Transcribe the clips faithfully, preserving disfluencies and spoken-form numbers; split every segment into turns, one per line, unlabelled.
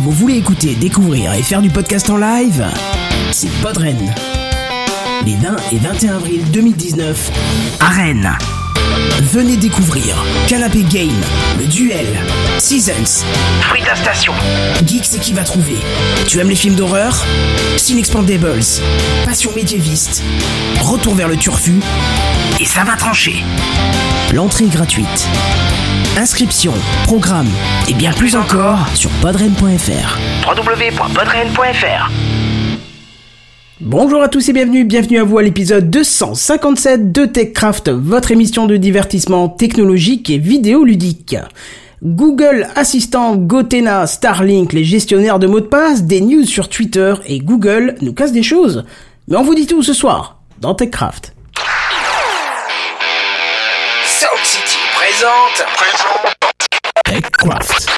Vous voulez écouter, découvrir et faire du podcast en live ? C'est Podren. Les vingt et vingt et un avril deux mille dix-neuf, à Rennes. Venez découvrir Canapé Game, Le Duel, Seasons, Frita Station, Geeks c'est qui va trouver. Tu aimes les films d'horreur ? Cinexpandables, Passion médiéviste, Retour vers le turfu, et ça va trancher. L'entrée est gratuite. Inscription, programme et bien plus encore sur podren point f r. w w w point podren point f r. Bonjour à tous et bienvenue, bienvenue à vous à l'épisode deux cent cinquante-sept de TechCraft, votre émission de divertissement technologique et vidéoludique. Google Assistant, Gotenna, Starlink, les gestionnaires de mots de passe, des news sur Twitter et Google nous cassent des choses. Mais on vous dit tout ce soir dans TechCraft.
Sound City présente, présente
TechCraft.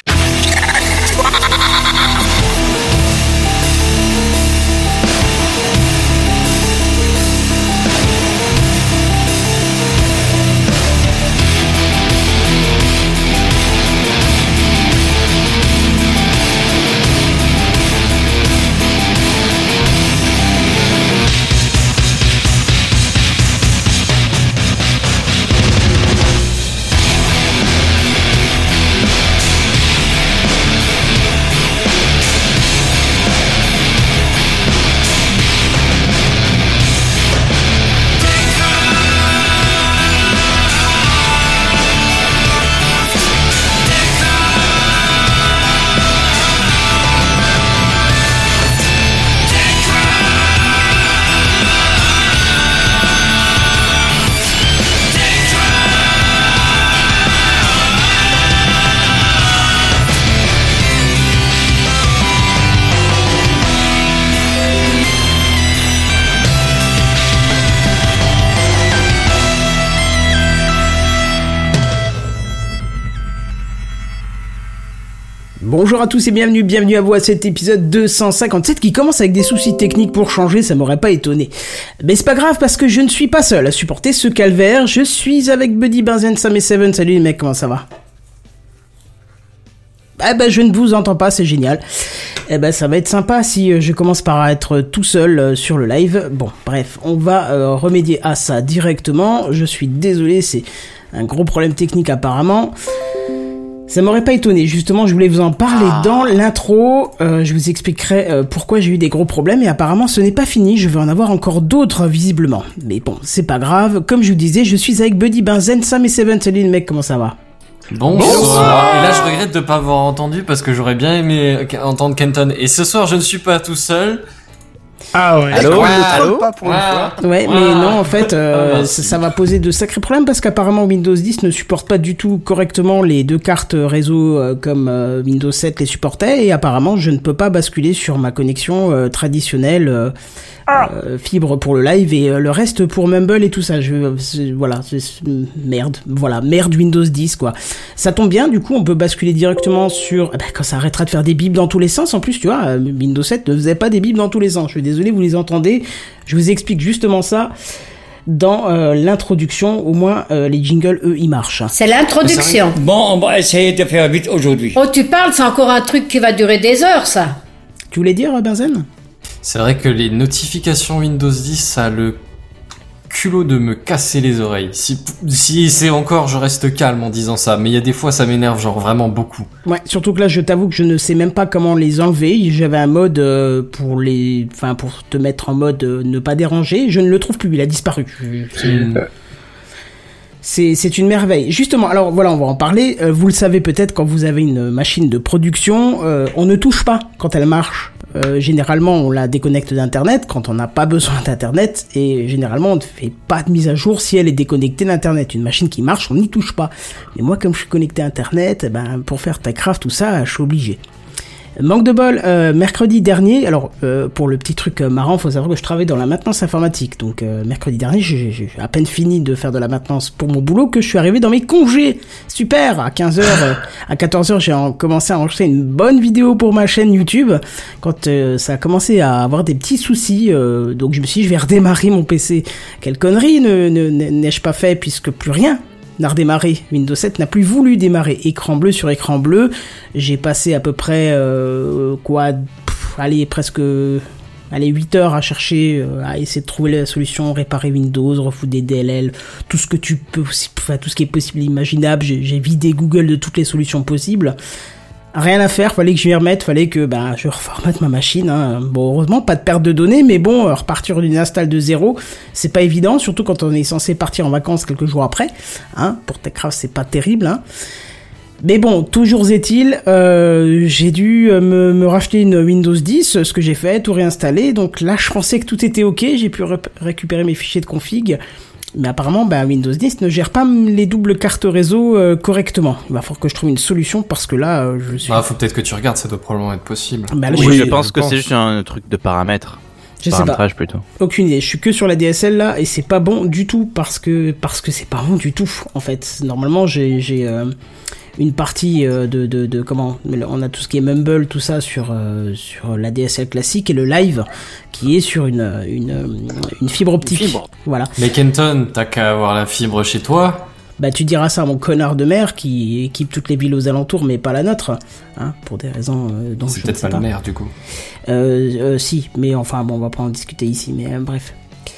Bonjour à tous et bienvenue, bienvenue à vous à cet épisode deux cent cinquante-sept qui commence avec des soucis techniques pour changer, ça m'aurait pas étonné. Mais c'est pas grave parce que je ne suis pas seul à supporter ce calvaire, je suis avec Buddy, Benzen, Sam et Seven. Salut les mecs, comment ça va ? Ah bah je ne vous entends pas, c'est génial. Eh ben ça va être sympa si je commence par être tout seul sur le live. Bon, bref, on va euh, remédier à ça directement. Je suis désolé, c'est un gros problème technique apparemment. Ça m'aurait pas étonné, justement je voulais vous en parler dans l'intro, euh, je vous expliquerai euh, pourquoi j'ai eu des gros problèmes et apparemment ce n'est pas fini, je vais en avoir encore d'autres visiblement. Mais bon, c'est pas grave, comme je vous disais, je suis avec Buddy, Benzen, Sam et Seven. Salut les mecs, comment ça va ?
Bonsoir. Bonsoir. Et là je regrette de pas avoir entendu parce que j'aurais bien aimé entendre Kenton. Et ce soir je ne suis pas tout seul.
Ah ouais.
Allô,
ouais,
allô
pas pour
ouais.
une fois.
Ouais, mais
Ouais.
non, en fait, euh,
Ah,
ça, ça va poser de sacrés problèmes parce qu'apparemment Windows dix ne supporte pas du tout correctement les deux cartes réseau euh, comme euh, Windows sept les supportait et apparemment je ne peux pas basculer sur ma connexion euh, traditionnelle euh, euh, fibre pour le live et euh, le reste pour Mumble et tout ça. Je, c'est, voilà, c'est, c'est, merde, voilà, merde Windows dix quoi. Ça tombe bien, du coup on peut basculer directement sur, eh ben, quand ça arrêtera de faire des bips dans tous les sens. En plus, tu vois, Windows sept ne faisait pas des bips dans tous les sens. Je suis désolé, vous les entendez. Je vous explique justement ça dans euh, l'introduction. Au moins, euh, les jingles, eux, ils marchent.
C'est l'introduction.
Bon, on va essayer de faire vite aujourd'hui.
Oh, tu parles, c'est encore un truc qui va durer des heures, ça.
Tu voulais dire, Benzen ?
C'est vrai que les notifications Windows dix, ça a le culot de me casser les oreilles. Si, si c'est encore, je reste calme en disant ça, mais il y a des fois ça m'énerve genre vraiment beaucoup.
Ouais, surtout que là, je t'avoue que je ne sais même pas comment les enlever. J'avais un mode euh, pour les, enfin pour te mettre en mode euh, ne pas déranger. Je ne le trouve plus, il a disparu. C'est...
Mmh.
C'est, c'est une merveille. Justement, alors voilà, on va en parler. Euh, vous le savez peut-être, quand vous avez une machine de production, euh, on ne touche pas quand elle marche. Euh, généralement, on la déconnecte d'Internet quand on n'a pas besoin d'Internet. Et généralement, on ne fait pas de mise à jour si elle est déconnectée d'Internet. Une machine qui marche, on n'y touche pas. Mais moi, comme je suis connecté à Internet, eh ben, pour faire TechCraft, tout ça, je suis obligé. Manque de bol, euh, mercredi dernier, alors euh, pour le petit truc euh, marrant, faut savoir que je travaille dans la maintenance informatique, donc euh, mercredi dernier, j'ai, j'ai à peine fini de faire de la maintenance pour mon boulot que je suis arrivé dans mes congés. Super, à quinze heures, euh, à quatorze heures, j'ai en, commencé à enregistrer une bonne vidéo pour ma chaîne YouTube, quand euh, ça a commencé à avoir des petits soucis, euh, donc je me suis dit, je vais redémarrer mon P C. Quelle connerie ne, ne, n'ai-je pas fait, puisque plus rien n'a redémarré. Windows sept n'a plus voulu démarrer. Écran bleu sur écran bleu. J'ai passé à peu près, euh, quoi, pff, allez, presque... Allez, huit heures à chercher, euh, à essayer de trouver la solution, réparer Windows, refoutre des D L L, tout ce que tu peux, enfin, tout ce qui est possible et imaginable. J'ai, j'ai vidé Google de toutes les solutions possibles. Rien à faire, fallait que je m'y remette, fallait que, bah, je reformate ma machine, hein. Bon, heureusement, pas de perte de données, mais bon, repartir d'une install de zéro, c'est pas évident, surtout quand on est censé partir en vacances quelques jours après, hein. Pour Techcraft, c'est pas terrible, hein. Mais bon, toujours est-il, euh, j'ai dû me, me racheter une Windows dix, ce que j'ai fait, tout réinstaller. Donc là, je pensais que tout était ok, j'ai pu ré- récupérer mes fichiers de config. Mais apparemment, bah, Windows dix ne gère pas les doubles cartes réseau euh, correctement. Il va falloir que je trouve une solution parce que là, euh, je suis...
Ah, faut peut-être que tu regardes, ça doit probablement être possible.
Bah, là,
Oui,
j'ai-
je pense que c'est juste un truc de paramètres.
Je sais pas.
Paramétrage plutôt.
Aucune idée. Je suis que sur la D S L là et c'est pas bon du tout parce que parce que c'est pas bon du tout en fait. Normalement j'ai j'ai euh, une partie euh, de, de de comment on a tout ce qui est Mumble tout ça sur euh, sur la D S L classique et le live qui est sur une une une fibre optique.
Une fibre.
Voilà.
Mais Kenton, t'as qu'à avoir la fibre chez toi.
Bah tu diras ça à mon connard de maire qui équipe toutes les villes aux alentours mais pas la nôtre, hein, pour des raisons euh, dont
C'est
je ne
peut-être
sais
pas
pas.
le maire, du coup.
Euh, euh, si, mais enfin bon, on va pas en discuter ici, mais euh, bref.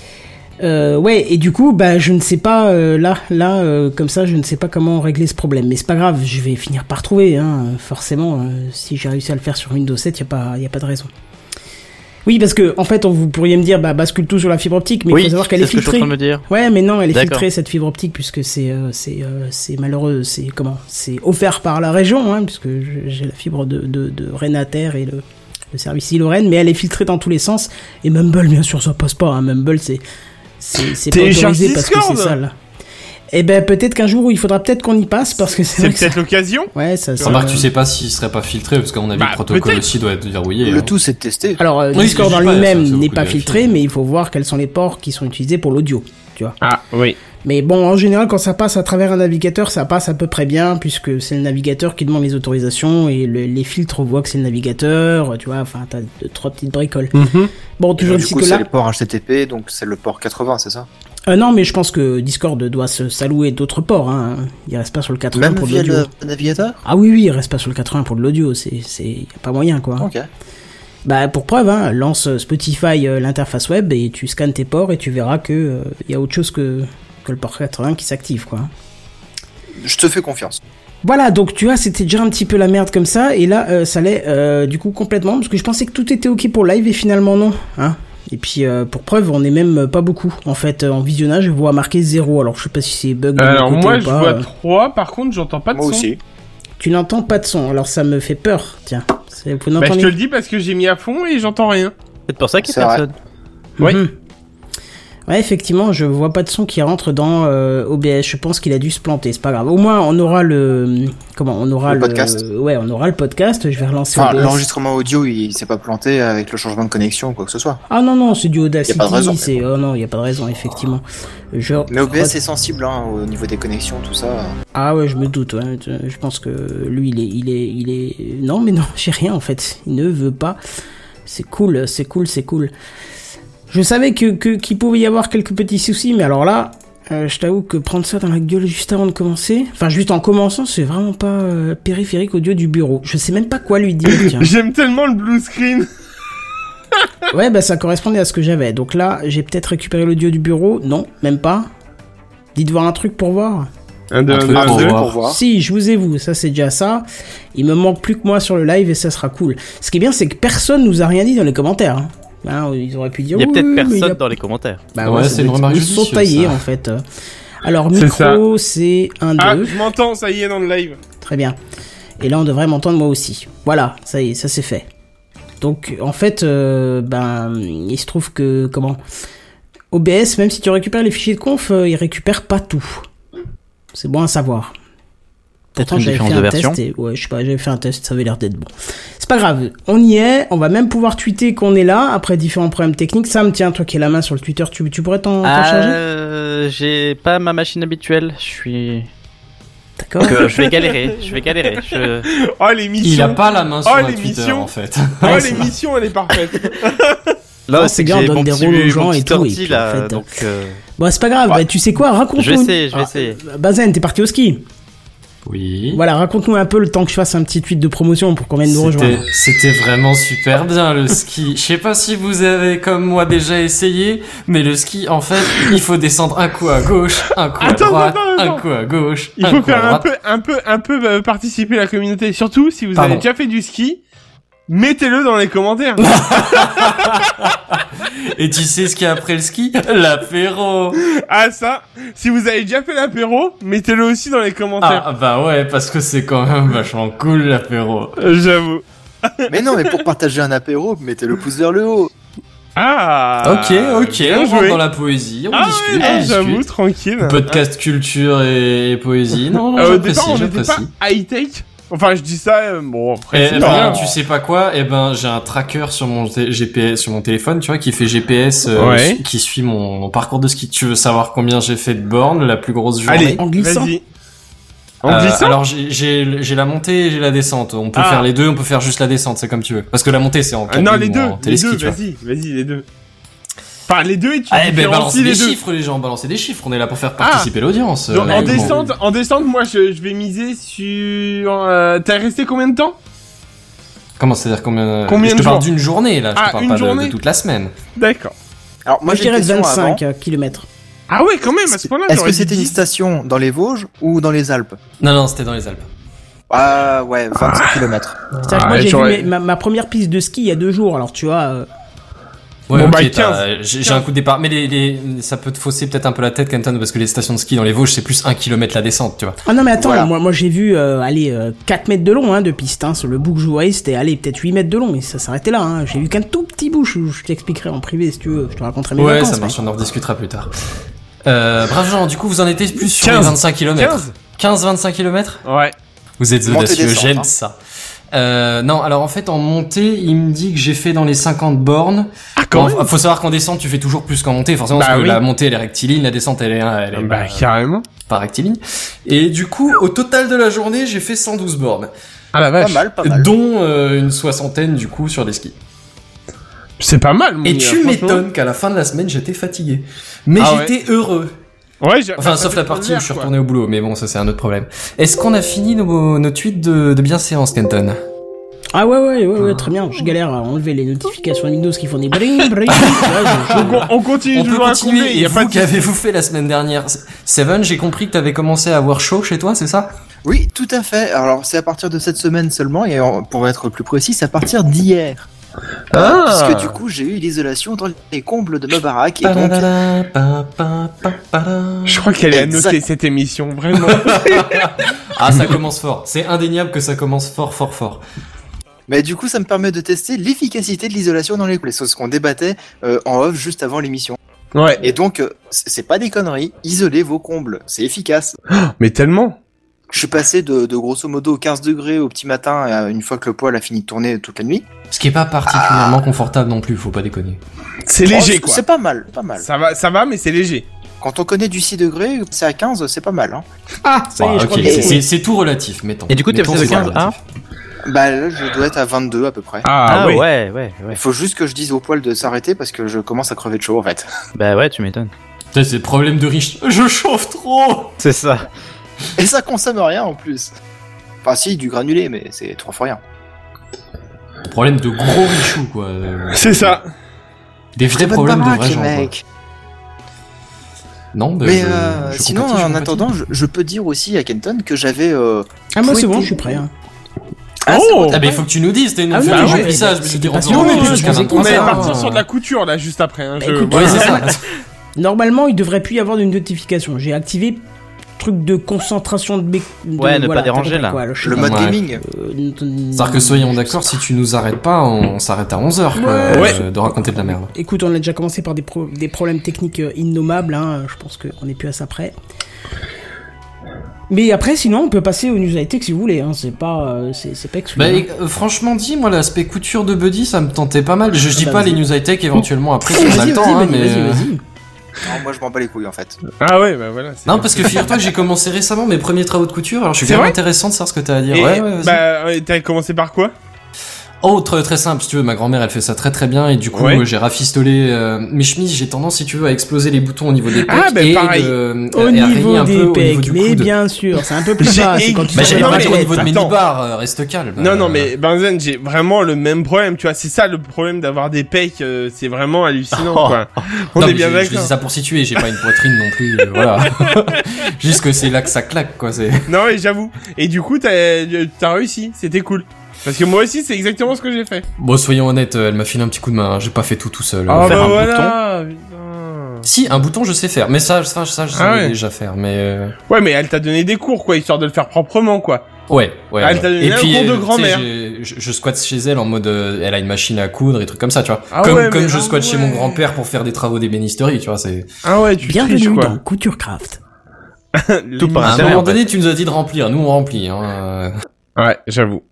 Euh, ouais, et du coup, bah je ne sais pas, euh, là, là, euh, comme ça, je ne sais pas comment régler ce problème. Mais c'est pas grave, je vais finir par trouver, hein, forcément. Euh, si j'ai réussi à le faire sur Windows sept, y a pas, y a pas de raison. Oui, parce que en fait, on, vous pourriez me dire, bah bascule tout sur la fibre optique, mais il
Oui,
faut savoir qu'elle
c'est
est
ce que je suis en
filtrée.
train de me dire.
Ouais, mais non, elle est
D'accord.
filtrée cette fibre optique puisque c'est euh, c'est euh, c'est malheureux, c'est comment, c'est offert par la région, hein, puisque je- j'ai la fibre de de, de Renater et le le service Lorraine, mais elle est filtrée dans tous les sens. Et Mumble, bien sûr, ça passe pas. Hein. Mumble, c'est c'est c'est pas
Télécharge
autorisé parce que c'est
Discord.
sale. Et ben peut-être qu'un jour il faudra peut-être qu'on y passe parce que c'est
C'est
vrai que
peut-être
ça...
l'occasion.
Ouais, ça. ça
Remarque, tu sais pas s'il serait pas filtré, parce qu'à mon avis,
Bah,
le protocole
peut-être.
aussi doit être verrouillé.
Le
hein.
tout, c'est de tester.
Alors euh,
Oui,
Discord
je
en
dis pas,
lui-même
ça, ça vaut
n'est
le coup
pas
de
filtré,
vérifier.
mais il faut voir quels sont les ports qui sont utilisés pour l'audio. Tu vois.
Ah, oui.
Mais bon, en général, quand ça passe à travers un navigateur, ça passe à peu près bien, puisque c'est le navigateur qui demande les autorisations, et le- les filtres voient que c'est le navigateur, tu vois, enfin, t'as deux, trois petites bricoles.
Mhm.
Bon,
Et
toujours
donc, du
ici
coup,
que
c'est
là...
le port H T T P, donc c'est le port quatre-vingts, c'est ça?
Euh, non, mais je pense que Discord doit se s'allouer d'autres ports, hein. Il reste pas sur le quatre-vingts
Même
pour de
via
l'audio.
le navigateur?
Ah oui, oui, il reste pas sur le quatre-vingts pour de l'audio, c'est, c'est, y a pas moyen, quoi.
Ok.
Bah, pour preuve, hein, lance Spotify euh, l'interface web, et tu scannes tes ports, et tu verras que, euh, y a autre chose que, que le port quatre-vingts qui s'active, quoi.
Je te fais confiance.
Voilà, donc tu vois, c'était déjà un petit peu la merde comme ça, et là, euh, ça l'est euh, du coup complètement, parce que je pensais que tout était ok pour live, et finalement non, hein. Et puis, euh, pour preuve, on est même pas beaucoup. En fait, euh, en visionnage, je vois marqué zéro, alors je sais pas si c'est bug de
Alors
mon côté
moi,
ou
je
pas.
vois
euh.
trois. Par contre, j'entends pas de
Moi
son.
aussi.
Tu n'entends pas de son, alors ça me fait peur, tiens. C'est- Vous
Bah, je
n'entendez
te le dis parce que j'ai mis à fond et j'entends rien.
C'est pour ça qu'il y
C'est
a
vrai.
personne.
Oui.
Mhm. Ouais, effectivement, je vois pas de son qui rentre dans euh, O B S. Je pense qu'il a dû se planter. C'est pas grave. Au moins, on aura le comment on aura
Le
le,
podcast.
Ouais, on aura le podcast. Je vais relancer
Enfin,
O B S.
l'enregistrement audio, il s'est pas planté avec le changement de connexion ou quoi que ce soit.
Ah non non, c'est du Audacity.
Y a pas de raison,
C'est
mais
oh non, il y a pas de raison effectivement. Je...
Mais O B S est sensible, hein, au niveau des connexions, tout ça.
Ah ouais, je me doute. Ouais. Je je pense que lui, il est, il est, il est. Non, mais non, j'ai rien en fait. Il ne veut pas. C'est cool, c'est cool, c'est cool. Je savais que que- qu'il pouvait y avoir quelques petits soucis, mais alors là, euh, je t'avoue que prendre ça dans la gueule juste avant de commencer, enfin juste en commençant, c'est vraiment pas euh, périphérique audio du bureau. Je sais même pas quoi lui dire. Tiens.
J'aime tellement le blue screen.
Ouais, bah ça correspondait à ce que j'avais. Donc là, j'ai peut-être récupéré l'audio du bureau. Non, même pas. Dites voir un truc pour voir.
Un, deux,
Un
un,
truc
deux, un,
pour
deux.
voir.
Pour voir.
Si, je vous ai vous, ça c'est déjà ça. Il me manque plus que moi sur le live et ça sera cool. Ce qui est bien, c'est que personne nous a rien dit dans les commentaires. Hein. Hein, ils auraient pu dire.
Il y a
oui,
peut-être
mais
personne
il a-
dans les commentaires.
Bah
Ouais,
ça
c'est une
doit être-
remarque
Ils sont
judicieuse,
taillés
ça.
en fait. Alors
C'est
micro, c'est un
Ah,
deux.
je m'entends, ça y est, dans le live.
Très bien. Et là, on devrait m'entendre moi aussi. Voilà, ça y est, ça c'est fait. Donc, en fait, euh, ben, il se trouve que, comment, O B S, même si tu récupères les fichiers de conf, euh, il récupère pas tout. C'est bon à savoir. Pourtant,
une
j'avais fait
différence
un
de version.
test et, ouais, je sais pas, j'avais fait un test, ça avait l'air d'être bon. C'est pas grave, on y est, on va même pouvoir tweeter qu'on est là, après différents problèmes techniques. Sam, tiens, toi qui as la main sur le Twitter, tu, tu pourrais t'en, t'en charger?
Euh, j'ai pas ma machine habituelle. Je suis.
D'accord.
Donc, euh, je vais galérer. Je vais galérer. Je...
Oh, l'émission.
Il a pas la main sur
Oh,
la Twitter,
l'émission.
en fait.
Oh,
Ouais, c'est
l'émission, elle est parfaite.
Là,
Non, c'est bien, on
que j'ai
donne
mon
des
petit-
rôles aux
mon
gens
petit
et tout, et
ordi,
puis,
là,
en fait,
donc. euh,
Bon, c'est pas grave,
Ouais.
bah, tu sais quoi, raconte-nous.
Je vais essayer, je vais
Ah,
essayer.
euh, Bazen, t'es parti au ski.
Oui.
Voilà, raconte-nous un peu le temps que je fasse un petit tweet de promotion pour qu'on vienne nous
C'était,
rejoindre.
c'était vraiment super bien le ski. Je sais pas si vous avez comme moi déjà essayé, mais le ski, en fait, il faut descendre un coup à gauche, un coup
Attends,
à droite,
attends, attends.
un coup à gauche,
Il
un
faut
coup à
faire un
droite.
peu, un peu, un peu euh, participer la communauté. Surtout si vous
Pardon.
avez déjà fait du ski, mettez-le dans les commentaires.
Et tu sais ce qu'il y a après le ski? L'apéro.
Ah ça, si vous avez déjà fait l'apéro, mettez-le aussi dans les commentaires.
Ah bah ouais, parce que c'est quand même vachement cool l'apéro.
Euh, J'avoue.
Mais non, mais pour partager un apéro, mettez le pouce vers le haut.
Ah.
Ok, ok,
bien
on
joué.
rentre dans la poésie, on
Ah
discute,
ouais,
on
non, j'avoue,
discute.
tranquille.
Podcast culture et, et poésie. Non, non,
Euh, au
j'apprécie,
départ, on n'était pas
j'apprécie.
high-tech. Enfin, je dis ça, euh, bon, après,
Eh
c'est
ben,
bien.
tu sais pas quoi? Eh ben, j'ai un tracker sur mon t- G P S, sur mon téléphone, tu vois, qui fait G P S, euh,
Ouais.
qui suit mon, mon parcours de ski. Tu veux savoir combien j'ai fait de bornes, la plus grosse journée?
Allez,
En glissant.
vas-y. En
Euh,
glissant
alors j'ai, j'ai, j'ai la montée et j'ai la descente. On peut
Ah.
faire les deux, on peut faire juste la descente, c'est comme tu veux. Parce que la montée c'est en
Ah, non,
cabine
les
ou
deux,
en
les
téléski,
deux,
tu vois.
vas-y, vas-y, les deux. Enfin, les deux et tu
Ah, eh ben,
différencies
balancez
les
des
deux.
chiffres, les gens, balancez des chiffres. On est là pour faire participer l'audience.
Donc,
euh,
en
bon.
descente, en descente, moi, je, je vais miser sur... Euh, T'as resté combien de temps?
Comment c'est-à-dire combien?
Combien
Je
de
te parle
jours
d'une journée là. Je
Ah,
te parle
une
pas de,
journée
de toute la semaine.
D'accord.
Alors, moi,
Moi, je
j'ai une
dirais
question avant.
vingt-cinq kilomètres.
Ah ouais, quand même, à ce point-là,
Est-ce
j'aurais
que
dit
c'était une
dix.
station dans les Vosges ou dans les Alpes?
Non, non, c'était dans les Alpes.
Ah ouais, vingt-cinq kilomètres.
C'est-à-dire que
Ah,
moi, j'ai vu
j'aurais-
mes- ma, ma première piste de ski il y a deux jours, alors tu vois. euh,
Ouais,
Bon,
ok,
bah,
t'as-
quinze.
j'ai, j'ai un coup de départ. Mais les, les, ça peut te fausser peut-être un peu la tête, Kenton, parce que les stations de ski dans les Vosges, c'est plus un kilomètre la descente, tu vois.
Ah non, mais attends,
Voilà.
moi, moi j'ai vu, euh, allez, euh, quatre mètres de long hein, de piste. Hein, sur le bout que je voyais, c'était, allez, peut-être huit mètres de long, mais ça s'arrêtait là. Hein. J'ai vu qu'un tout petit bout, je, je t'expliquerai en privé si tu veux, je te raconterai mes
Ouais,
vacances.
ça marche,
mais-
on en rediscutera plus tard. Euh, brave Jean, du coup, vous en étiez plus sur
quinze.
les vingt-cinq kilomètres.
quinze.
quinze vingt-cinq kilomètres?
Ouais.
Vous êtes
Montée
audacieux,
descente,
j'aime
hein.
ça. Euh, non, alors en fait, en montée, il me dit que j'ai fait dans les cinquante bornes.
Ah, quand
Bon,
même.
faut savoir qu'en descente, tu fais toujours plus qu'en montée, forcément,
Bah
parce que
oui.
la montée, elle est rectiligne, la descente, elle est, elle est
Bah,
pas,
carrément.
pas rectiligne. Et du coup, au total de la journée, j'ai fait cent douze bornes.
Ah la
Pas
vache.
mal, pas mal.
Dont euh, une soixantaine, du coup, sur des skis.
C'est pas mal, mon
Et
gars,
tu
franchement.
m'étonnes qu'à la fin de la semaine, j'étais fatigué. Mais
Ah ouais.
j'étais heureux.
Ouais, j'ai-
Enfin,
ça
sauf
fait
la partie où
plaisir,
je suis
quoi.
retourné au boulot, mais bon, ça c'est un autre problème. Est-ce qu'on a fini nos, nos tweets de, de bienséance, Kenton?
Ah ouais, ouais, ouais, ouais, très bien. Je galère à enlever les notifications Windows qui font des bring, bring. Ouais, je- je-
Donc, on, on continue
On peut
toujours à
continuer.
combler,
Et
y a
vous,
pas de...
qu'avez-vous fait la semaine dernière? Seven, j'ai compris que t'avais commencé à avoir chaud chez toi, c'est ça?
Oui, tout à fait. Alors, c'est à partir de cette semaine seulement, et en- pour être plus précis, c'est à partir d'hier.
Ah.
Puisque du coup, j'ai eu l'isolation dans les combles de ma baraque, et donc...
Je crois qu'elle est à
Exact.
noter cette émission, vraiment.
Ah, ça commence fort. C'est indéniable que ça commence fort, fort, fort.
Mais du coup, ça me permet de tester l'efficacité de l'isolation dans les combles. C'est ce qu'on débattait euh, en off juste avant l'émission.
Ouais.
Et donc, euh, c'est c'est pas des conneries, isolez vos combles, c'est efficace.
Mais tellement.
Je suis passé de, de grosso modo quinze degrés au petit matin, à une fois que le poêle a fini de tourner toute la nuit.
Ce qui est pas particulièrement confortable non plus, faut pas déconner.
C'est léger,
Oh,
quoi.
C'est pas mal, pas mal.
Ça va, ça va, mais c'est léger.
Quand on connaît du six degrés, c'est à quinze, c'est pas mal. Hein.
Ah, ça y est,
Bon,
je
ok,
crois que
c'est-
j'ai
c'est c'est tout relatif, mettons.
Et du coup, t'es
Mettons,
passé de
c'est
quinze à
relatif.
Bah là, je dois être à vingt-deux à peu près.
Ah,
Ah
ouais.
ouais, ouais, ouais.
Il faut juste que je dise au poêle de s'arrêter parce que je commence à crever de chaud en fait.
Bah ouais, tu m'étonnes.
Putain, c'est le problème de riche. Je chauffe trop.
C'est ça.
Et ça consomme rien en plus. Enfin si, du granulé, mais c'est trois fois rien.
Problème de gros richoux, quoi. Euh,
C'est ça.
Des vrais
Très bonne
problèmes de
baraque,
vrais
les
gens, quoi.
mecs.
Non, bah,
Mais
je-
euh,
je
sinon,
compatis, je
en
compatis.
attendant, je, je peux dire aussi à Kenton que j'avais... Euh...
Ah, moi, c'est
fouetté-
bon, je suis prêt. Hein.
Ah, c'est
Oh
bon,
Ah, mais il faut que tu nous dises, t'es une
Ah oui,
fais
bah
du
ouais,
remplissage,
bah,
mais je
c'était
dis,
pas
on
sûr,
en
mais
est
je
jusqu'à
vous ai
vingt-trois
On allait
ça,
heures.
partir sur de la couture, là, juste après. Hein.
Bah,
Je-
écoute,
voilà.
Ouais, c'est ça.
Normalement, il devrait plus y avoir de notification. J'ai activé truc de concentration de... bec- de
Ouais, ne pas
voilà, t'as
déranger,
compris,
là.
quoi, je sais
Le
pas.
mode
Ouais.
gaming.
Euh, n- n-
C'est-à-dire que soyons d'accord, si tu nous arrêtes pas, on s'arrête à onze heures, quoi,
Ouais.
euh, de raconter de la merde.
Écoute, on a déjà commencé par des, pro- des problèmes techniques euh, innommables, hein. Je pense qu'on est plus à ça près. Mais après, sinon, on peut passer aux news high-tech si vous voulez, hein. C'est pas, euh, c'est, c'est pas exclu.
Bah,
hein.
et, euh, franchement dit, moi, l'aspect couture de Buddy, ça me tentait pas mal. Je, je dis
bah,
pas
vas-y.
les news high-tech éventuellement après si on a
Vas-y,
le temps,
vas-y,
hein,
vas-y,
mais...
vas-y,
euh,
vas-y.
Non, moi je m'en bats les couilles en fait.
Ah ouais, bah voilà. c'est-
Non, parce que figure-toi que j'ai commencé récemment mes premiers travaux de couture, alors je suis
C'est
quand même
vrai
intéressant de savoir ce que t'as à dire.
Et,
ouais, ouais, vas-y.
bah, ouais, t'as commencé par quoi?
Autre très simple, si tu veux, ma grand-mère elle fait ça très très bien et du coup
Ouais.
euh, j'ai rafistolé euh, mes chemises, j'ai tendance si tu veux à exploser les boutons au niveau des pecs
Ah, ben,
et,
pareil.
de,
Au
et à rayer
niveau
un peu
des
au niveau
pecs,
du
mais
coude.
bien sûr, c'est un peu plus
J'ai
bas. C'est
ég-
quand tu
Bah
sors
j'ai
de
Non,
la
pas
mais-
au niveau de mes
attends.
nibards, euh, reste calme.
Non, non,
Euh,
mais Benzen, j'ai vraiment le même problème, tu vois. C'est ça le problème d'avoir des pecs, euh, c'est vraiment hallucinant, quoi. On
non,
est
mais
bien
je, je dis
d'accord.
ça pour situer, j'ai pas une poitrine non plus, euh, voilà. Juste que c'est là que ça claque, quoi. C'est.
Non, mais j'avoue. Et du coup, t'as, t'as réussi, c'était cool. Parce que moi aussi, c'est exactement ce que j'ai fait.
Bon, soyons honnêtes, euh, elle m'a filé un petit coup de main. hein, J'ai pas fait tout tout seul.
Ah
Euh,
faire
bah
un
voilà. Putain.
Si, un bouton, je sais faire. Mais ça, ça, ça, je
Ah
savais
ouais.
déjà faire. Mais euh,
Ouais, mais elle t'a donné des cours, quoi, histoire de le faire proprement, quoi.
ouais, ouais.
Ah, elle
ouais.
t'a donné un cours de
tu sais,
grand-mère.
j'ai- je, je squatte chez elle en mode, euh, elle a une machine à coudre et trucs comme ça, tu vois.
Ah
comme
ouais,
comme
mais-
je
ah
squatte chez
ouais.
mon grand-père pour faire des travaux d'ébénisterie, tu vois. C'est.
Ah ouais, tu
Bienvenue
triches, quoi.
dans Couturecraft.
Tout par
À un
intérêt,
moment
en fait.
donné, tu nous as dit de remplir. Nous, on remplit. Hein. euh.
Ouais, j'avoue.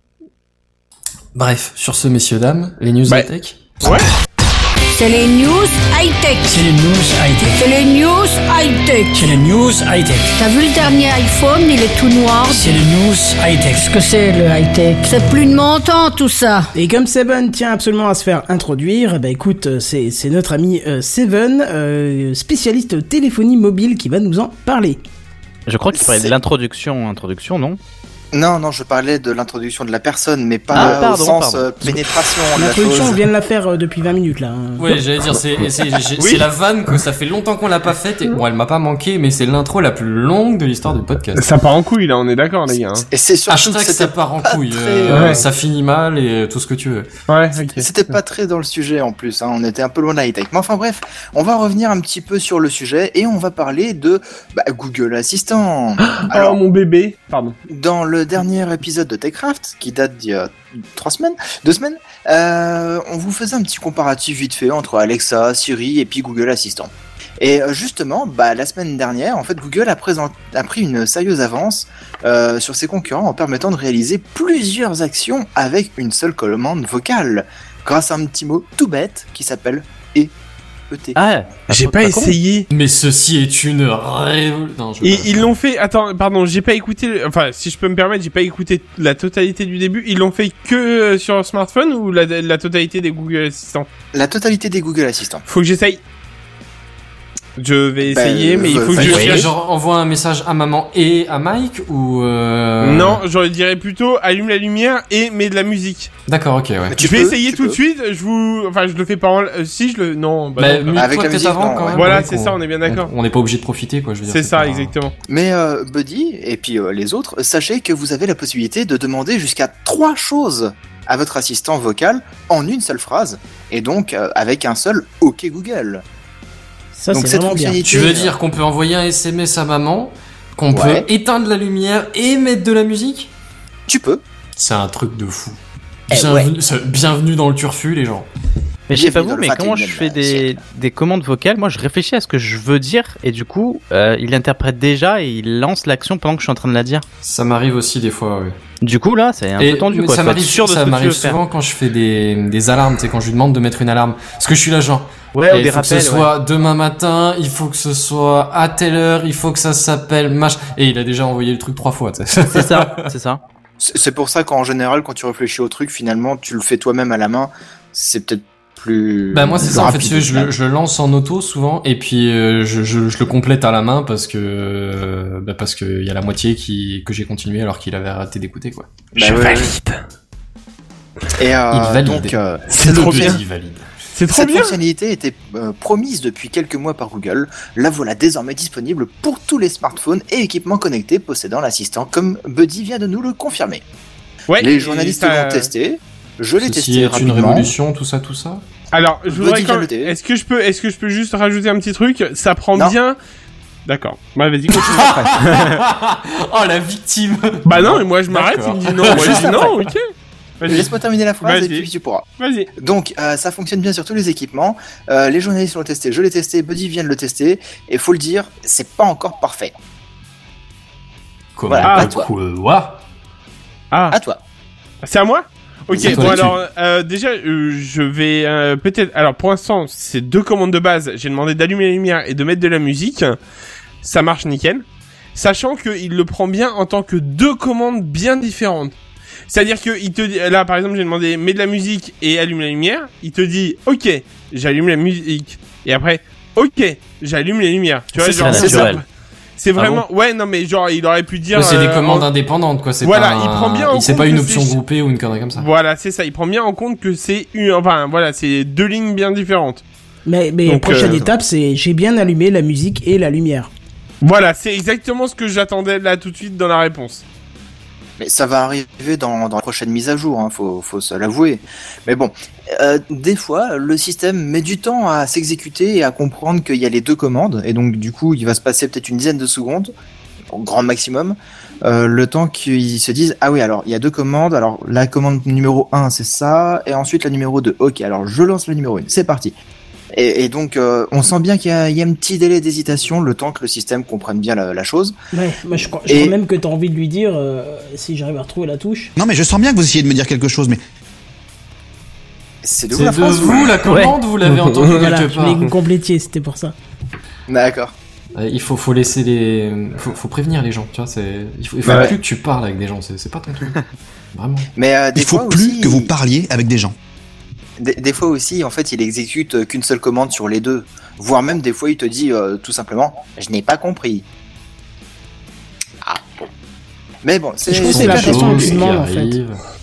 Bref, sur ce, messieurs dames, les news
Ouais.
high-tech.
Ouais.
C'est les news high-tech.
C'est les news high-tech.
C'est les news high-tech.
C'est les news high-tech.
T'as vu le dernier iPhone, il est tout noir.
C'est les news high-tech.
Qu'est-ce que c'est le high-tech? C'est plus de mon temps tout ça.
Et comme Seven tient absolument à se faire introduire, bah écoute, euh, c'est c'est notre ami euh, Seven, euh, spécialiste téléphonie mobile, qui va nous en parler.
Je crois que tu parlais de
C'est-
l'introduction, introduction, non?
Non, non, je parlais de l'introduction de la personne, mais pas
Ah, pardon,
au sens
pardon.
euh, pénétration de la
L'introduction, on
chose.
vient de la faire euh, depuis vingt minutes là. hein.
Ouais, j'allais dire, c'est c'est j'ai-
Oui.
c'est la vanne que ça fait longtemps qu'on l'a pas faite. Et bon, elle m'a pas manqué, mais c'est l'intro la plus longue de l'histoire du podcast.
Ça part en couille, là, on est d'accord, les gars. hein.
Et c'est surtout
Hashtag
que
ça
c'était
part en
pas
couille.
très,
euh,
ouais.
Ça finit mal et euh, tout ce que tu veux.
Ouais, ok.
C'était pas très dans le sujet en plus, hein. On était un peu loin de la high-tech. Mais enfin bref, on va revenir un petit peu sur le sujet et on va parler de bah, Google Assistant.
Alors,
Alors,
mon bébé, pardon.
dans le dernier épisode de TechCraft, qui date d'il y a trois semaines, deux semaines, euh, on vous faisait un petit comparatif vite fait entre Alexa, Siri et puis Google Assistant. Et euh, justement, bah, la semaine dernière, en fait, Google a, présent... a pris une sérieuse avance euh, sur ses concurrents en permettant de réaliser plusieurs actions avec une seule commande vocale, grâce à un petit mot tout bête qui s'appelle E. E T.
Ah,
J'ai pas essayé.
Mais ceci est une révolution.
Ils, ils l'ont fait. Attends, pardon, j'ai pas écouté. le- Enfin, si je peux me permettre, j'ai pas écouté la totalité du début. Ils l'ont fait que euh, sur smartphone ou la, la totalité des Google Assistants?
La totalité des Google Assistants.
Faut que j'essaye. Je vais
Bah,
essayer, mais il faut que
bah,
je
bah,
Tu
cherche.
genre envoie un message à maman et à Mike ou euh...
Non, je dirais plutôt allume la lumière et mets de la musique.
D'accord, ok, ouais.
Mais tu
je vais
peux,
essayer
tu
tout de
peux.
suite. Je vous, enfin, je le fais pas. En... euh, si je le, non. Bah,
Bah,
non.
mute-toi
Avec la
peut-être
musique,
avant
non,
quand
ouais.
même.
Voilà,
Ouais,
c'est
qu'on-
ça, on est bien d'accord.
On n'est pas obligé de profiter, quoi. Je veux dire.
C'est ça,
pas-
exactement.
Mais euh, Buddy et puis euh, les autres, sachez que vous avez la possibilité de demander jusqu'à trois choses à votre assistant vocal en une seule phrase, et donc euh, avec un seul OK Google.
Ça,
donc
c'est
cette
vraiment bien.
fonctionnalité.
Tu veux dire qu'on peut envoyer un S M S à maman, qu'on
Ouais.
peut éteindre la lumière et mettre de la musique?
Tu peux.
C'est un truc de fou.
Eh
Bienvenue, c'est- bienvenue dans le turfu, les gens.
Mais je sais pas
Bienvenue
vous,
dans
mais
le
comment je
vingt et
fais
unième
des,
siècle.
des commandes vocales, moi je réfléchis à ce que je veux dire et du coup, euh, il interprète déjà et il lance l'action pendant que je suis en train de la dire.
Ça m'arrive aussi des fois, ouais.
Du coup là, c'est un
Et
peu tendu
mais
quoi.
ça
Faut être
m'arrive
sûr de ce
ça
que tu veux
m'arrive
faire.
souvent quand je fais des, des alarmes, tu sais, quand je lui demande de mettre une alarme. Parce que je suis là, genre.
Ouais,
eh,
ou
il
des
faut que
rappels.
ce
ouais.
soit demain matin, il faut que ce soit à telle heure, il faut que ça s'appelle mach. Et il a déjà envoyé le truc trois fois, tu sais.
C'est ça, c'est ça.
C'est c'est pour ça qu'en général, quand tu réfléchis au truc, finalement, tu le fais toi-même à la main. C'est peut-être plus.
Bah moi c'est
plus
ça en fait,
rapide,
tu sais, je,
au final.
le, je le lance en auto souvent et puis euh, je, je, je le complète à la main parce que euh, bah parce que il y a la moitié qui que j'ai continué alors qu'il avait arrêté d'écouter quoi.
Bah, ouais, ouais. Et euh,
Il valide.
donc, euh,
C'est
cette
trop
Le
bien.
petit valide.
C'est trop
Cette
bien.
fonctionnalité était euh, promise depuis quelques mois par Google. La voilà désormais disponible pour tous les smartphones et équipements connectés possédant l'assistant, comme Buddy vient de nous le confirmer.
Ouais.
Les
et
journalistes
ça-
l'ont testé. Je l'ai
Ceci
testé
est
rapidement.
une révolution, tout ça, tout ça.
Alors, je voudrais
Buddy
quand
vient
même...
le dire.
Est-ce que je peux, est-ce que je peux juste rajouter un petit truc? Ça prend
Non.
bien. D'accord. Bah vas-y, continue après.
Oh la victime.
Bah non, et moi je m'arrête, il
D'accord.
me dit non. Moi je
Juste
dis non, ok. Vas-y.
Laisse-moi terminer la phrase et
Vas-y.
puis tu pourras.
Vas-y.
Donc, euh, ça fonctionne bien sur tous les équipements. Euh, les journalistes l'ont testé, je l'ai testé, Buddy vient de le tester. Et faut le dire, c'est pas encore parfait.
Comment
Voilà,
Ah,
à toi.
quoi?
Ah,
À toi.
c'est à moi? Ok,
C'est toi
bon
là-dessus.
alors euh, déjà euh, je vais euh, peut-être alors pour l'instant c'est deux commandes de base, j'ai demandé d'allumer la lumière et de mettre de la musique. Ça marche nickel. Sachant qu'il le prend bien en tant que deux commandes bien différentes. C'est-à-dire que il te dit, là par exemple j'ai demandé mets de la musique et allume la lumière, il te dit ok j'allume la musique et après ok j'allume les lumières. Tu vois,
c'est
genre
c'est naturel.
C'est vraiment,
Ah bon
ouais, non, mais genre, il aurait pu dire.
Ouais, c'est
euh,
des commandes
en...
indépendantes, quoi. C'est
voilà,
pas un...
il prend bien en
C'est
compte
pas une
que
option
c'est...
groupée ou une connerie comme ça.
Voilà, c'est ça. Il prend bien en compte que c'est une, enfin, voilà, c'est deux lignes bien différentes.
Mais, mais
Donc,
prochaine
euh...
étape, c'est j'ai bien allumé la musique et la lumière.
Voilà, c'est exactement ce que j'attendais là tout de suite dans la réponse.
Mais ça va arriver dans, dans la prochaine mise à jour, hein, faut, faut se l'avouer. Mais bon, euh, des fois, le système met du temps à s'exécuter et à comprendre qu'il y a les deux commandes, et donc du coup, il va se passer peut-être une dizaine de secondes, au grand maximum, euh, le temps qu'ils se disent « Ah oui, alors, il y a deux commandes, alors la commande numéro un, c'est ça, et ensuite la numéro deux. Ok, alors je lance la numéro un, c'est parti. » Et, et donc, euh, on sent bien qu'il y a, il y a un petit délai d'hésitation, le temps que le système comprenne bien la, la chose.
Ouais, moi je crois, je
Et-
crois même que t'as envie de lui dire, euh, si j'arrive à retrouver la touche.
Non mais je sens bien que vous essayez de me dire quelque chose, mais
C'est de où
C'est
la
de
phrase
vous, la commande, vous l'avez entendu
Voilà,
quelque
je voulais
part.
que vous complétiez, c'était pour ça.
D'accord.
Euh, Il faut, faut laisser les, faut, faut prévenir les gens, tu vois, c'est, il faut, il faut
Bah ouais.
plus que tu parles avec des gens, c'est, c'est pas ton truc. Vraiment.
Mais euh, des
il faut
fois
plus
aussi,
que vous parliez avec des gens.
Des, des fois aussi, en fait, il exécute qu'une seule commande sur les deux. Voire même des fois, il te dit euh, tout simplement « Je n'ai pas compris ». Ah, bon. Mais bon, c'est...
Je trouve que
c'est
c'est la
la
question
chose.
que tu demandes, en fait.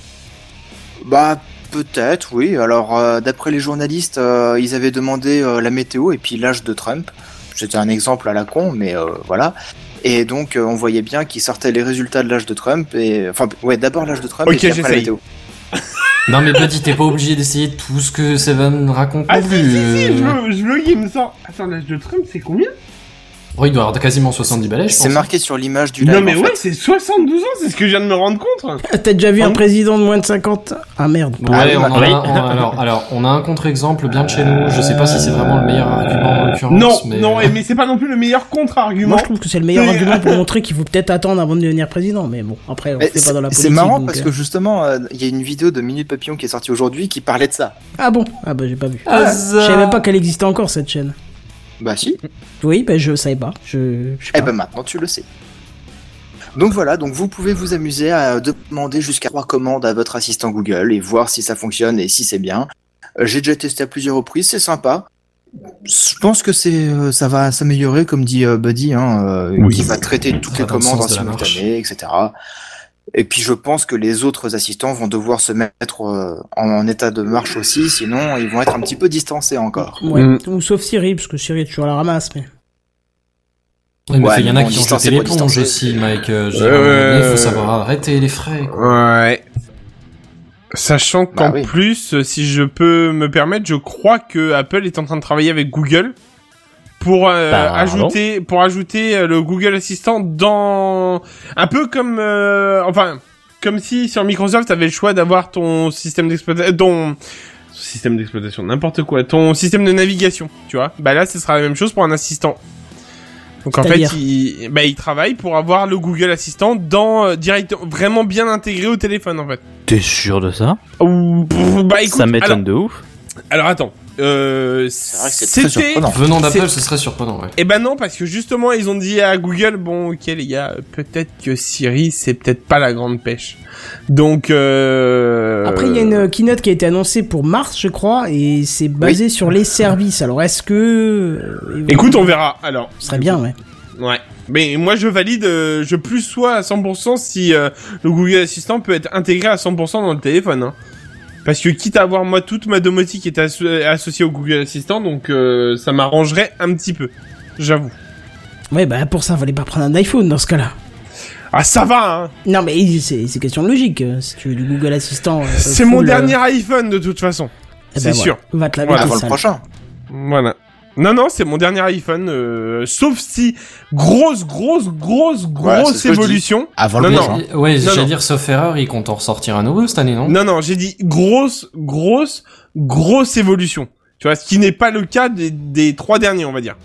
Bah, peut-être, oui. Alors, euh, d'après les journalistes, euh, ils avaient demandé euh, la météo et puis l'âge de Trump. C'était un exemple à la con, mais euh, voilà. Et donc, euh, on voyait bien qu'ils sortaient les résultats de l'âge de Trump. Et enfin, ouais, d'abord l'âge de Trump
Ok,
et puis après la
j'essaye.
météo.
Non mais Buddy, t'es pas obligé d'essayer tout ce que Seven raconte
Ah
non
si,
plus.
si, si,
euh.
je veux, je veux qu'il me sort. Attends, l'âge de Trump, c'est combien?
Oh, il doit avoir quasiment soixante-dix balais, je pense.
C'est marqué sur l'image du live.
Non mais
en
ouais,
fait.
c'est soixante-douze ans, c'est ce que je viens de me rendre compte.
T'as déjà vu
Ah
un
bon
président de moins de cinquante? Ah merde.
Ouais,
Ah oui,
on
bah,
en
oui.
a, on- alors, alors, on a un contre-exemple bien de chez nous. Je sais pas si c'est vraiment le meilleur argument en l'occurrence.
Non,
mais...
non, et- mais c'est pas non plus le meilleur contre-argument.
Moi je trouve que c'est le meilleur
Mais-
argument pour montrer qu'il faut peut-être attendre avant de devenir président. Mais bon, après on
Mais
fait pas dans la
c'est
politique.
marrant
donc,
parce
euh.
que justement, euh, il y a une vidéo de Minute Papillon qui est sortie aujourd'hui qui parlait de ça.
Ah bon? Ah bah j'ai pas vu.
Hasard.
Je savais même pas qu'elle existait encore cette chaîne.
Bah si.
Oui, bah je savais pas. Je, je sais
Eh
pas.
ben maintenant tu le sais. Donc voilà, donc vous pouvez vous amuser à demander jusqu'à trois commandes à votre assistant Google et voir si ça fonctionne et si c'est bien. Euh, J'ai déjà testé à plusieurs reprises, c'est sympa. Je pense que c'est, euh, ça va s'améliorer, comme dit euh, Buddy, hein, euh,
Oui.
qui va traiter toutes
Ça
les
va dans le
commandes en
sens de la
simultané, et cetera. Et puis je pense que les autres assistants vont devoir se mettre euh, en, en état de marche aussi, sinon ils vont être un petit peu distancés encore.
Ouais.
Mm.
Ou sauf Siri, parce que Siri est toujours à la ramasse. Mais...
Oui, mais
Ouais,
il y en a
bon,
qui ont
distancer
jeté
pour
l'éponge
distancer.
aussi, Mike. Euh, j'ai-
Ouais,
à un moment donné,
ouais,
faut
ouais.
savoir arrêter les frais, quoi.
Ouais. Sachant qu'en
Bah oui.
plus, euh, si je peux me permettre, je crois que Apple est en train de travailler avec Google pour euh,
Pardon.
ajouter pour ajouter euh, le Google Assistant dans un peu comme euh, enfin comme si sur Microsoft t'avais le choix d'avoir ton système d'exploitation ton système d'exploitation n'importe quoi ton système de navigation, tu vois. Bah là, ce sera la même chose pour un assistant. Donc en fait,
C'est-à-dire
il, bah, il travaille pour avoir le Google Assistant dans euh, direct, vraiment bien intégré au téléphone en fait.
T'es sûr de ça?
Ou bah écoute,
Ça m'étonne
alors,
de ouf.
alors attends, euh,
vrai que c'est très
c'était,
surprenant.
Venant d'Apple,
C'est-
ce serait surprenant, ouais.
eh ben non, parce que justement ils ont dit à Google, bon ok les gars, peut-être que Siri c'est peut-être pas la grande pêche. Donc euh...
Après, il y a une keynote qui a été annoncée pour mars, je crois, et c'est basé sur les services. Alors est-ce que... euh,
Écoute, on verra. Alors,
Ce serait bien, ouais.
ouais. Mais moi je valide, euh, je plus sois à cent pour cent si euh, le Google Assistant peut être intégré à cent pour cent dans le téléphone. Hein. Parce que quitte à avoir moi toute ma domotique qui est asso- associée au Google Assistant, donc euh, ça m'arrangerait un petit peu. J'avoue.
Ouais, bah pour ça, fallait pas prendre un iPhone dans ce cas-là.
Ah ça va hein.
Non, mais c'est c'est question de logique. euh, Si tu veux du Google Assistant... euh,
C'est
full,
mon
euh,
dernier iPhone de toute façon.
eh ben
c'est
voilà.
sûr.
Va te laver
Voilà,
tes
Avant le
salles.
prochain.
Voilà. Non, non, c'est mon dernier iPhone, euh, sauf si grosse, grosse, grosse,
Voilà, c'est
grosse
ce que je dis.
évolution.
Avant
Non,
le
non.
prochain.
Et- Ouais,
Non,
j'allais
non.
dire, sauf erreur, ils comptent en ressortir un nouveau cette année, non?
Non, non, j'ai dit grosse, grosse, grosse évolution. Tu vois, ce qui n'est pas le cas des, des trois derniers, on va dire.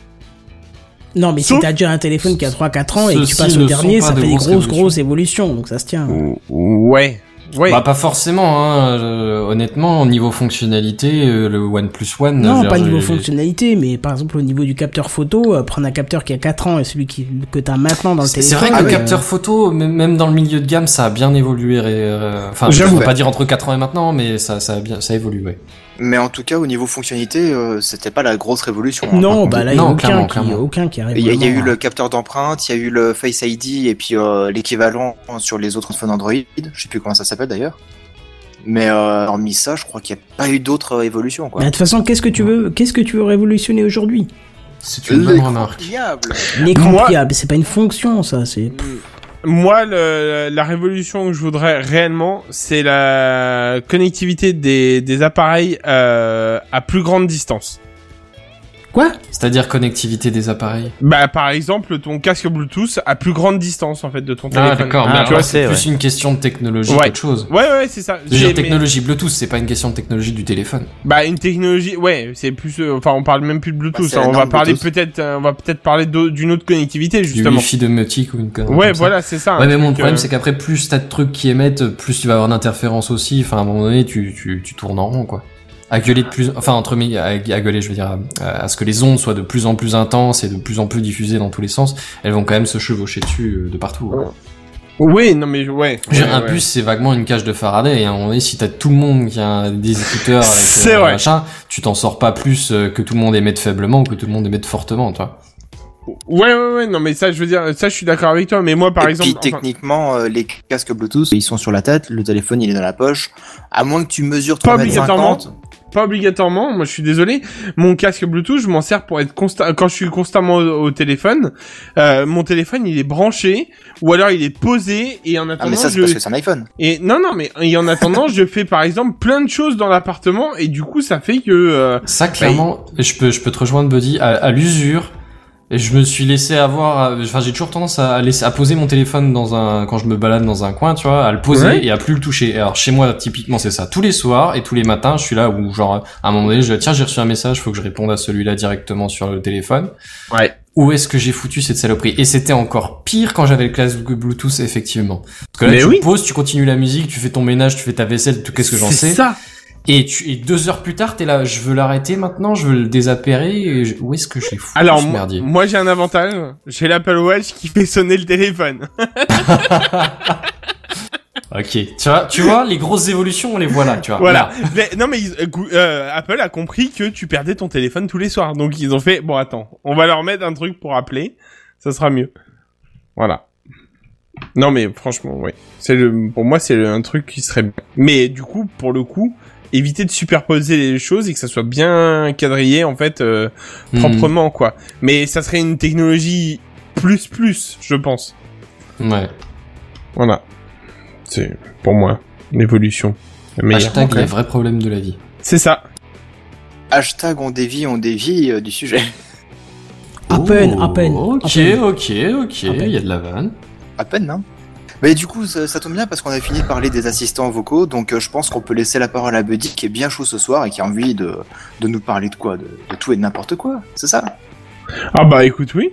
Non, mais
Sauf-
si t'as déjà un téléphone qui a trois quatre ans et que tu
Ceux-ci
passes
ne
au
sont
dernier,
pas
ça
de
fait des
grosses
grosses,
évolutions.
grosses évolutions, donc ça se tient.
Ouais. Ouais.
Bah pas forcément, hein. Euh, honnêtement, au niveau fonctionnalité, euh, le OnePlus One...
Non,
j'ai-
pas niveau
j'ai-
fonctionnalité, mais par exemple au niveau du capteur photo, euh, prendre un capteur qui a quatre ans et celui qui, que t'as maintenant dans le
C'est
téléphone...
c'est vrai que le
euh,
capteur photo, même même dans le milieu de gamme, ça a bien évolué. euh, Enfin, je
J'avoue.
peux pas dire entre quatre ans et maintenant, mais ça, ça a bien, ça évolue, ouais.
Mais en tout cas, au niveau fonctionnalité, euh, c'était pas la grosse révolution. hein, par
Non,
contre.
bah là, il y a
Non,
aucun,
clairement,
qui,
clairement.
aucun qui arrive
Il y, a- il y a eu
vraiment,
le
hein.
capteur d'empreinte, il y a eu le Face I D et puis euh, l'équivalent sur les autres téléphones Android. Je sais plus comment ça s'appelle d'ailleurs. Mais euh, hormis ça, je crois qu'il n'y a pas eu d'autres euh, évolutions. Quoi.
Mais de toute façon, qu'est-ce que tu veux, qu'est-ce que tu veux révolutionner aujourd'hui?
C'est une bonne
L'écran
remarque.
pliable.
L'écran
Moi-
pliable, c'est pas une fonction, ça, c'est...
Moi, le, la révolution que je voudrais réellement, c'est la connectivité des, des appareils euh, à plus grande distance.
Quoi?
C'est-à-dire connectivité des appareils.
Bah, par exemple, ton casque Bluetooth à plus grande distance, en fait, de ton téléphone.
Ah d'accord,
Ah,
mais
tu
tu vois,
vois,
c'est
c'est,
plus une question de technologie
Ouais.
qu'autre chose.
Ouais, ouais, c'est ça.
Je veux dire,
J'ai- mais-
technologie Bluetooth, c'est pas une question de technologie du téléphone.
Bah, une technologie, ouais, c'est plus, euh, enfin, on parle même plus de Bluetooth,
Bah, c'est
hein,
la
on va
norme
parler
Bluetooth.
peut-être, euh, on va peut-être parler d'au- d'une autre connectivité,
Du
justement.
Wi-Fi domotique ou une connerie
Ouais,
comme ça.
voilà, c'est ça.
Ouais,
un
mais bon, le
truc,
problème,
euh,
c'est qu'après, plus t'as de trucs qui émettent, plus tu vas avoir d'interférences aussi. Enfin, à un moment donné, tu, tu, tu tournes en rond, quoi. À gueuler de plus, enfin, entre mi- à, à gueuler, je veux dire, à, à ce que les ondes soient de plus en plus intenses et de plus en plus diffusées dans tous les sens, elles vont quand même se chevaucher dessus euh, de partout. hein.
Oui, non, mais ouais.
Je veux dire,
ouais,
un
ouais.
puce, c'est vaguement une cage de Faraday, et à un moment donné, si t'as tout le monde qui a des écouteurs avec
C'est
euh,
vrai.
machin, tu t'en sors pas plus euh, que tout le monde émette faiblement ou que tout le monde émette fortement, tu vois.
Ouais, ouais, ouais, non, mais ça, je veux dire, ça, je suis d'accord avec toi, mais moi, par
et
exemple.
puis
enfin,
techniquement, euh, les casques Bluetooth, ils sont sur la tête, le téléphone il est dans la poche. À moins que tu mesures
Pas
trois mètres
obligatoirement.
cinquante.
Pas obligatoirement, moi je suis désolé, mon casque Bluetooth, je m'en sers pour être constant quand je suis constamment au, au téléphone. Euh, mon téléphone, il est branché ou alors il est posé et en
Ah
attendant
mais ça c'est
je
parce que c'est un iPhone.
et non non mais et en attendant, je fais par exemple plein de choses dans l'appartement et du coup ça fait que euh,
Ça, clairement, je peux, je peux te rejoindre, Buddy, à, à l'usure. Et je me suis laissé avoir, à- enfin, j'ai toujours tendance à laisser, à poser mon téléphone dans un, quand je me balade dans un coin, tu vois, à le poser
Ouais.
et à plus le toucher. Et alors, chez moi, typiquement, c'est ça. Tous les soirs et tous les matins, je suis là où, genre, à un moment donné, je dis, tiens, j'ai reçu un message, faut que je réponde à celui-là directement sur le téléphone.
ouais.
Où est-ce que j'ai foutu cette saloperie? Et c'était encore pire quand j'avais le casque Bluetooth, effectivement. Parce que là,
Mais
tu
oui.
poses, tu continues la musique, tu fais ton ménage, tu fais ta vaisselle, tout qu'est-ce que j'en
C'est
sais.
ça.
Et, tu, et deux heures plus tard, t'es là, je veux l'arrêter maintenant, je veux le désappairer, et je- où est-ce que j'ai foutu
Alors
ce
moi,
merdier?
moi j'ai un avantage, j'ai l'Apple Watch qui fait sonner le téléphone.
Ok, tu vois, tu vois, les grosses évolutions, on les voit là, tu vois.
Voilà.
Là.
Mais, non mais ils- euh, Gou- euh, Apple a compris que tu perdais ton téléphone tous les soirs, donc ils ont fait bon attends, on va leur mettre un truc pour appeler, ça sera mieux. Voilà. Non mais franchement, ouais, c'est le, pour moi c'est le- un truc qui serait. Mais du coup, pour le coup, éviter de superposer les choses et que ça soit bien quadrillé en fait euh,
Hmm.
proprement quoi. Mais ça serait une technologie plus plus, je pense.
Ouais.
Voilà. C'est pour moi l'évolution. la meilleure.
Hashtag
ok.
les vrais problèmes de la vie.
C'est ça.
Hashtag on dévie, on dévie euh, du sujet.
À peine,
Oh,
à peine.
Ok,
à peine.
ok, ok,
À peine.
il y a de la vanne.
À peine, hein. Mais du coup, ça, ça tombe bien parce qu'on a fini de parler des assistants vocaux, donc euh, je pense qu'on peut laisser la parole à Buddy qui est bien chaud ce soir et qui a envie de, de nous parler de quoi, de, de tout et de n'importe quoi, c'est ça?
Ah bah écoute oui.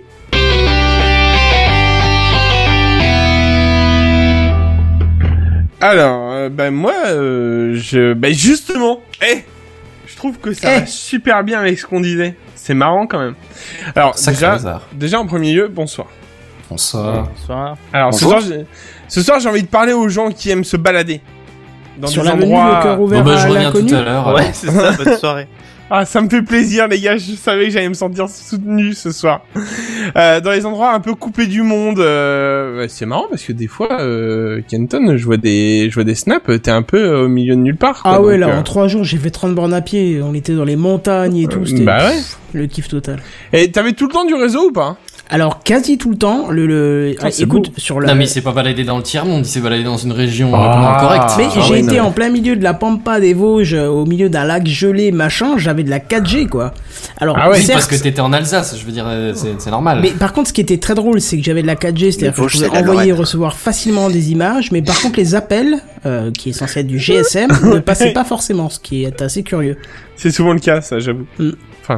Alors, euh, ben moi, euh, je, ben justement, eh, je trouve que ça
Eh.
va super bien avec ce qu'on disait. C'est marrant quand même. Alors
Sacré
déjà,
hasard.
déjà en premier lieu, bonsoir.
Bonsoir.
Bonsoir.
Alors ce
Bonjour.
soir, j'ai- ce soir, j'ai envie de parler aux gens qui aiment se balader dans
Sur
des
l'avenue,
endroits.
le cœur
Bon
ouvert
bah
à
je reviens
l'inconnu.
tout à l'heure.
Ouais, c'est ça, bonne soirée.
Ah, ça me fait plaisir, les gars. Je savais que j'allais me sentir soutenu ce soir. Euh, dans les endroits un peu coupés du monde. Euh, ouais, c'est marrant parce que des fois, euh, Kenton, je vois des, je vois des snaps. T'es un peu euh, au milieu de nulle part. Quoi,
Ah ouais,
donc,
là,
euh,
en trois jours, j'ai fait trente bornes à pied. On était dans les montagnes et tout. C'était
bah ouais.
pff, le kiff total.
Et t'avais tout le temps du réseau ou pas?
Alors, quasi tout le temps, le, le...
Ah,
ah,
c'est
écoute,
beau.
sur la...
Non mais il s'est pas baladé dans le tiers-monde, il s'est baladé dans une région
Ah.
euh, correcte.
Mais
Ah,
j'ai
ouais,
été
non.
en plein milieu de la pampa des Vosges, euh, au milieu d'un lac gelé, machin, j'avais de la quatre G, quoi. Alors,
Ah ouais,
Oui, parce
certes,
que t'étais en Alsace, je veux dire, euh, c'est c'est normal.
mais par contre, ce qui était très drôle, c'est que j'avais de la quatre G, c'est-à-dire
Les
que je
Vosges,
pouvais
c'est la
envoyer et
Lorraine.
recevoir facilement des images, mais par contre, les appels, euh, qui est censé être du G S M, ne passaient pas forcément, ce qui est assez curieux.
C'est souvent le cas, ça, j'avoue.
Mm.
Enfin,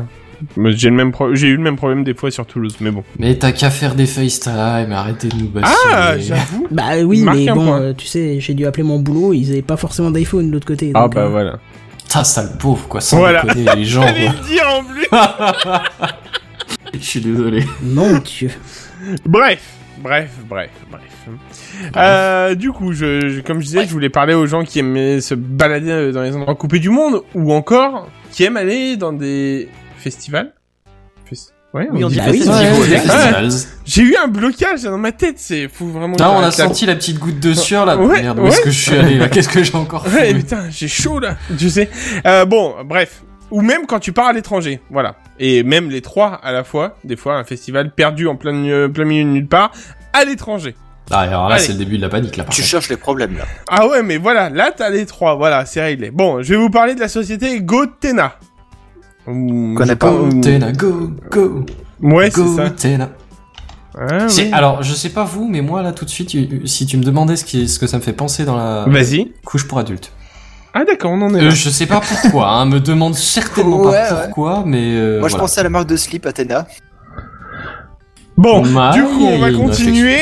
J'ai le même pro- j'ai eu le même problème des fois sur Toulouse, mais bon.
Mais t'as qu'à faire des FaceTime, arrêtez de nous bassiner.
Ah, j'avoue.
Bah oui,
Marque
mais
un
bon,
point.
euh, tu sais, j'ai dû appeler mon boulot, ils avaient pas forcément d'iPhone de l'autre côté.
Ah
donc,
bah
euh,
voilà.
Putain, sale pauvre, quoi, sans
Voilà.
déconner, les gens,
J'allais
quoi.
le dire en plus.
Je suis désolé.
Mon Dieu.
Bref, bref, bref, bref. Euh, du coup, je, je- comme je disais, je voulais parler aux gens qui aimaient se balader dans les endroits coupés du monde, ou encore qui aiment aller dans des festivals. Fes- Ouais,
Oui, on dit
Bah oui,
festival.
Ouais,
ouais,
les
ouais.
festivals.
J'ai eu un blocage dans ma tête, c'est fou vraiment.
Ah, on a
j'arrête là.
senti la petite goutte de sueur, là.
Ouais,
Merde,
ouais.
où est-ce que je suis allé, là? Qu'est-ce que j'ai encore
Ouais,
fait?
putain, j'ai chaud là, tu sais. Euh, bon, bref. Ou même quand tu pars à l'étranger, voilà. Et même les trois à la fois, des fois un festival perdu en plein, euh, plein milieu de nulle part, à l'étranger.
Ah, alors là,
Allez.
c'est le début de la panique, là, par
Tu
contre.
cherches les problèmes là.
Ah ouais, mais voilà, là t'as les trois, voilà, c'est réglé. Bon, je vais vous parler de la société Gotena. Ouh,
Connais
je
pas.
pense-
Tena, go, go,
Ouais, c'est
go,
ça.
Tena.
Ah,
C'est-
ouais.
Alors, je sais pas vous, mais moi, là, tout de suite, tu- si tu me demandais ce, qui, ce que ça me fait penser dans la
Vas-y.
couche pour adultes.
Ah d'accord, on en est là.
Euh, je sais pas pourquoi, hein, me demande certainement
Ouais,
pas
ouais.
pourquoi, mais euh,
Moi je
voilà.
pensais à la marque de slip Athéna.
Bon,
Ouais,
du coup, on
il y
va
a une
continuer.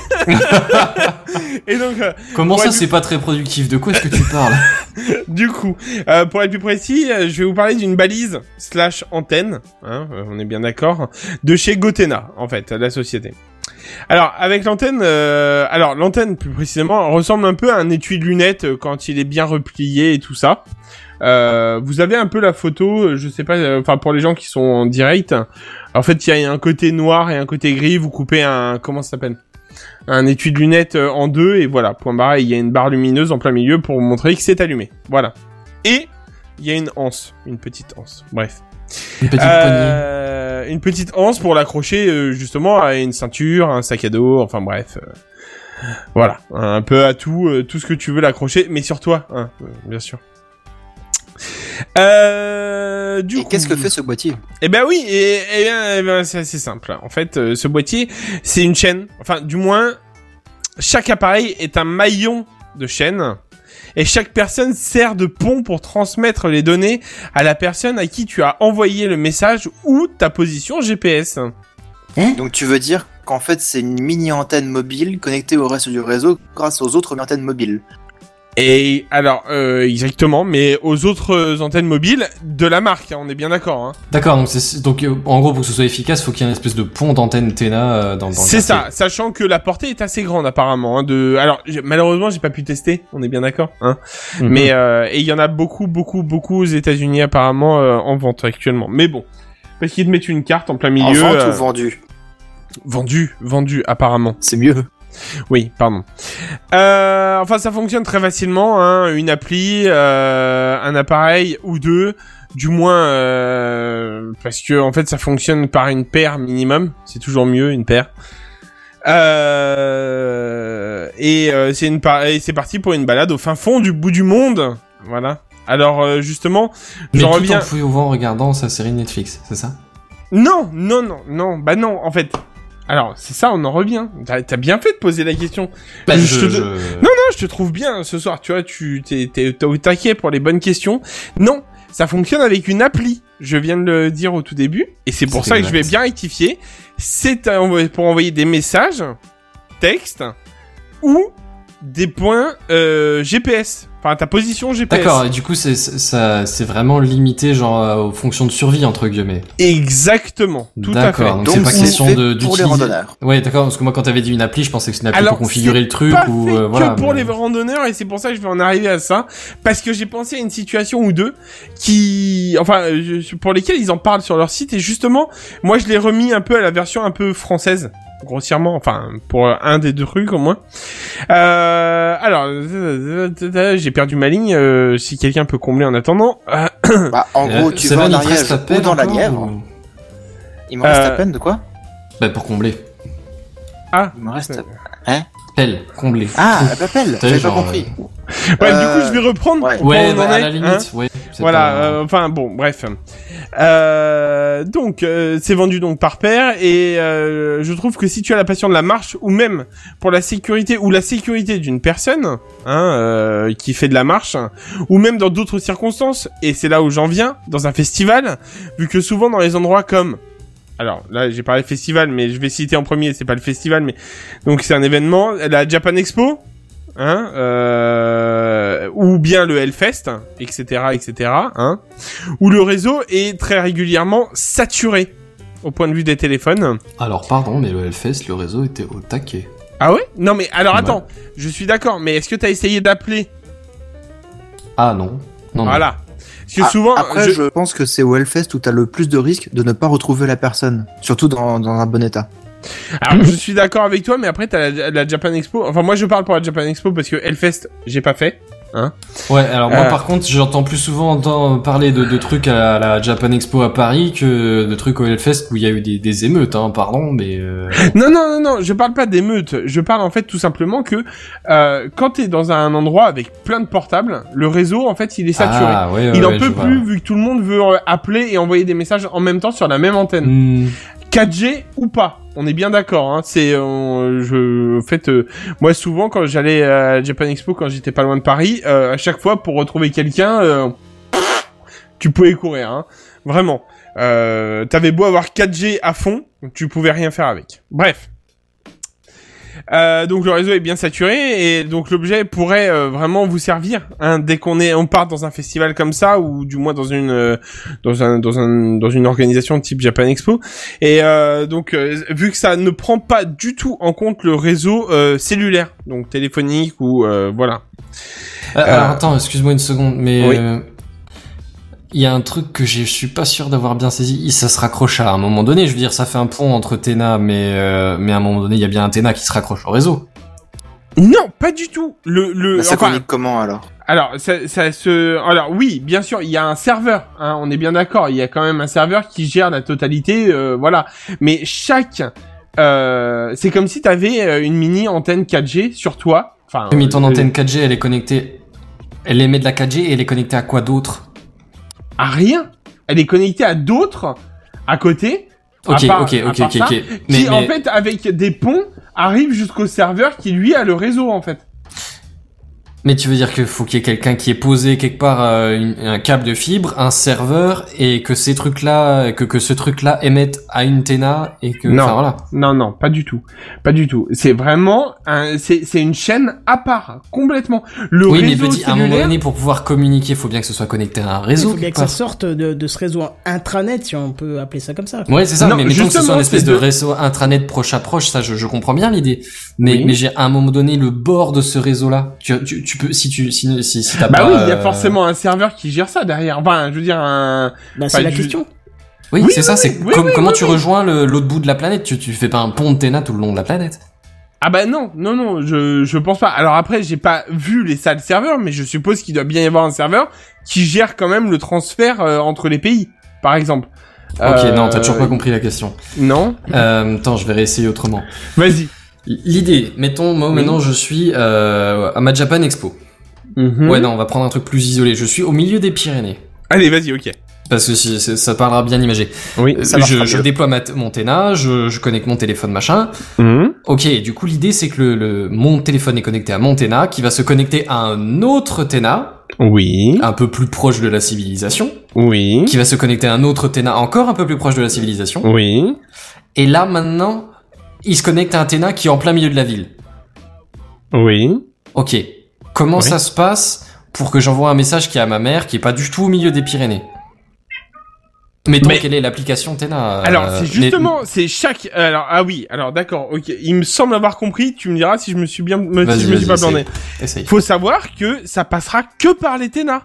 Et donc, euh,
Comment
Ouais,
ça,
du-
c'est pas très productif? De quoi est-ce que tu parles?
du coup, euh, pour être plus précis, euh, je vais vous parler d'une balise slash antenne, hein, euh, on est bien d'accord, de chez Gotena, en fait, la société. Alors, avec l'antenne, euh, alors l'antenne plus précisément ressemble un peu à un étui de lunettes euh, quand il est bien replié et tout ça. Euh, vous avez un peu la photo, euh, je sais pas, euh, enfin pour les gens qui sont en direct, en fait il y a un côté noir et un côté gris, vous coupez un, comment ça s'appelle, un étui de lunettes euh, en deux et voilà, point barre, il y a une barre lumineuse en plein milieu pour vous montrer que c'est allumé, voilà. Et il y a une anse, une petite anse, bref.
Une petite
Euh, une petite anse pour l'accrocher euh, justement à une ceinture, un sac à dos, enfin bref. euh, voilà, un peu à tout, euh, tout ce que tu veux l'accrocher, mais sur toi, hein, euh, bien sûr. Euh, du
Et
coup,
qu'est-ce que fait ce boîtier?
Eh ben oui, et, et bien, eh ben, c'est assez simple. En fait, euh, ce boîtier, c'est une chaîne. Enfin, du moins, chaque appareil est un maillon de chaîne. Et chaque personne sert de pont pour transmettre les données à la personne à qui tu as envoyé le message ou ta position G P S.
Donc tu veux dire qu'en fait c'est une mini antenne mobile connectée au reste du réseau grâce aux autres antennes mobiles.
Et alors, euh, exactement, mais aux autres euh, antennes mobiles de la marque, hein, on est bien d'accord. Hein.
D'accord, donc, c'est, donc euh, en gros, pour que ce soit efficace, faut qu'il y ait une espèce de pont d'antenne Tena euh, dans, dans le
C'est ça,
quartier.
sachant que la portée est assez grande apparemment. Hein, de, alors j'ai- malheureusement j'ai pas pu tester, on est bien d'accord. Hein.
Mhm.
Mais euh, et il y en a beaucoup, beaucoup, beaucoup aux États-Unis apparemment euh, en vente actuellement. Mais bon, parce qu'ils te mettent une carte en plein milieu.
En vente
euh,
ou vendu?
Vendu, vendu apparemment.
C'est mieux.
Oui, pardon. Euh, enfin, ça fonctionne très facilement. Hein, une appli, euh, un appareil ou deux, du moins, euh, parce que en fait, ça fonctionne par une paire minimum. C'est toujours mieux une paire. Euh, et euh, c'est une par- et c'est parti pour une balade au fin fond du bout du monde. Voilà. Alors euh, justement,
Mais
je
tout
reviens.
en pouvant en regardant sa série Netflix, c'est ça?
Non, non, non, non. Bah non, en fait. Alors, c'est ça, on en revient. T'as, t'as bien fait de poser la question.
Bah,
Je
je,
te-
je-
Non, non, je te trouve bien ce soir. Tu vois, tu t'es, t'es, t'es au taquet pour les bonnes questions. Non, ça fonctionne avec une appli. Je viens de le dire au tout début. Et c'est pour
C'est
ça que je
exact.
vais bien rectifier. C'est à envoyer- pour envoyer des messages, textes, ou des points euh, G P S. Enfin, ta position G P S.
D'accord, et du coup, c'est, c'est- ça, c'est vraiment limité, genre, euh, aux fonctions de survie, entre guillemets.
Exactement, tout à fait.
D'accord, donc
Donc,
c'est pas
c'est
question
fait
de,
pour les
d'utiliser...
randonneurs.
Ouais, d'accord, parce que moi, quand t'avais dit une appli, je pensais que c'est une appli
Alors,
pour configurer
c'est
le truc,
pas
ou,
fait
euh, voilà.
que pour
mais-
les randonneurs, et c'est pour ça que je vais en arriver à ça, parce que j'ai pensé à une situation ou deux qui, enfin, je- pour lesquelles ils en parlent sur leur site, et justement, moi je l'ai remis un peu à la version un peu française, grossièrement, enfin, pour un des deux trucs au moins. Euh, alors, j'ai perdu ma ligne, euh, si quelqu'un peut combler en attendant. Euh,
Bah, en
Euh,
gros, tu
Seven,
vas en
il te reste
Ariège
ta
ou
peine
dans la
encore,
Nièvre.
ou-
Il me reste
Euh,
à peine de quoi?
Bah, pour combler.
ah,
Il me reste.
Pelle, combler.
Ah, elle m'appelle.
T'as
J'avais pas
genre,
compris.
ouais,
Euh,
du coup, je vais reprendre.
ouais.
au point
Ouais,
où on en
bah, à
est,
la
hein.
limite, ouais. C'est
voilà,
pas-
euh, enfin bon, bref. Euh, donc, euh, c'est vendu donc par paire et euh, je trouve que si tu as la passion de la marche ou même pour la sécurité ou la sécurité d'une personne hein, euh, qui fait de la marche ou même dans d'autres circonstances, et c'est là où j'en viens, dans un festival, vu que souvent dans les endroits comme... Alors là, j'ai parlé festival, mais je vais citer en premier, c'est pas le festival, mais... Donc c'est un événement, la Japan Expo... Hein, euh, ou bien le Hellfest, et cetera, et cetera, hein, où le réseau est très régulièrement saturé au point de vue des téléphones.
Alors pardon, mais le Hellfest, le réseau était au taquet.
Ah ouais? Non mais alors
Ouais.
attends, je suis d'accord, mais est-ce que t'as essayé d'appeler?
Ah non, non.
Voilà. Parce que
Ah,
souvent,
après,
je...
je... pense que c'est au Hellfest où t'as le plus de risques de ne pas retrouver la personne, surtout dans, dans un bon état.
Alors, je suis d'accord avec toi, mais après t'as la, la Japan Expo. Enfin, moi je parle pour la Japan Expo parce que Hellfest, j'ai pas fait. Hein.
Ouais, alors moi
Euh.
par contre, j'entends plus souvent entendre parler de, de trucs à la Japan Expo à Paris que de trucs au Hellfest où il y a eu des, des émeutes, hein, pardon, mais... Euh...
Non, non, non, non, je parle pas d'émeutes. Je parle en fait tout simplement que euh, quand t'es dans un endroit avec plein de portables, le réseau en fait il est saturé.
Ah, ouais, ouais,
il en
ouais,
peut
je
plus
vois.
vu que tout le monde veut euh, appeler et envoyer des messages en même temps sur la même antenne.
Hmm.
quatre G ou pas, on est bien d'accord. Hein, c'est, euh, je, en fait, euh, moi souvent quand j'allais à Japan Expo, quand j'étais pas loin de Paris, euh, à chaque fois pour retrouver quelqu'un, euh, tu pouvais courir, hein, vraiment. Euh, t'avais beau avoir quatre G à fond, tu pouvais rien faire avec. Bref. Euh, donc le réseau est bien saturé et donc l'objet pourrait euh, vraiment vous servir hein, dès qu'on est on part dans un festival comme ça ou du moins dans une euh, dans un dans un dans une organisation type Japan Expo et euh, donc euh, vu que ça ne prend pas du tout en compte le réseau euh, cellulaire donc téléphonique ou euh, voilà.
Euh,
Euh,
Alors attends, excuse-moi une seconde, mais
oui.
euh, il y a un truc que je suis pas sûr d'avoir bien saisi. Ça se raccroche à un moment donné. Je veux dire, ça fait un pont entre Tena, mais euh, mais à un moment donné, il y a bien un Tena qui se raccroche au réseau.
Non, pas du tout. Le le
Bah, ça
enfin,
communique comment alors?
Alors, ça, ça se, alors oui, bien sûr, il y a un serveur, hein, on est bien d'accord. Il y a quand même un serveur qui gère la totalité, euh, voilà. Mais chaque, euh, c'est comme si t'avais euh, une mini antenne quatre G sur toi. Enfin,
Mais ton
euh,
antenne quatre G, elle est connectée, elle émet de la quatre G et elle est connectée à quoi d'autre?
à rien. Elle est connectée à d'autres à côté. à
Ok,
part-
ok,
à
ok,
part
ok,
ça,
ok.
Qui
Mais,
en
mais-
fait, avec des ponts, arrive jusqu'au serveur qui lui a le réseau en fait.
Mais tu veux dire qu'il faut qu'il y ait quelqu'un qui ait posé quelque part euh, une- un câble de fibre, un serveur, et que ces trucs-là, que que ce truc-là émette à une Tena et que,
Non.
enfin voilà.
Non, non, pas du tout. Pas du tout. C'est vraiment un, c'est, c'est une chaîne à part, complètement. Le
Oui, mais
réseau
petit, à un moment
cellulaire.
donné, pour pouvoir communiquer, il faut bien que ce soit connecté à un
Il
réseau.
faut bien
quelque
que ça
part.
sorte de, de ce réseau intranet, si on peut appeler ça comme ça.
Ouais, c'est ça,
Non,
mais mettons que ce soit
justement,
une espèce
c'est
de
de-
réseau intranet proche à proche, ça, je, je comprends bien l'idée. Mais,
Oui.
mais j'ai, à un moment donné, le bord de ce réseau-là, tu, tu, tu peux, si tu, si, si, si t'as
Bah
pas...
oui, il y a
euh,
forcément un serveur qui gère ça derrière. Enfin, je veux dire un.
Bah, c'est
Enfin,
la
je-
question.
Oui,
Oui,
c'est ça,
oui,
c'est
oui,
comme,
oui,
comment
oui,
tu
oui.
rejoins le, l'autre bout de la planète, tu, tu fais pas un pont de Tena tout le long de la planète.
Ah bah non, non, non, je, je pense pas. Alors après, j'ai pas vu les salles serveurs, mais je suppose qu'il doit bien y avoir un serveur qui gère quand même le transfert euh, entre les pays, par exemple.
Ok,
Euh,
non, t'as toujours pas compris la question.
Non.
Euh, attends, je vais réessayer autrement.
Vas-y.
L'idée, mettons, moi,
Oui.
maintenant, je suis, euh, à ma Japan Expo.
Mhm.
Ouais, non, on va prendre un truc plus isolé. Je suis au milieu des Pyrénées.
Allez, vas-y, ok.
Parce que si, c'est- ça parlera bien imagé.
Oui,
Euh,
ça marchera
je, je
mieux.
déploie ma t- mon Tena, je, je connecte mon téléphone, machin.
Mhm.
Ok, du coup, l'idée, c'est que le, le, mon téléphone est connecté à mon Tena, qui va se connecter à un autre Tena,
Oui.
un peu plus proche de la civilisation,
Oui.
qui va se connecter à un autre Tena encore un peu plus proche de la civilisation.
Oui.
Et là, maintenant, il se connecte à un Tena qui est en plein milieu de la ville.
Oui.
Ok, comment
Oui.
ça se passe pour que j'envoie un message qui est à ma mère, qui est pas du tout au milieu des Pyrénées? Mettons
Mais-
quelle est l'application Tena. euh,
Alors, c'est
mais-
justement, c'est chaque. Alors, ah oui. Alors, d'accord. Ok. Il me semble avoir compris. Tu me diras si je me suis bien, me-
Vas-y,
si je me suis
vas-y,
pas planté.
Essaye.
Faut savoir que ça passera que par les Tena.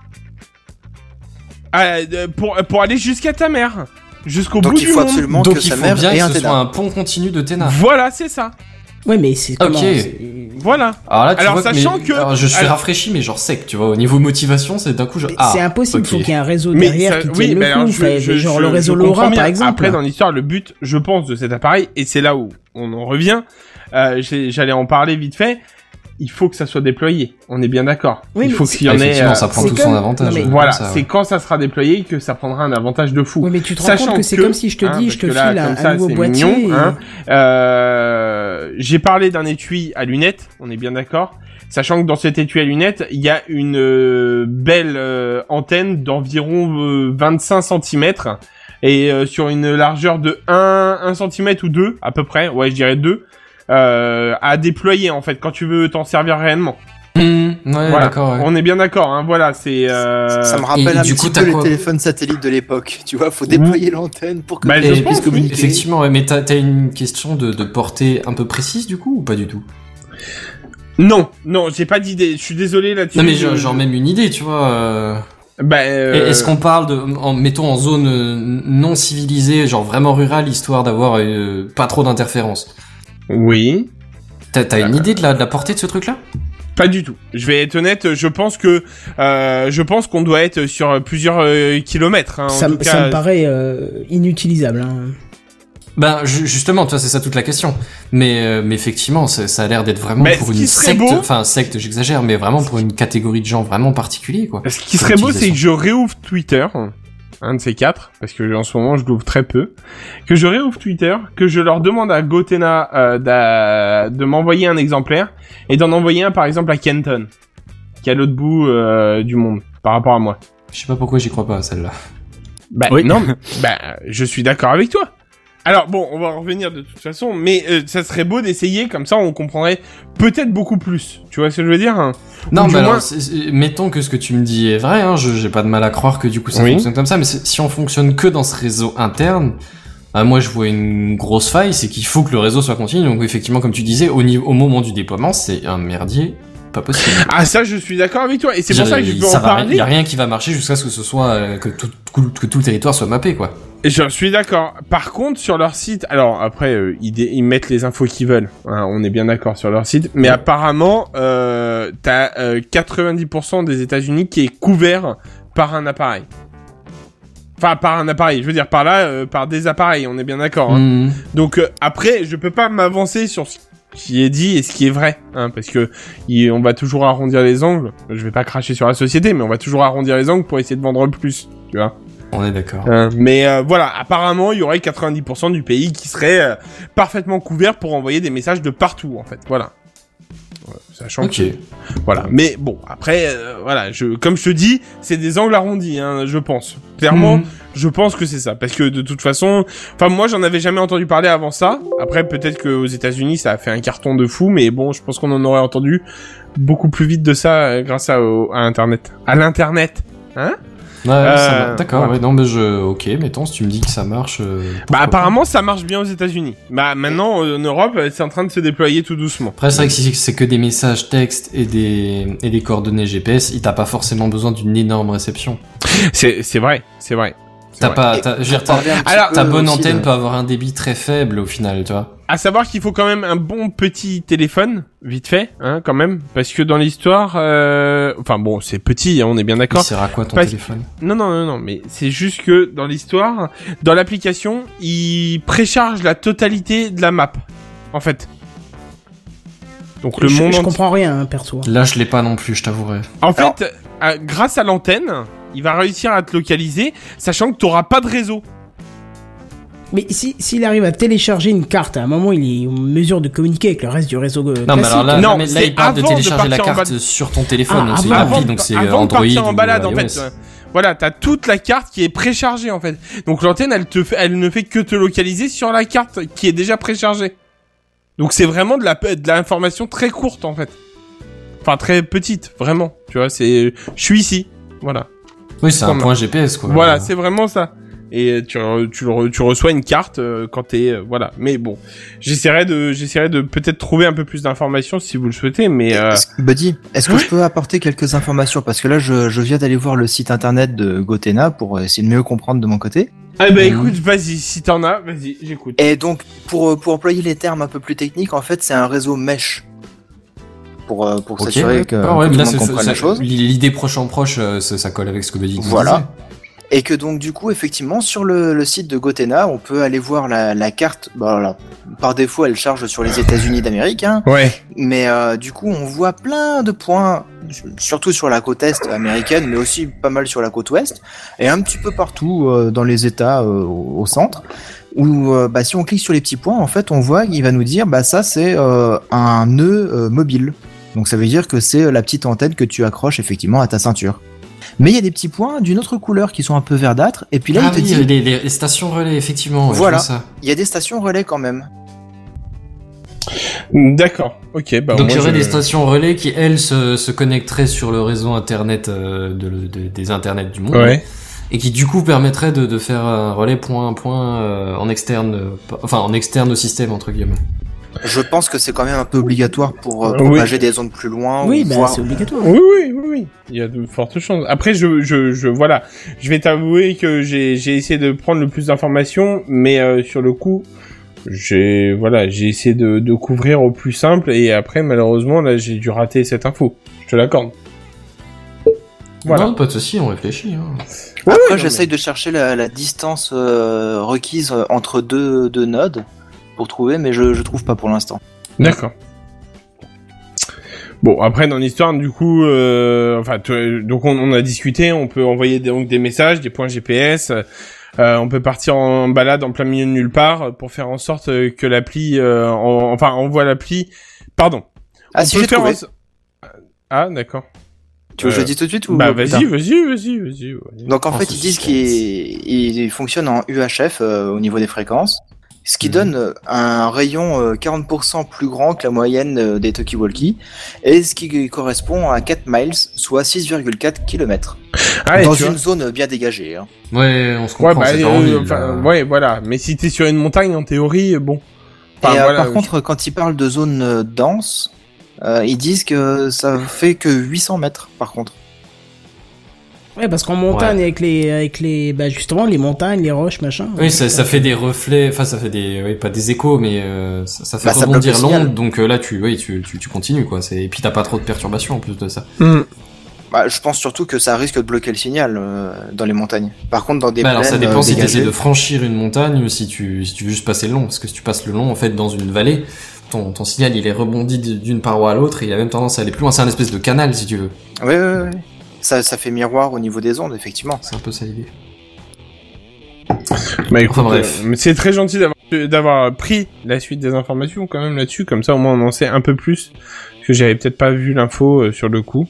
Euh, euh, pour pour aller jusqu'à ta mère, jusqu'au bout
Donc il
du
faut
monde.
absolument
Donc
que
il
sa
faut
mère
bien
ait
que
un
ce soit
Tena.
un pont continu de Tena.
Voilà, c'est ça.
Ouais, mais c'est comment
Ok.
c'est-
Voilà.
Alors là, tu
Alors,
vois que
sachant
mais-
que-
alors, je suis
alors-
rafraîchi, mais genre sec, tu vois. Au niveau motivation, c'est d'un coup, je...
mais
ah,
c'est impossible. Il
ok.
faut qu'il y ait un réseau
Mais
derrière
ça-
qui
oui,
tienne
mais
le
alors
coup.
je-
Fait-
je-
genre
je-
le réseau
je comprends
LoRa,
bien.
par exemple.
Après, dans l'histoire, le but, je pense, de cet appareil, et c'est là où on en revient, euh, j'ai- j'allais en parler vite fait, il faut que ça soit déployé. On est bien d'accord.
Oui,
il
mais
faut
c'est-
qu'il y en
Ah,
ait.
effectivement,
euh,
ça prend
c'est
tout
comme-
son avantage.
non, mais-
euh,
Voilà,
comme ça,
c'est
ouais.
quand ça sera déployé que ça prendra un avantage de fou.
Oui, mais tu te rends
Sachant
compte que c'est
que-
comme si je te
hein,
dis,
parce
je te
que là,
file un,
comme ça,
un nouveau
c'est
boîtier.
mignon,
et-
hein. Euh, j'ai parlé d'un étui à lunettes, on est bien d'accord. Sachant que dans cet étui à lunettes, il y a une euh, belle euh, antenne d'environ euh, vingt-cinq centimètres et euh, sur une largeur de un centimètre ou deux à peu près, ouais je dirais deux, euh, à déployer en fait quand tu veux t'en servir réellement.
Mmh, ouais,
Voilà.
d'accord, ouais.
On est bien d'accord, hein, voilà, c'est... Euh...
Ça me rappelle
et
un
du
petit
coup,
peu
t'as
les
quoi
téléphones satellites de l'époque. Tu vois, faut déployer l'antenne pour que
Bah,
les
je
gens
Et-
puissent
pense,
communiquer.
Effectivement, ouais, mais t'as, t'as une question de, de portée un peu précise du coup ou pas du tout?
Non, non, j'ai pas d'idée, je suis désolé là-dessus.
Non mais
je-
genre, genre même une idée, tu vois. Euh...
Bah, euh...
Et Est-ce qu'on parle de, en, mettons en zone euh, non civilisée, genre vraiment rurale, histoire d'avoir euh, pas trop d'interférences?
Oui.
T'as, t'as une idée de la, de la portée de ce truc-là?
Pas du tout. Je vais être honnête, je pense que euh, je pense qu'on doit être sur plusieurs euh, kilomètres. Hein, en
Ça,
tout
me-
cas.
ça me paraît euh, inutilisable. Hein.
Ben ju- justement, tu vois, c'est ça toute la question. Mais, euh, mais effectivement, ça, ça a l'air d'être vraiment
Mais
pour
ce
une
qui serait
secte,
beau-
enfin secte, j'exagère, mais vraiment pour une catégorie de gens vraiment particuliers, quoi.
Ce qui serait beau, c'est que je réouvre Twitter, un de ces quatre, parce que en ce moment je l'ouvre très peu, que je réouvre Twitter, que je leur demande à Gotena euh, d'a- de m'envoyer un exemplaire et d'en envoyer un par exemple à Kenton, qui est à l'autre bout euh, du monde, par rapport à moi.
Je sais pas pourquoi j'y crois pas à celle-là.
Bah
Oui.
non, mais- bah je suis d'accord avec toi. Alors bon, on va en revenir de toute façon, mais euh, ça serait beau d'essayer, comme ça on comprendrait peut-être beaucoup plus. Tu vois ce que je veux dire, hein?
Non,
Ou du
mais
moins-
alors, c'est- c'est- mettons que ce que tu me dis est vrai, hein, je, j'ai pas de mal à croire que du coup ça
Oui.
fonctionne comme ça, mais c'est- si on fonctionne que dans ce réseau interne, euh, moi je vois une grosse faille, c'est qu'il faut que le réseau soit continu, donc effectivement comme tu disais, au, niveau, au moment du déploiement, c'est un merdier, pas possible.
Ah ça je suis d'accord avec toi, et c'est pour
Je-
ça que je peux
ça
en
va-
parler.
y a rien qui va marcher jusqu'à ce que ce soit, euh, que tout, que tout le territoire soit mappé, quoi.
Je suis d'accord. Par contre, sur leur site, alors après, euh, ils, dé- ils mettent les infos qu'ils veulent. Hein, on est bien d'accord sur leur site. Mais apparemment, euh, t'as euh, quatre-vingt-dix pour cent des États-Unis qui est couvert par un appareil. Enfin, par un appareil. Je veux dire, par là, euh, par des appareils. On est bien d'accord. Hein.
Mmh.
Donc euh, après, je peux pas m'avancer sur ce qui est dit et ce qui est vrai, hein, parce que il- on va toujours arrondir les angles. Je vais pas cracher sur la société, mais on va toujours arrondir les angles pour essayer de vendre le plus. Tu vois.
On est d'accord.
Hein, mais euh, voilà, apparemment, il y aurait quatre-vingt-dix pour cent du pays qui serait euh, parfaitement couvert pour envoyer des messages de partout, en fait. Voilà. Ouais, sachant
Ok.
que... Voilà. Mais bon, après, euh, voilà, je, comme je te dis, c'est des angles arrondis, hein, je pense. Clairement,
Mhm.
je pense que c'est ça. Parce que de toute façon... Enfin, moi, j'en avais jamais entendu parler avant ça. Après, peut-être qu'aux États-Unis, ça a fait un carton de fou, mais bon, je pense qu'on en aurait entendu beaucoup plus vite de ça euh, grâce à, au- à Internet. À l'Internet. Hein?
Ouais,
Euh,
ça va. D'accord,
ouais.
ouais, non, mais je, ok, mettons, si tu me dis que ça marche. euh,
Bah
pourquoi
apparemment ça marche bien aux États-Unis. Bah maintenant euh, en Europe euh, c'est en train de se déployer tout doucement.
Après, c'est vrai que si c'est que des messages textes et des, et des coordonnées G P S, il t'a pas forcément besoin d'une énorme réception.
C'est c'est vrai, c'est vrai. C'est
T'as
vrai.
pas,
Et
t'as, je veux dire,
pour
t'as-
parler un petit
alors,
peu
ta bonne
aussi
antenne
de-
peut avoir un débit très faible au final, tu vois.
À savoir qu'il faut quand même un bon petit téléphone, vite fait, hein, quand même, parce que dans l'histoire, euh... enfin bon, c'est petit, hein, on est bien
Il
d'accord.
sert à quoi ton
Parce-
téléphone?
Non, non, non, non, mais c'est juste que dans l'histoire, dans l'application, il précharge la totalité de la map, en fait. Donc le
je,
monde
je
entier-
comprends rien, hein, perso.
Là, je l'ai pas non plus, je t'avouerai.
En
Alors-
fait, euh, grâce à l'antenne, il va réussir à te localiser, sachant que t'auras pas de réseau.
Mais si s'il arrive à télécharger une carte, à un moment, il est en mesure de communiquer avec le reste du réseau euh,
Non, mais
classique.
alors là,
Non,
là, mais là,
c'est
il parle de
avant de
télécharger la
partir en
carte
bal-
sur ton téléphone,
Ah,
donc c'est
avant.
rapide, donc c'est
avant de
Android
partir en
ou
balade, en
iOS.
fait. euh, Voilà, t'as toute la carte qui est préchargée, en fait. Donc l'antenne, elle te fait, elle ne fait que te localiser sur la carte qui est déjà préchargée. Donc c'est vraiment de la, de l'information très courte, en fait. Enfin, très petite, vraiment. Tu vois, c'est, je suis ici. Voilà.
Oui, c'est un
Comme-
point G P S, quoi.
Voilà, c'est vraiment ça. Et tu, re- tu, le re- tu reçois une carte euh, quand t'es euh, voilà. Mais bon, j'essaierai de j'essaierai de peut-être trouver un peu plus d'informations si vous le souhaitez. Mais euh...
Est-ce- Buddy, est-ce que je peux apporter quelques informations? Parce que là, je, je viens d'aller voir le site internet de Gotena pour essayer de mieux comprendre de mon côté.
ah bah
Mhm.
écoute, vas-y, si t'en as, vas-y, j'écoute.
Et donc, pour, pour employer les termes un peu plus techniques, en fait, c'est un réseau mesh. Pour, euh, pour
Ok.
s'assurer que,
Ah ouais,
que
mais
tout
là,
le monde
c'est-
comprenne
c'est-
la chose.
L'idée proche en proche, euh, ça, ça colle avec ce que Buddy nous
Voilà.
disait.
Et que donc du coup effectivement sur le, le site de Gotena on peut aller voir la, la carte. Bah, voilà. Par défaut elle charge sur les États-Unis d'Amérique, hein,
Ouais.
mais euh, du coup on voit plein de points, surtout sur la côte est américaine, mais aussi pas mal sur la côte ouest, et un petit peu partout euh, dans les États euh, au, au centre. Où euh, bah, si on clique sur les petits points, en fait on voit qu'il va nous dire bah ça c'est euh, un nœud euh, mobile. Donc ça veut dire que c'est la petite antenne que tu accroches effectivement à ta ceinture. Mais il y a des petits points d'une autre couleur qui sont un peu verdâtres, et puis là
Ah
il te
oui,
dit...
les, les, les stations relais, effectivement. Ouais,
Voilà,
je vois ça.
il y a des stations relais quand même.
D'accord. Ok. Bah,
Donc il y
moi,
aurait
je-
des stations relais qui, elles, se, se connecteraient sur le réseau internet euh, de, de- des internets du monde.
Ouais.
Et qui du coup permettraient de, de faire un relais point à point euh, en externe, euh, enfin en externe au système entre guillemets.
Je pense que c'est quand même un peu obligatoire pour euh,
Oui.
propager des ondes plus loin.
Oui,
ou
bah,
voir...
c'est obligatoire.
Oui, oui, oui, oui. Il y a de fortes chances. Après, je, je, je, voilà. Je vais t'avouer que j'ai, j'ai essayé de prendre le plus d'informations, mais euh, sur le coup, j'ai, voilà, j'ai essayé de, de couvrir au plus simple, et après, malheureusement, là, j'ai dû rater cette info. Je te l'accorde. Voilà.
Non, pas de souci, on réfléchit. Hein.
Ouais,
Après,
non,
j'essaye
mais-
de chercher la, la distance euh, requise euh, entre deux, deux nodes pour trouver, mais je, je trouve pas pour l'instant.
D'accord. Bon, après dans l'histoire, du coup, euh, enfin, tu- donc on, on a discuté, on peut envoyer des, donc des messages, des points G P S, euh, on peut partir en balade en plein milieu de nulle part pour faire en sorte que l'appli, euh, en- enfin, envoie l'appli. Pardon.
Ah
On
si,
peut
j'ai
faire
trouvé.
en- Ah, d'accord.
Tu veux que je
Euh,
le dise tout de suite ou
Bah
plus
vas-y,
tard
vas-y, vas-y, vas-y. vas-y.
Donc en
Oh,
fait,
ce
ils disent
suspense.
qu'il il fonctionne en U H F euh, au niveau des fréquences, ce qui
Mhm.
donne euh, un rayon euh, quarante pour cent plus grand que la moyenne euh, des talkie-walkie, et ce qui correspond à quatre miles, soit six virgule quatre kilomètres,
Ah, et
dans
tu
une
vois.
zone bien dégagée. Hein.
Ouais, on se
Ouais,
comprend,
bah,
c'est pas
euh,
en ville.
enfin,
là.
ouais, voilà. Mais si t'es sur une montagne, en théorie, euh, bon. Enfin,
et euh,
voilà,
par
je-
contre, quand ils parlent de zone euh, dense, euh, ils disent que ça fait que huit cents mètres, par contre.
Ouais, parce qu'en montagne,
Ouais.
avec les, avec les, bah, justement, les montagnes, les roches, machin.
Oui, ça, ça fait des reflets, enfin ça fait des, oui, pas des échos, mais euh, ça, ça fait
Bah, ça bloque
rebondir
le signal.
l'onde. Donc euh, là, tu, oui, tu, tu, tu continues quoi. C'est, et puis t'as pas trop de perturbations en plus de ça.
Hmm.
Bah, je pense surtout que ça risque de bloquer le signal euh, dans les montagnes. Par contre, dans des
Bah, alors ça
plaines
dépend
euh,
si tu
dégagées-
essaies de franchir une montagne ou si tu, si tu veux juste passer le long. Parce que si tu passes le long, en fait, dans une vallée, ton, ton signal il est rebondi d'une paroi à l'autre et il a même tendance à aller plus loin. C'est un espèce de canal si tu veux.
Ouais, ouais, ouais. Ça, ça fait miroir au niveau des ondes, effectivement.
C'est un peu ça l'idée.
Bah écoute,
Enfin, bref.
euh, mais c'est très gentil d'avoir, d'avoir pris la suite des informations quand même là-dessus, comme ça au moins on en sait un peu plus, parce que j'avais peut-être pas vu l'info euh, sur le coup.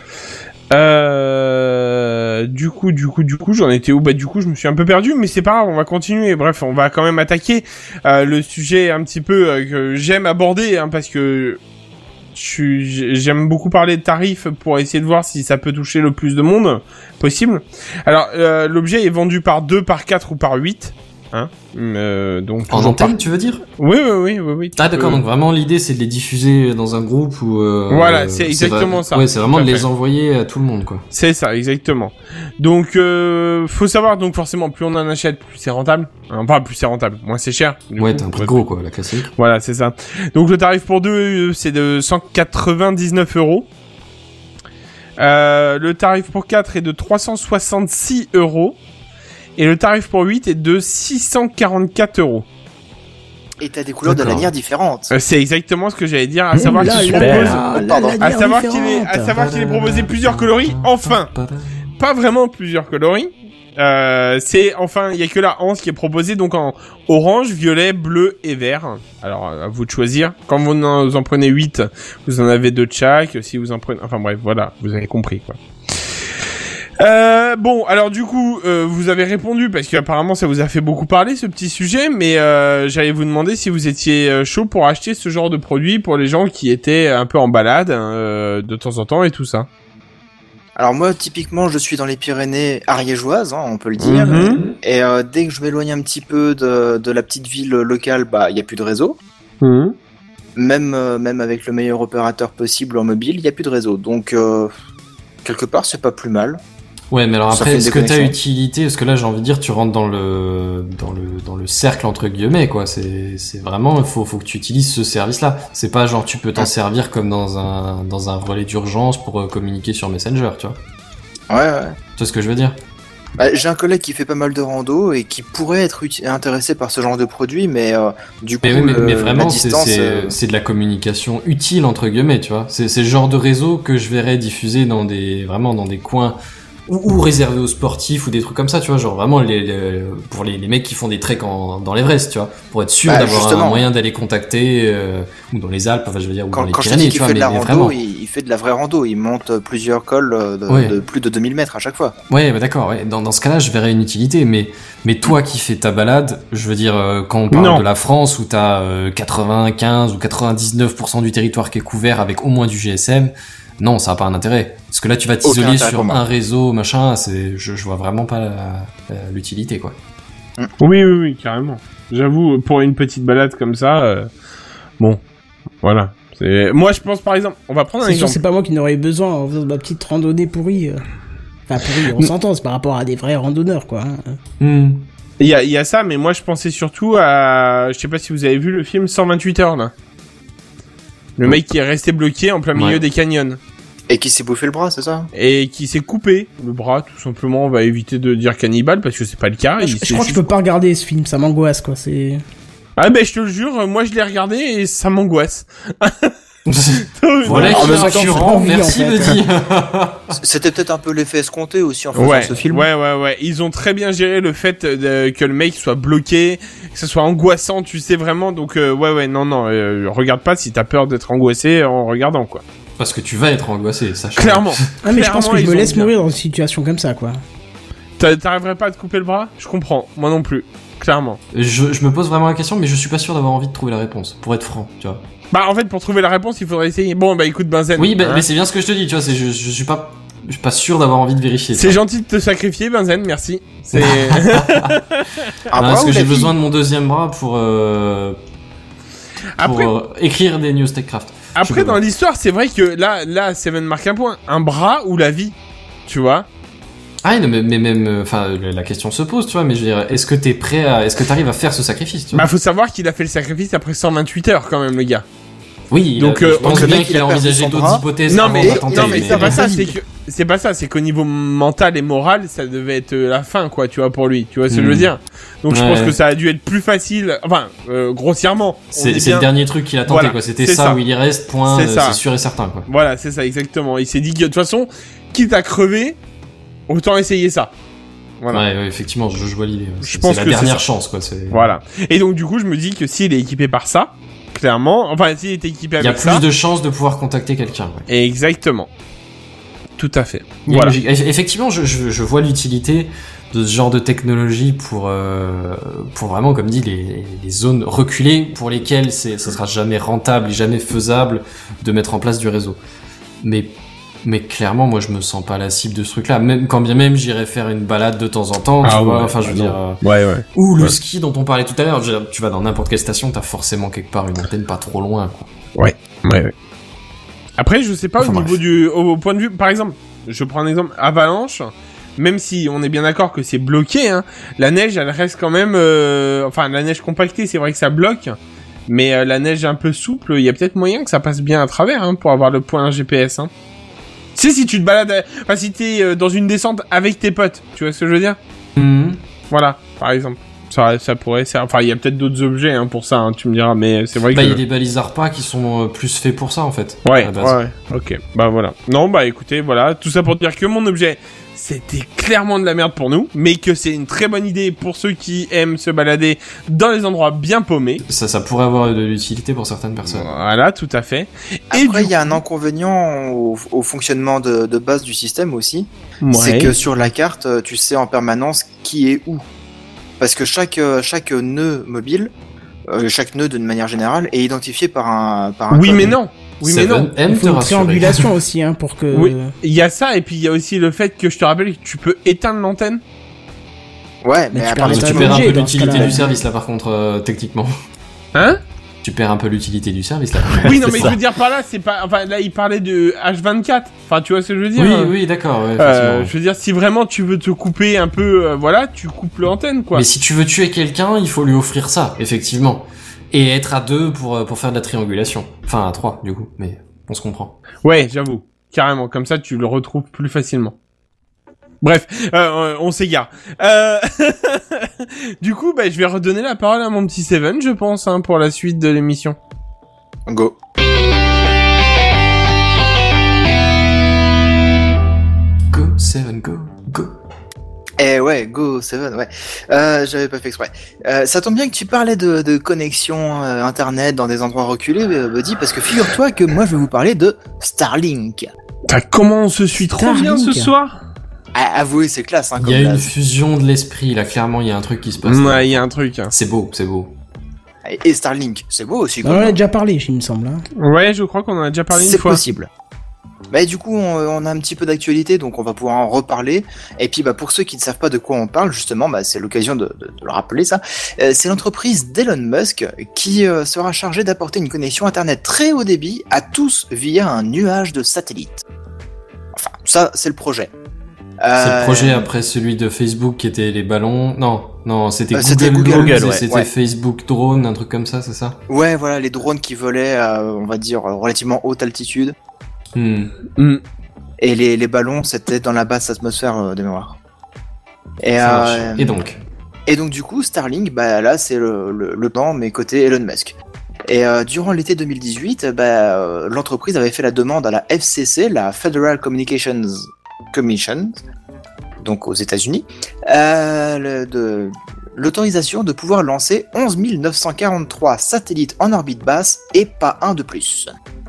Euh, du coup, du coup, du coup, j'en étais où? Bah du coup, je me suis un peu perdu, mais c'est pas grave, on va continuer. Bref, on va quand même attaquer euh, le sujet un petit peu euh, que j'aime aborder, hein, parce que je suis- j'aime beaucoup parler de tarifs pour essayer de voir si ça peut toucher le plus de monde possible. Alors, euh, l'objet est vendu par deux, par quatre ou par huit. Hein euh, donc
En
toujours
antenne,
par-
tu veux dire?
Oui, oui, oui, oui, oui.
Ah d'accord,
Euh,
donc vraiment l'idée c'est de les diffuser dans un groupe ou. Euh,
Voilà, c'est exactement
vrai-
ça.
Ouais, c'est vraiment
Tout
de
à
les
fait.
envoyer à tout le monde quoi.
C'est ça, exactement. Donc, euh, faut savoir, donc forcément, plus on en achète, plus c'est rentable. Enfin, plus c'est rentable, moins c'est cher. du
Ouais,
coup.
t'as un prix de gros quoi, la classique.
Voilà, c'est ça. Donc le tarif pour deux, euh, c'est de cent quatre-vingt-dix-neuf euros. Euh, le tarif pour quatre est de trois cent soixante-six euros. Et le tarif pour huit est de six cent quarante-quatre euros.
Et t'as des couleurs de
D'accord.
lanières différentes.
Euh, c'est exactement ce que j'allais dire, à savoir
Ouh là
qu'il
là
propose...
là, la
Pardon.
lanière
À savoir qu'il est,
différente.
à savoir qu'il est proposé plusieurs coloris, enfin. Pas vraiment plusieurs coloris. Euh, c'est, enfin, il y a que la hanse qui est proposée, donc en orange, violet, bleu et vert. Alors, à vous de choisir. Quand vous en, vous en prenez huit, vous en avez deux de chaque. Si vous en prenez, enfin bref, voilà, vous avez compris, quoi. Euh, bon, alors du coup, euh, vous avez répondu parce qu'apparemment ça vous a fait beaucoup parler ce petit sujet, mais euh, j'allais vous demander si vous étiez euh, chaud pour acheter ce genre de produit pour les gens qui étaient un peu en balade euh, de temps en temps et tout ça.
Alors moi, typiquement, je suis dans les Pyrénées ariégeoises, hein, on peut le dire.
Mhm.
Et euh, dès que je m'éloigne un petit peu de, de la petite ville locale, bah, il y a plus de réseau.
Mhm.
Même, euh, même avec le meilleur opérateur possible en mobile, il y a plus de réseau. Donc, euh, quelque part, c'est pas plus mal.
Ouais, mais alors
Ça
après,
fait une
est-ce que t'as
déconnexion.
utilité? Parce que là, j'ai envie de dire, tu rentres dans le dans le dans le cercle entre guillemets, quoi. C'est c'est vraiment, il faut faut que tu utilises ce service-là. C'est pas genre tu peux t'en servir comme dans un dans un relais d'urgence pour euh, communiquer sur Messenger, tu vois.
Ouais, ouais.
Tu vois ce que je veux dire?
Bah, j'ai un collègue qui fait pas mal de rando et qui pourrait être uti- intéressé par ce genre de produit, mais euh, du coup,
Mais, oui, mais,
le-
mais vraiment,
la
c'est,
distance.
c'est,
euh,
c'est de la communication utile entre guillemets, tu vois. C'est, c'est le genre de réseau que je verrais diffuser dans des, vraiment dans des coins ou, ou réservés aux sportifs ou des trucs comme ça, tu vois. Genre vraiment les, les pour les, les mecs qui font des treks en, dans l'Everest, tu vois, pour être sûr
Bah,
d'avoir
justement.
un moyen d'aller contacter euh, ou dans les Alpes, enfin je veux dire, ou dans
Quand,
les
quand je te
Pyrénées,
dis
tu
qu'il
vois.
fait de
Mais,
la
mais
rando,
vraiment.
il, il fait de la vraie rando. Il monte plusieurs cols euh, de,
Ouais.
de plus de deux mille mètres à chaque fois.
Ouais, bah d'accord. Ouais. Dans, dans ce cas-là, je verrais une utilité. Mais, mais toi qui fais ta balade, je veux dire, euh, quand on parle
Non.
de la France où t'as euh, quatre-vingt-quinze ou quatre-vingt-dix-neuf pour cent du territoire qui est couvert avec au moins du G S M, non, ça n'a pas un intérêt. Parce que là, tu vas
Aucun
t'isoler
intérêt
sur
pour moi.
un réseau, machin. C'est, je, je vois vraiment pas la- la- l'utilité, quoi.
Oui, oui, oui, carrément. J'avoue, pour une petite balade comme ça, euh, bon, voilà. C'est... Moi, je pense, par exemple, on va prendre un
C'est sûr,
exemple.
c'est pas moi qui n'aurais eu besoin en faisant ma petite randonnée pourrie. euh. Enfin, pourrie, on s'entend, c'est par rapport à des vrais randonneurs, quoi. hein.
Hmm.
Il y a, il y a ça, mais moi, je pensais surtout à... Je sais pas si vous avez vu le film cent vingt-huit heures, là. Le mec qui est resté bloqué en plein milieu
Ouais.
des canyons.
Et qui s'est bouffé le bras, c'est ça?
Et qui s'est coupé le bras, tout simplement. On va éviter de dire cannibale, parce que c'est pas le cas.
Je,
Il
je
s'est
crois que je
juste-
peux pas regarder ce film, ça m'angoisse, quoi. C'est.
Ah ben, je te le jure, moi, je l'ai regardé et ça m'angoisse.
Voilà
En
qui
même
est
temps,
j'ai
rassurant.
pas envie,
Merci,
en fait.
Buddy.
C'était peut-être un peu l'effet escompté aussi en faisant
Ouais,
ce film.
ouais, ouais, ouais. Ils ont très bien géré le fait de- que le mec soit bloqué, que ce soit angoissant, tu sais vraiment. Donc, euh, ouais, ouais, non, non, euh, regarde pas si t'as peur d'être angoissé en regardant, quoi.
Parce que tu vas être angoissé, sache.
Clairement.
Ah, mais je pense
Clairement,
que je
ils
me
ont
laisse
bien.
mourir dans une situation comme ça, quoi.
T'a- T'arriverais pas à te couper le bras? Je comprends. Moi non plus. Clairement.
Je, je me pose vraiment la question, mais je suis pas sûr d'avoir envie de trouver la réponse. Pour être franc, tu vois.
Bah, en fait, pour trouver la réponse, il faudrait essayer. Bon, bah, écoute, Benzen.
Oui, bah,
hein.
mais c'est bien ce que je te dis, tu vois. C'est, je, je suis pas, je suis pas sûr d'avoir envie de vérifier. tu
C'est
vois.
gentil de te sacrifier, Benzen, merci. C'est...
Un
Ah,
bras
parce
ou
que
la
j'ai
vie
besoin de mon deuxième bras pour, euh, pour
Après,
euh, écrire des news TechCraft. Je
après
peux
dans
pas.
l'histoire, c'est vrai que là, là, Seven marque un point. Un bras ou la vie? Tu vois?
Ah, non, mais, mais même, euh, enfin, la question se pose, tu vois. Mais je veux dire, est-ce que t'es prêt à, est-ce que t'arrives à faire ce sacrifice, tu vois?
Bah, faut savoir qu'il a fait le sacrifice après cent vingt-huit heures, quand même, le gars.
Oui,
donc,
donc,
euh,
je pense
le
bien
mec,
qu'il
il
a
a perdu
envisagé
son
d'autres
bras.
hypothèses
Non
avant
mais,
de tenter.
non mais c'est pas ça,
mais-
c'est que c'est pas ça, c'est qu'au niveau mental et moral, ça devait être euh, la fin, quoi, tu vois, pour lui, tu vois ce que je veux
Hmm.
dire. Donc je
Ouais.
pense que ça a dû être plus facile, enfin, euh, grossièrement. on
C'est,
dit
c'est
bien-
le dernier truc qu'il a tenté,
Voilà,
quoi. C'était
c'est
ça,
ça.
où il y reste, point,
C'est
euh,
ça.
c'est sûr et certain, quoi.
Voilà, c'est ça, exactement. Il s'est dit que de toute façon, quitte à crever, autant essayer ça. Voilà.
Ouais, ouais, effectivement, je, je vois l'idée.
Je
C'est,
pense
c'est la
que c'est
dernière
ça.
chance, quoi. C'est...
Voilà. Et donc du coup, je me dis que s'il est équipé par ça, clairement, enfin s'il est équipé
Il y a
avec
plus
ça,
de chances de pouvoir contacter quelqu'un, ouais.
exactement. Tout à fait.
Il y a
Voilà.
logique. Eff- Effectivement, je, je, je vois l'utilité de ce genre de technologie pour, euh, pour vraiment, comme dit, les, les zones reculées pour lesquelles c'est, ça sera jamais rentable et jamais faisable de mettre en place du réseau. Mais, mais clairement, moi, je me sens pas la cible de ce truc-là. Même, quand bien même, j'irais faire une balade de temps en temps, tu
Ah
vois.
ouais,
Enfin, je veux
bah
dire,
non.
euh,
Ouais, ouais.
ou le
Ouais.
ski dont on parlait tout à l'heure. Je veux dire, tu vas dans n'importe quelle station, t'as forcément quelque part une antenne pas trop loin, quoi.
Ouais, ouais, ouais. Après, je sais pas
Enfin,
au
bref.
niveau du, au, au point de vue, par exemple, je prends un exemple, Avalanche, même si on est bien d'accord que c'est bloqué, hein, la neige, elle reste quand même, euh, enfin, la neige compactée, c'est vrai que ça bloque, mais euh, la neige un peu souple, il y a peut-être moyen que ça passe bien à travers, hein, pour avoir le point G P S, hein. Tu sais, si tu te balades, à- enfin, si t'es euh, dans une descente avec tes potes, tu vois ce que je veux dire? Voilà, par exemple. Ça, ça pourrait, ça, enfin, il y a peut-être d'autres objets, hein, pour ça, hein, tu me diras, mais c'est vrai
Bah,
que...
il y a des balises ARPA qui sont euh, plus faits pour ça, en fait.
Ouais,
à la base.
ouais, ouais, ok, bah voilà. Non, bah écoutez, voilà, tout ça pour dire que mon objet, c'était clairement de la merde pour nous, mais que c'est une très bonne idée pour ceux qui aiment se balader dans les endroits bien paumés.
Ça, ça pourrait avoir de l'utilité pour certaines personnes.
Voilà, tout à fait. Et
Après,
du
il y a un inconvénient au, au fonctionnement de, de base du système aussi.
Ouais.
C'est que sur la carte, euh, tu sais en permanence qui est où. Parce que chaque, euh, chaque nœud mobile, euh, chaque nœud d'une manière générale, est identifié par un, par un
Oui,
code.
mais non. Oui, mais non.
Seven M
Il
te
faut une
rassurer.
triangulation aussi, hein, pour que.
Oui, il y a ça, et puis il y a aussi le fait que je te rappelle que tu peux éteindre l'antenne.
Ouais, mais,
Mais tu
à
perds
partir
les
Tu
du
perds
moment-
un
obligé
peu
dans ce
l'utilité
cas-là.
du service, là, par contre, euh, techniquement.
Hein?
Tu perds un peu l'utilité du service, là.
Oui, non,
C'est
mais
ça.
je veux dire par là, c'est pas, enfin, là, il parlait de H vingt-quatre. Enfin, tu vois ce que je veux dire?
Oui,
hein.
oui, d'accord, ouais,
Euh,
effectivement.
je veux dire, si vraiment tu veux te couper un peu, euh, voilà, tu coupes l'antenne, quoi.
Mais si tu veux tuer quelqu'un, il faut lui offrir ça, effectivement. Et être à deux pour, euh, pour faire de la triangulation. Enfin, à trois, du coup, mais on se comprend.
Ouais, j'avoue. Carrément. Comme ça, tu le retrouves plus facilement. Bref, euh, on s'égare. Euh... du coup, bah, je vais redonner la parole à mon petit Seven, je pense, hein, pour la suite de l'émission.
Go.
Go, Seven, go, go.
Eh ouais, go Seven, ouais. Euh, j'avais pas fait exprès. Euh, ça tombe bien que tu parlais de, de connexion euh, internet dans des endroits reculés, euh, Buddy, parce que figure-toi que moi je vais vous parler de Starlink.
Ah, comment on se suit trop
Starlink.
bien ce soir.
Ah, avouez, c'est classe, hein,
Il
comme
y a
blase.
une fusion de l'esprit, là, clairement, il y a un truc qui se passe.
Ouais, il y a un truc. Hein.
C'est beau, c'est beau.
Et et Starlink, c'est beau aussi.
On
Quand
en a
même.
déjà parlé, il me semble. Hein.
Ouais, je crois qu'on en a déjà parlé une
C'est
fois.
possible. Bah, du coup, on, on a un petit peu d'actualité, donc on va pouvoir en reparler. Et puis, bah, pour ceux qui ne savent pas de quoi on parle, justement, bah, c'est l'occasion de, de, de le rappeler, ça. Euh, c'est l'entreprise d'Elon Musk qui euh, sera chargée d'apporter une connexion Internet très haut débit à tous via un nuage de satellites. Enfin, ça, c'est le projet.
C'est
Euh,
le projet après celui de Facebook qui était les ballons. Non, non, c'était
Euh,
Google,
c'était Google,
Google,
ouais.
c'était
Ouais.
Facebook Drone, un truc comme ça, c'est ça?
Ouais, voilà, les drones qui volaient à, on va dire, relativement haute altitude.
Hmm.
Mm.
Et les, les ballons, c'était dans la basse atmosphère euh, de mémoire. Et,
Ça marche.
euh,
Et donc?
Et donc du coup, Starlink, bah là, c'est le, le, le plan, mais côté Elon Musk. Et euh, durant l'été deux mille dix-huit, bah, euh, l'entreprise avait fait la demande à la F C C, la Federal Communications Commission, donc aux États-Unis, euh, le- de l'autorisation de pouvoir lancer onze mille neuf cent quarante-trois satellites en orbite basse et pas un de plus.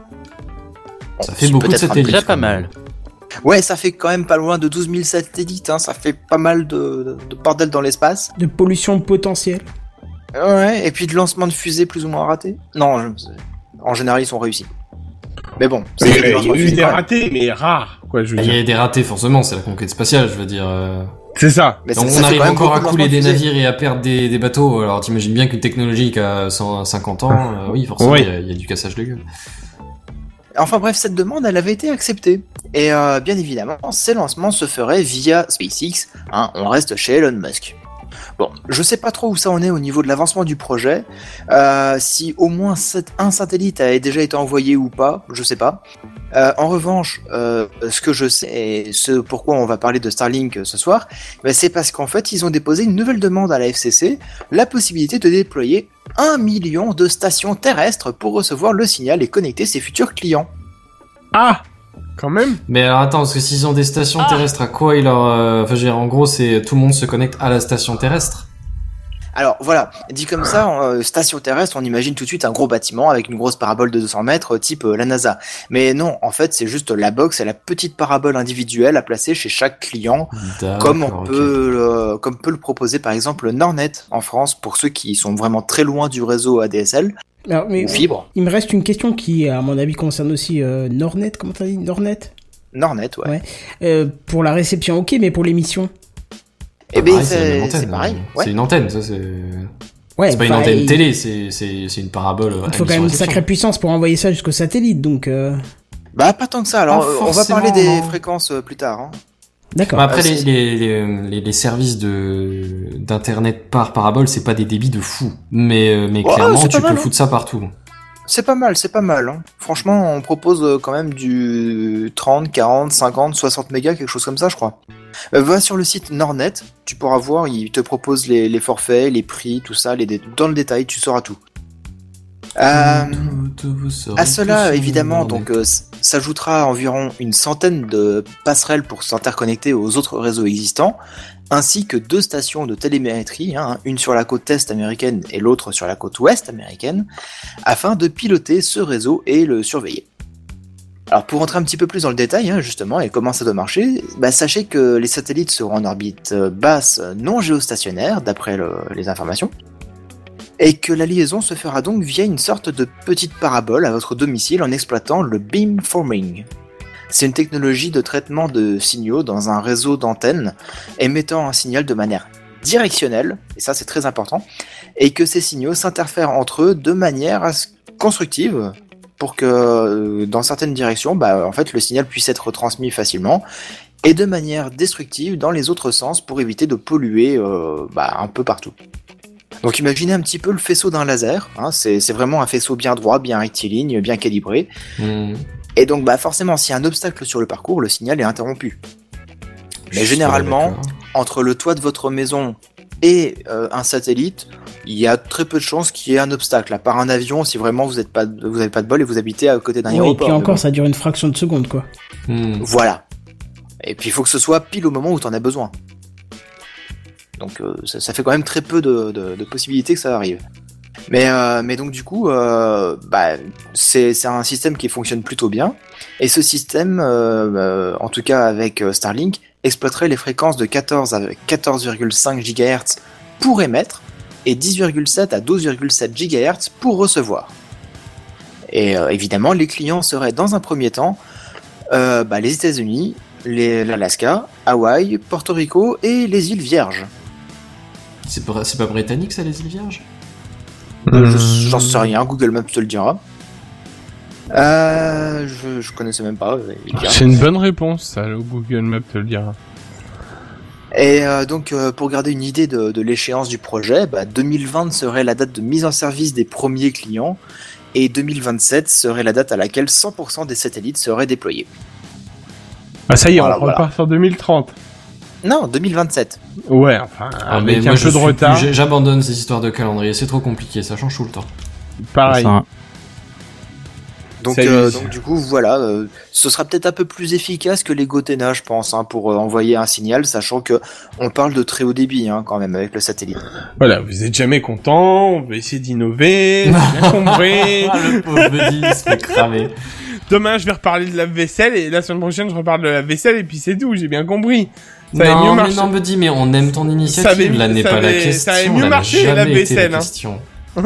Bon,
Ça fait
c'est
beaucoup de
peut-être un
satellites.
peu-
Déjà pas mal.
Ouais, ça fait quand même pas loin de douze mille satellites, hein, ça fait pas mal de, de, de bordel dans l'espace.
De pollution potentielle.
Ouais, et puis de lancement de fusées plus ou moins ratés. Non, je- en général ils sont réussis. Mais bon,
Il y
c'est des
a
lancements de
eu
fusées
des
quand même.
ratés, mais rares, quoi, je veux
Il y
dire.
a des ratés, forcément, c'est la conquête spatiale, je veux dire. euh.
C'est ça.
Mais ça-
Donc
ça
on
fait
arrive
quand même
encore à
beaucoup de
couler des
lancements de fusées.
navires et à perdre des, des bateaux. Alors t'imagines bien qu'une technologie qui a cent cinquante ans, euh, oui, forcément,
Oui.
il y a- il y, a du cassage de gueule.
Enfin bref, cette demande, elle avait été acceptée. Et euh, bien évidemment, ces lancements se feraient via SpaceX. Hein, on reste chez Elon Musk. Bon, je sais pas trop où ça en est au niveau de l'avancement du projet. Euh, si au moins sept- un satellite a déjà été envoyé ou pas, je sais pas. Euh, en revanche, euh, ce que je sais, et ce pourquoi on va parler de Starlink ce soir, ben, c'est parce qu'en fait, ils ont déposé une nouvelle demande à la F C C, la possibilité de déployer un million de stations terrestres pour recevoir le signal et connecter ses futurs clients.
Ah, quand même.
Mais alors attends, parce que s'ils ont des stations terrestres, à quoi ils leur... euh, Enfin, je veux dire, en gros, c'est tout le monde se connecte à la station terrestre.
Alors voilà, dit comme ça, euh, station terrestre, on imagine tout de suite un gros bâtiment avec une grosse parabole de deux cents mètres, type euh, la NASA. Mais non, en fait, c'est juste la box et la petite parabole individuelle à placer chez chaque client, comme on
D'accord, ok.
peut, le- comme peut le proposer par exemple Nornet en France pour ceux qui sont vraiment très loin du réseau A D S L
Alors, mais
ou fibre.
il me reste une question qui, à mon avis, concerne aussi euh, Nornet. Comment t'as dit Nornet
Nornet, ouais.
Ouais. euh, Pour la réception, ok, mais pour l'émission.
Et ben
Pareil, c'est la même
c'est
antenne,
c'est pareil.
euh,
Ouais.
C'est une antenne, ça c'est...
Ouais,
C'est pas une
enfin,
antenne
il-
télé, c'est c'est c'est une parabole.
Il faut quand même une sacrée puissance pour envoyer ça jusqu'au satellite, donc. Euh...
Bah pas tant que ça. Alors
Pas
euh, on va
forcément,
parler des
non.
fréquences euh, plus tard. Hein.
D'accord.
Après
Euh,
les,
c'est-
les, les, les, les services de d'internet par parabole, c'est pas des débits de fou, mais euh, mais
Ouais,
clairement
c'est
tu
pas
peux
mal, hein.
foutre ça partout.
C'est pas mal, c'est pas mal. Hein. Franchement, on propose euh, quand même du trente, quarante, cinquante, soixante mégas, quelque chose comme ça, je crois. Euh, va sur le site Nornet, tu pourras voir, il te propose les, les forfaits, les prix, tout ça, les dé- dans le détail, tu sauras tout. Euh, à cela, évidemment, donc euh, s- s'ajoutera environ une centaine de passerelles pour s'interconnecter aux autres réseaux existants, ainsi que deux stations de télémétrie, hein, une sur la côte est américaine et l'autre sur la côte ouest américaine, afin de piloter ce réseau et le surveiller. Alors pour rentrer un petit peu plus dans le détail, hein, justement, et comment ça doit marcher, bah, sachez que les satellites seront en orbite euh, basse non géostationnaire, d'après le- les informations, et que la liaison se fera donc via une sorte de petite parabole à votre domicile en exploitant le beamforming. C'est une technologie de traitement de signaux dans un réseau d'antennes émettant un signal de manière directionnelle, et ça c'est très important, et que ces signaux s'interfèrent entre eux de manière à ce- constructive pour que euh, dans certaines directions, bah, en fait, le signal puisse être transmis facilement, et de manière destructive dans les autres sens pour éviter de polluer euh, bah, un peu partout. Donc imaginez un petit peu le faisceau d'un laser, hein, c'est c'est vraiment un faisceau bien droit, bien rectiligne, bien calibré,
Hmm.
et donc bah forcément s'il y a un obstacle sur le parcours, le signal est interrompu. Mais généralement, entre le toit de votre maison et euh, un satellite, il y a très peu de chances qu'il y ait un obstacle, à part un avion, si vraiment vous n'avez pas, vous avez pas de bol et vous habitez à côté d'un
Oui,
aéroport.
et puis encore,
bon.
ça dure une fraction de seconde, quoi.
Hmm.
Voilà. Et puis il faut que ce soit pile au moment où tu en as besoin. Donc euh, ça, ça fait quand même très peu de, de, de possibilités que ça arrive. Mais, euh, mais donc du coup, euh, bah, c'est, c'est un système qui fonctionne plutôt bien. Et ce système, euh, euh, en tout cas avec euh, Starlink, exploiterait les fréquences de quatorze à quatorze virgule cinq gigahertz pour émettre et dix virgule sept à douze virgule sept gigahertz pour recevoir. Et euh, évidemment, les clients seraient dans un premier temps euh, bah, les États-Unis, les, l'Alaska, Hawaï, Porto Rico et les îles Vierges.
C'est pas, c'est pas britannique ça, les îles Vierges?
Euh, je- J'en sais rien, Google Maps te le dira. Euh, je, je connaissais même pas. euh, les Vierges.
C'est une bonne réponse, ça, le Google Maps te le dira.
Et euh, donc, euh, pour garder une idée de, de l'échéance du projet, bah, deux mille vingt serait la date de mise en service des premiers clients, et deux mille vingt-sept serait la date à laquelle cent pour cent des satellites seraient déployés.
Ah, ça y est,
Voilà,
on
voilà.
repart sur deux mille trente.
Non, deux mille vingt-sept.
Ouais, enfin,
Ah, mais
avec
moi,
un
je
peu de
suis
retard.
plus- J'abandonne ces histoires de calendrier, c'est trop compliqué, ça change tout le temps.
Pareil.
Ça,
Donc,
Salut.
euh, donc du coup, voilà, euh, ce sera peut-être un peu plus efficace que les Gotenna, je pense, hein, pour euh, envoyer un signal, sachant que on parle de très haut débit, hein, quand même, avec le satellite.
Voilà, vous êtes jamais content, on va essayer d'innover, j'ai bien compris.
Ah, le pauvre Buddy, il se fait cramer.
Demain, je vais reparler de la vaisselle, et la semaine prochaine, je reparle de la vaisselle, et puis c'est tout, j'ai bien compris. Ça avait
non,
mieux
mais
marché.
non, Buddy, mais on aime ton initiative,
Ça avait-
là n'est
ça
pas la
avait-
question.
ça avait mieux
là n'a
marché, la
jamais été
vaisselle,
la
hein.
question.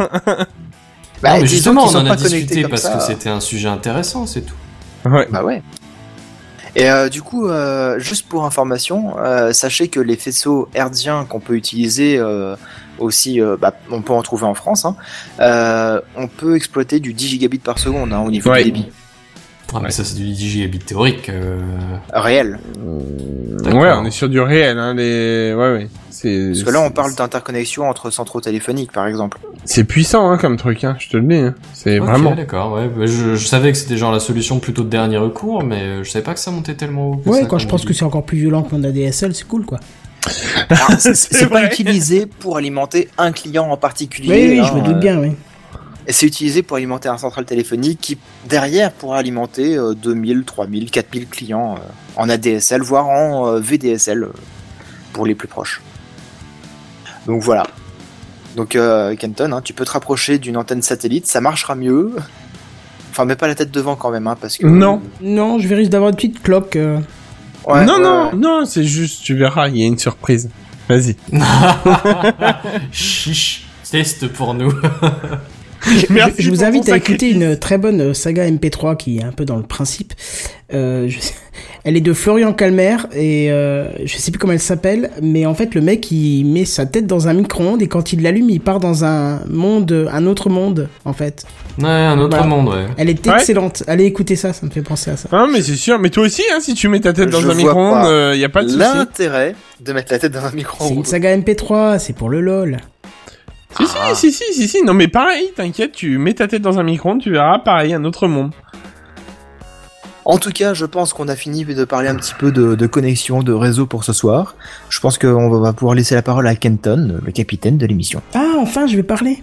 Bah,
non, mais
disons
justement,
qu'ils
on
sont
en a
pas connectés
discuté
comme
parce
ça.
que c'était un sujet intéressant, c'est tout.
Ouais.
Bah ouais. Et euh, du coup, euh, juste pour information, euh, sachez que les faisceaux hertziens qu'on peut utiliser euh, aussi, euh, bah, on peut en trouver en France, hein, euh, on peut exploiter du dix gigabits par seconde hein, au niveau
Ouais.
du débit
Ah, mais ça, c'est du dix gigabits théorique. Euh...
réel.
D'accord.
Ouais, on est sur du réel, hein, les... Ouais, ouais. C'est...
Parce que là, on parle d'interconnexion entre centraux téléphoniques, par exemple.
C'est puissant, hein, comme truc, hein, je te le dis, hein. C'est
Ok,
vraiment...
d'accord, ouais. Bah, je, je savais que c'était genre la solution plutôt de dernier recours, mais euh, je savais pas que ça montait tellement haut. que
Ouais,
ça,
quand
comme
je pense
on
que
dit.
c'est encore plus violent que mon A D S L, c'est cool, quoi.
Alors, c'est, c'est pas
vrai.
utilisé pour alimenter un client en particulier.
Oui, oui,
hein,
je me doute
euh,
bien, oui.
Et c'est utilisé pour alimenter un central téléphonique qui, derrière, pourra alimenter euh, deux mille, trois mille, quatre mille clients euh, en A D S L, voire en euh, V D S L euh, pour les plus proches. Donc voilà. Donc euh, Kenton, hein, tu peux te rapprocher d'une antenne satellite, ça marchera mieux. Enfin, mets pas la tête devant quand même, hein, parce que...
Non.
Non, je risque d'avoir une petite cloque. euh.
Ouais,
non,
ouais,
non,
ouais.
non, c'est juste, tu verras, il y a une surprise. Vas-y.
Chiche, test pour nous.
Merci
je, je vous
pour
invite
ton
à écouter
sacrifice.
une très bonne euh, saga M P trois qui est un peu dans le principe. Euh, je- Elle est de Florian Calmer et euh, je sais plus comment elle s'appelle, mais en fait le mec il met sa tête dans un micro-ondes et quand il l'allume il part dans un monde, un autre monde en fait.
Ouais, un autre
Voilà.
monde, ouais.
Elle est
Ouais.
excellente. Allez écouter ça, ça me fait penser à ça.
Ah, mais c'est sûr, mais toi aussi, hein, si tu mets ta tête dans
Je
un
vois
micro-ondes,
pas
euh, y a pas de souci.
L'intérêt de mettre la tête dans un
C'est
micro.
une saga M P trois, c'est pour le lol.
Si, si, si, si, si, si, non, mais pareil, t'inquiète, tu mets ta tête dans un micro-ondes, tu verras, pareil, un autre monde.
En tout cas, je pense qu'on a fini de parler un petit peu de, de connexion, de réseau pour ce soir. Je pense qu'on va pouvoir laisser la parole à Kenton, le capitaine de l'émission.
Ah enfin je vais parler.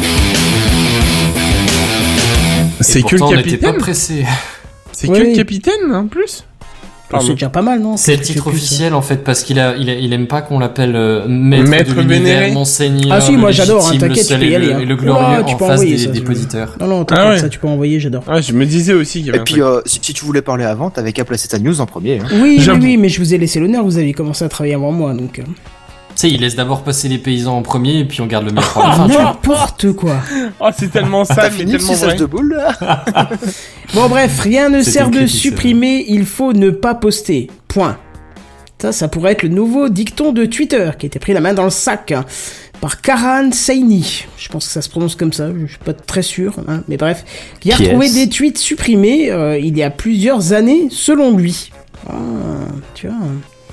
C'est
Et
que le
pourtant, on n'était pas
capitaine
pressé.
C'est
Oui,
que le
oui.
capitaine, en plus Pardon.
C'est déjà pas mal non?
C'est le
Parce que
titre
plus,
officiel en fait parce qu'il a, il, a, il aime pas qu'on l'appelle euh, maître,
Maître
de l'univers,
vénéré.
monseigneur.
Ah si,
le
moi j'adore, hein,
légitime,
t'inquiète,
le
tu
seul
peux y
et le-
aller. hein.
Et le glorieux
Ouah, tu
en
peux
face
envoyer
des,
ça,
des
si tu veux.
auditeurs.
Non non, t'inquiète,
Ah ouais.
ça tu peux envoyer, j'adore.
Ah, je me disais aussi qu'il y avait
Et
un
puis,
truc.
euh, si, si tu voulais parler avant, t'avais qu'à placer ta news en premier. Hein.
Oui, oui,
J'avoue.
oui, mais je vous ai laissé l'honneur, vous avez commencé à travailler avant moi, donc... euh,
Tu sais, il laisse d'abord passer les paysans en premier et puis on garde le meilleur pour la fin. tu vois.
N'importe quoi.
Oh, c'est tellement
T'as
sale, mais
fini le
tellement
suçage
vrai.
de boules là
Bon bref, rien ne
C'était
sert
une
de
critique,
supprimer, il faut ne pas poster. Point. Ça, ça pourrait être le nouveau dicton de Twitter, qui a été pris la main dans le sac, hein, par Karan Saini. Je pense que ça se prononce comme ça, je suis pas très sûr, hein, mais bref. Qui a
Qui
retrouvé
est-ce
des tweets supprimés euh, il y a plusieurs années, selon lui. Ah, tu vois...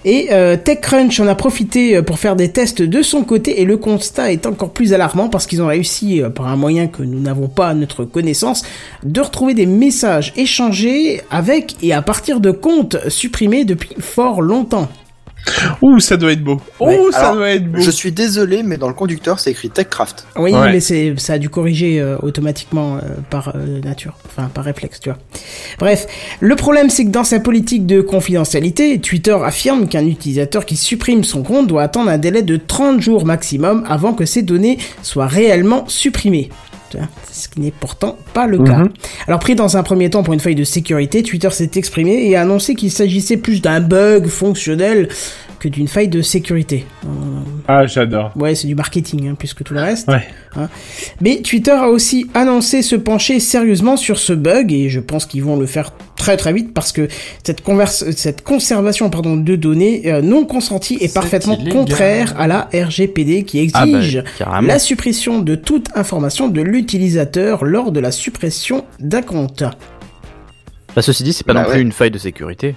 Et euh, TechCrunch en a profité pour faire des tests de son côté et le constat est encore plus alarmant parce qu'ils ont réussi, euh, par un moyen que nous n'avons pas à notre connaissance, de retrouver des messages échangés avec et à partir de comptes supprimés depuis fort longtemps.
Ouh, ça doit être beau. Ouh,
Ouais.
ça
Alors,
doit être beau.
Je suis désolé, mais dans le conducteur, c'est écrit TechCraft.
Oui,
Ouais.
mais c'est, ça a dû corriger euh, automatiquement euh, par euh, nature, enfin par réflexe, tu vois. Bref, le problème c'est que dans sa politique de confidentialité, Twitter affirme qu'un utilisateur qui supprime son compte doit attendre un délai de trente jours maximum avant que ses données soient réellement supprimées. Ce qui n'est pourtant pas le cas.
Mhm.
Alors pris dans un premier temps pour une faille de sécurité, Twitter s'est exprimé et a annoncé qu'il s'agissait plus d'un bug fonctionnel que d'une faille de sécurité. Euh,
Ah, j'adore.
Ouais, c'est du marketing, hein, plus que tout le reste.
Ouais.
Hein. Mais Twitter a aussi annoncé se pencher sérieusement sur ce bug, et je pense qu'ils vont le faire très très vite, parce que cette, converse, cette conservation pardon, de données euh, non consentie est
C'est
parfaitement
illégal.
contraire à la R G P D qui
Ah bah,
exige
carrément.
la suppression de toute information de l'utilisateur lors de la suppression d'un compte.
Bah, ceci dit, c'est pas
Bah
non
ouais.
plus une faille de sécurité.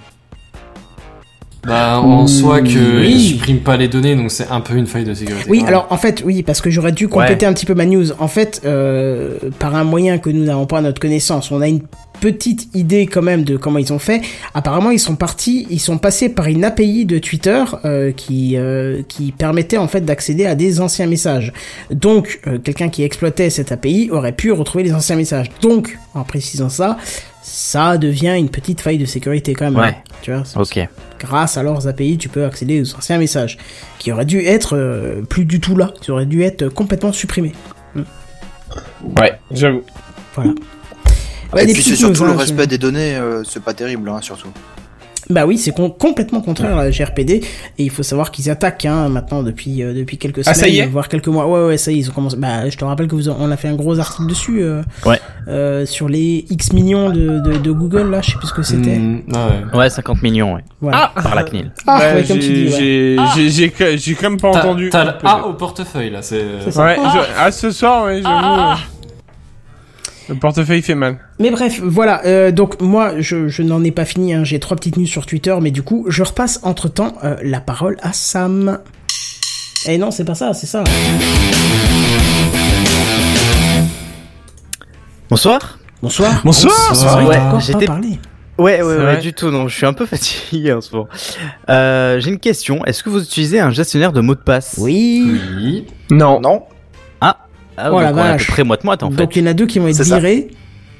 Bah, en soi que
oui.
il supprime pas les données, donc c'est un peu une faille de sécurité.
Oui,
quand même.
alors en fait, oui, parce que j'aurais dû compléter un petit peu ma news. En fait, euh, par un moyen que nous n'avons pas à notre connaissance, on a une petite idée quand même de comment ils ont fait. Apparemment, ils sont partis, ils sont passés par une A P I de Twitter euh, qui euh, qui permettait en fait d'accéder à des anciens messages. Donc, euh, quelqu'un qui exploitait cette A P I aurait pu retrouver les anciens messages. Donc, en précisant ça, ça devient une petite faille de sécurité quand même.
Ouais.
Hein, tu vois. c'est-
Ok.
Grâce à leurs A P I, tu peux accéder aux anciens messages qui auraient dû être euh, plus du tout là, qui auraient dû être complètement supprimés.
Ouais, j'avoue.
Voilà. Ouais,
Et
des
puis c'est
petites
surtout
news,
le
hein,
respect
je-
des données, euh, c'est pas terrible, hein, surtout.
Bah oui, c'est con- complètement contraire à la G R P D, et il faut savoir qu'ils attaquent hein, maintenant depuis euh, depuis quelques
Ah,
semaines,
ça y est
voire quelques mois. Ouais ouais, ça y est, ils ont commencé. Bah je te rappelle que vous en- on a fait un gros article dessus. Euh,
Ouais.
euh, sur les X millions de, de, de Google là, je sais plus ce que c'était.
Mm, ouais.
Ouais, cinquante millions, ouais.
Voilà.
Par la C N I L.
Ah,
Bah,
ouais, comme tu
j'ai-
dis. Ouais.
j'ai- j'ai- j'ai que- j'ai quand même pas
T'as,
entendu.
t'as le
Peut-être.
A au portefeuille là, c'est.
C'est ça.
Ouais, je- ah, ce soir, ouais, j'avoue. euh, Le portefeuille fait mal.
Mais bref, voilà. Euh, donc moi, je, je n'en ai pas fini. Hein, j'ai trois petites news sur Twitter, mais du coup, je repasse entre temps euh, la parole à Sam. Eh non, c'est pas ça, c'est ça.
Bonsoir.
Bonsoir.
Bonsoir.
Bonsoir.
Ouais,
T'as encore pas
j'étais-
parlé.
Ouais, ouais,
C'est
ouais,
vrai.
du tout, non, je suis un peu fatigué en ce moment. Euh, j'ai une question. Est-ce que vous utilisez un gestionnaire de mots de passe?
Oui.
Oui.
Non.
Non.
Ah,
Oh
donc
la
on est à peu
vache.
près moite-moite en fait.
Donc il y en a deux qui vont être
C'est ça.
virés.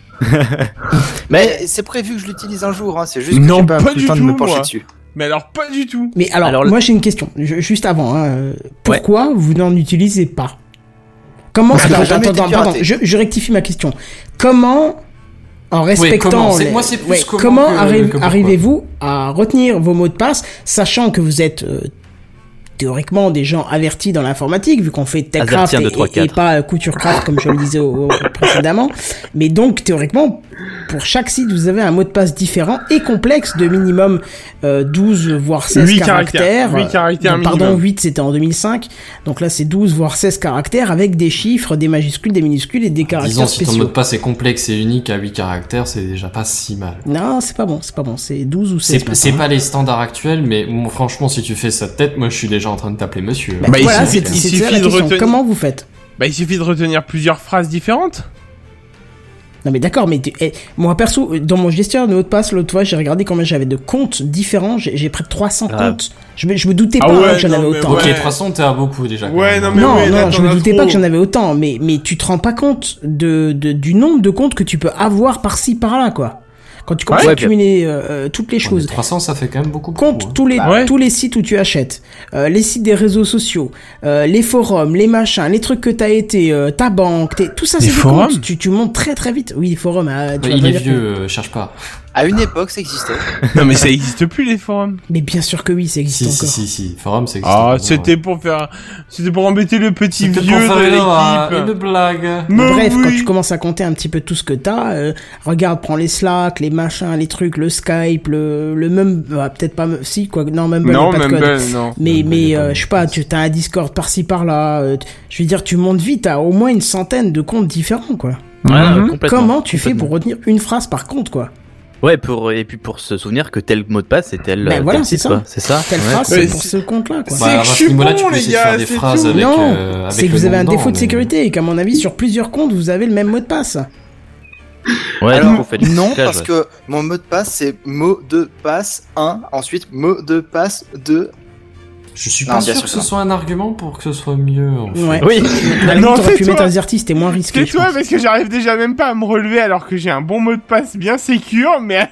Mais c'est prévu que je l'utilise un jour, hein, c'est juste que
Non,
j'ai pas,
pas
pris
du
le temps de
tout,
me pencher
moi.
dessus.
Mais alors, pas du tout.
Mais alors,
Alors,
moi j'ai une question. Je- juste avant, hein, euh, pourquoi vous n'en utilisez pas? Comment
Parce que
attends,
ça a jamais
attends,
été
pardon,
piraté.
je, je rectifie ma question. Comment, en respectant,
comment C'est-
les-
moi, c'est plus
ouais,
comment
comment
que-
arri-
que pourquoi.
arrivez-vous à retenir vos mots de passe, sachant que vous êtes euh, théoriquement des gens avertis dans l'informatique, vu qu'on fait Techcraft
Avertis, un,
et,
deux, trois,
et- et
quatre.
pas Couturecraft comme je le disais au- au- précédemment. Mais donc théoriquement, pour chaque site, vous avez un mot de passe différent et complexe de minimum euh, douze voire seize
Huit
caractères.
caractères. Huit caractères
Donc, pardon,
minimum.
huit c'était en deux mille cinq. Donc là c'est douze voire seize caractères avec des chiffres, des majuscules, des minuscules et des caractères
Disons, si ton mot
spéciaux.
de passe est complexe et unique à huit caractères, c'est déjà pas si mal.
Non, c'est pas bon, c'est pas bon, c'est douze ou seize.
C'est, c'est pas les standards actuels, mais bon, franchement, si tu fais ça de tête, moi je suis déjà en train de t'appeler monsieur.
Bah,
Bah, il
voilà,
suffit-
c'est
il
c'est
suffit
ça la
de
question.
retenir-
Comment vous faites?
Bah, il suffit de retenir plusieurs phrases différentes.
Non mais d'accord, mais tu- eh, moi perso, dans mon gestionnaire de mots de passe, l'autre fois, j'ai regardé combien j'avais de comptes différents, j'ai, j'ai près de trois cents
Ah.
comptes. Je me, je me doutais
Ah
pas
ouais,
hein, que j'en
non,
avais
mais
autant.
Ok,
ouais.
trois cents, t'es à beaucoup déjà. quand
Ouais,
même.
non, mais
Non,
ouais, là,
non, je
t'en
me
as
doutais
trop.
pas que j'en avais autant, mais, mais tu te rends pas compte de, de, du nombre de comptes que tu peux avoir par-ci, par-là, quoi. Quand tu commences
Ouais,
à cumuler euh, euh, toutes les
Ouais, mais
choses.
trois cents, ça fait quand même beaucoup.
Compte
beaucoup, hein.
tous les
Bah ouais.
tous les sites où tu achètes, euh, les sites des réseaux sociaux, euh, les forums, les machins, les trucs que t'as été, euh, ta banque, t'es- tout ça
Les
c'est des
forums
comptes. Tu tu montes très très vite. Oui, les forums. ah, tu
Ouais,
vas
il
pas
est
dire
vieux,
que-
euh, cherche pas.
À une époque, ça existait.
Non, mais ça existe plus, les forums.
Mais bien sûr que oui, ça existe
Si, si,
encore.
si, si. Forum, c'est
Ah, c'était pour faire, c'était pour embêter le petit
C'était
vieux
pour faire
de
une, euh,
l'équipe.
une blague.
Mais
Mais
bref, quand
oui.
tu commences à compter un petit peu tout ce que t'as, euh, regarde, prends les Slack, les machins, les trucs, le Skype, le le même, bah, peut-être pas, si quoi, non Mumble,
Non,
y a pas de
même
code.
belle, non.
Mais,
Mumble,
mais
y a pas
euh,
de
je sais pas,
code.
tu as un Discord par-ci par-là. euh, je veux dire, tu montes vite à au moins une centaine de comptes différents, quoi.
Ouais,
Mhm.
complètement.
Comment tu fais
Complètement.
pour retenir une phrase par compte, quoi?
Ouais, pour et puis pour se souvenir que tel mot de passe c'est tel.
Ben
euh,
voilà,
tel
c'est
site,
ça.
quoi. C'est ça.
Telle
Ouais.
phrase,
Ouais,
c'est pour
c'est-
ce compte-là, quoi.
C'est
Bah,
que
à
je
ce
suis
niveau-là,
bon,
tu peux
les
essayer de
gars,
faire des
c'est
phrases
tout.
avec,
non,
euh, avec
c'est que
le
vous avez
nom
un
dedans,
défaut de
mais-
sécurité et qu'à mon avis, sur plusieurs comptes, vous avez le même mot de passe.
Ouais,
Alors,
du coup, faites du
non,
trucage,
parce
ouais.
que mon mot de passe, c'est mot de passe un, ensuite mot de passe deux.
Je suis
Non,
pas
bien
sûr
sûr
que
que
ce soit un argument pour que ce soit mieux. En fait.
Ouais.
Oui.
À la
Non,
limite, t'aurais pu
tais-toi.
mettre AZERTY, c'était moins risqué. je
Tais-toi,
pense.
parce que j'arrive déjà même pas à me relever alors que j'ai un bon mot de passe bien sécure, mais...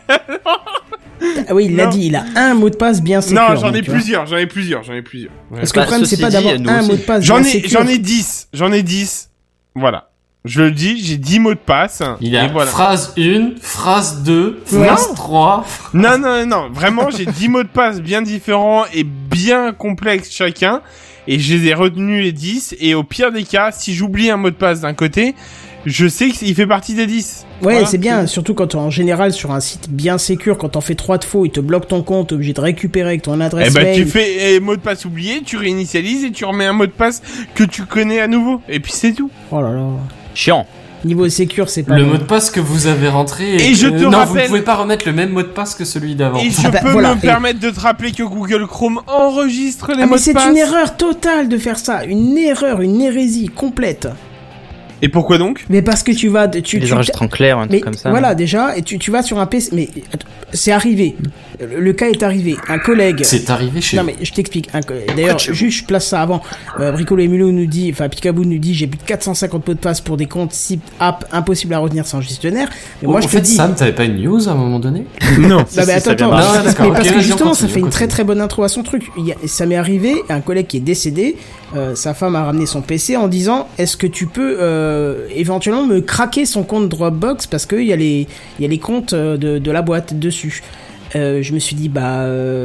Ah oui, il l'a
Non.
dit, il a un mot de passe bien sécure.
non, j'en
donc,
ai
tu vois.
plusieurs, j'en ai plusieurs, j'en ai plusieurs. Ouais.
Parce que le
Bah,
problème, c'est
ceci
pas
dit,
d'avoir
nous
un
aussi.
mot de passe
J'en
bien
ai,
sécure.
j'en ai dix, j'en ai dix. Voilà. Je le dis, j'ai dix mots de passe.
Il y a
et voilà.
phrase un, phrase deux,
Ouais.
phrase trois.
Non, non, non, vraiment, j'ai dix mots de passe bien différents et bien complexes chacun. Et je les ai retenus les dix. Et au pire des cas, si j'oublie un mot de passe d'un côté, je sais qu'il fait partie des dix.
Ouais,
Voilà.
c'est bien, surtout quand en général sur un site bien sécure, quand t'en fais trois de faux, il te bloque ton compte, t'es obligé de récupérer avec ton adresse
Eh ben,
mail.
tu fais eh, mot de passe oublié, tu réinitialises et tu remets un mot de passe que tu connais à nouveau. Et puis c'est tout.
Oh là là.
Chiant.
Niveau sécure, c'est pas
Le
bon.
mot de passe que vous avez rentré.
Et
que-
je te
non,
rappelle-
vous ne pouvez pas remettre le même mot de passe que celui d'avant.
Et je
Ah bah,
peux
voilà,
me
et-
permettre de te rappeler que Google Chrome enregistre les
Ah
mots
mais
de
c'est
passe.
une erreur totale de faire ça, une erreur, une hérésie complète.
Et pourquoi donc?
Mais parce que tu vas, tu,
Les
tu
enregistres en clair, un
mais
truc comme ça.
voilà
non
déjà, et tu, tu vas sur un P C, mais attends, c'est arrivé. Le, le cas est arrivé. Un collègue.
C'est arrivé chez
Non
vous.
mais je t'explique. Un co- D'ailleurs,
chez vous.
juste je place ça avant. Euh, Bricolo et Mulot nous dit, enfin Picaboo nous dit, j'ai plus de quatre cent cinquante mots de passe pour des comptes sites app impossible à retenir sans gestionnaire. Mais moi
en
je te
fait,
dis.
Sam, t'avais pas une news à un moment donné?
Non.
Non, mais
si,
attends,
ça vient
attends,
marcher.
Ah,
mais
d'accord,
parce
ok,
que
vas-y,
justement,
on
ça
continue,
fait
on
une très
continue.
très bonne intro à son truc. Il y a- ça m'est arrivé, un collègue qui est décédé, euh, sa femme a ramené son P C en disant, est-ce que tu peux euh, éventuellement me craquer son compte Dropbox parce qu'il y a les il y a les comptes euh, de, de la boîte dessus. Euh, je me suis dit bah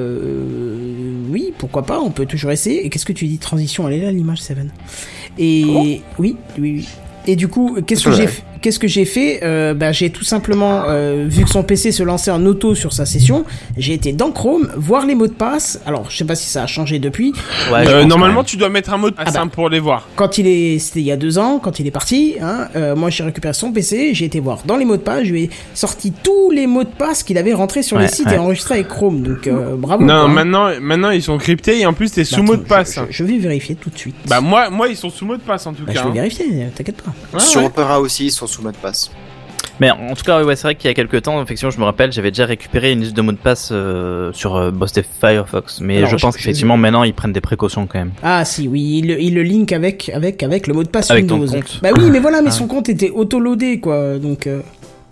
euh, oui, pourquoi pas, on peut toujours essayer. Et qu'est-ce que tu dis, transition, elle est là l'image Seven. Et oui, oui, oui. Et du coup, qu'est-ce que
Ouais.
j'ai fait Qu'est-ce que j'ai fait euh, bah, j'ai tout simplement euh, vu que son P C se lançait en auto sur sa session, j'ai été dans Chrome voir les mots de passe. Alors, je sais pas si ça a changé depuis.
Ouais, je
Euh,
pense
normalement,
quand
tu dois mettre un mot de passe
Ah bah.
simple pour les voir.
Quand il est, c'était il y a deux ans, quand il est parti, hein, euh, moi j'ai récupéré son P C, j'ai été voir dans les mots de passe, je lui ai sorti tous les mots de passe qu'il avait rentrés sur
Ouais,
les sites
ouais.
et enregistrés avec Chrome. Donc euh, bravo.
Non,
quoi, hein.
maintenant, maintenant, ils sont cryptés et en plus, t'es
Bah,
sous mot de
attends,
passe.
Je, je- je vais vérifier tout de suite.
Bah, moi, moi, ils sont sous mot de passe en tout
Bah,
cas.
je vais
hein.
vérifier, t'inquiète pas.
Ouais,
Sur
ouais.
Opera aussi, ils sont sous mot de passe.
Mais en tout cas, ouais, c'est vrai qu'il y a quelques temps, effectivement, je me rappelle, j'avais déjà récupéré une liste de mots de passe euh, sur euh, bah, c'était Firefox. Mais
Alors,
je
je-
pense
je-
qu'effectivement, maintenant, ils prennent des précautions quand même.
Ah si, oui, il, il le link avec avec avec le mot de passe
Avec ton
Windows.
compte.
Bah oui, mais voilà, mais
Ah.
son compte était auto-loadé quoi, donc. Euh...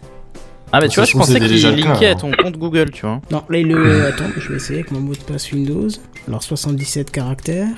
Ah, mais
Ça
tu vois,
se
je
trouve,
pensais
c'était
qu'il
déjà le cas,
linkait à
hein.
ton compte Google, tu vois.
Non, là il le. Attends, je vais essayer avec mon mot de passe Windows. Alors soixante-dix-sept caractères.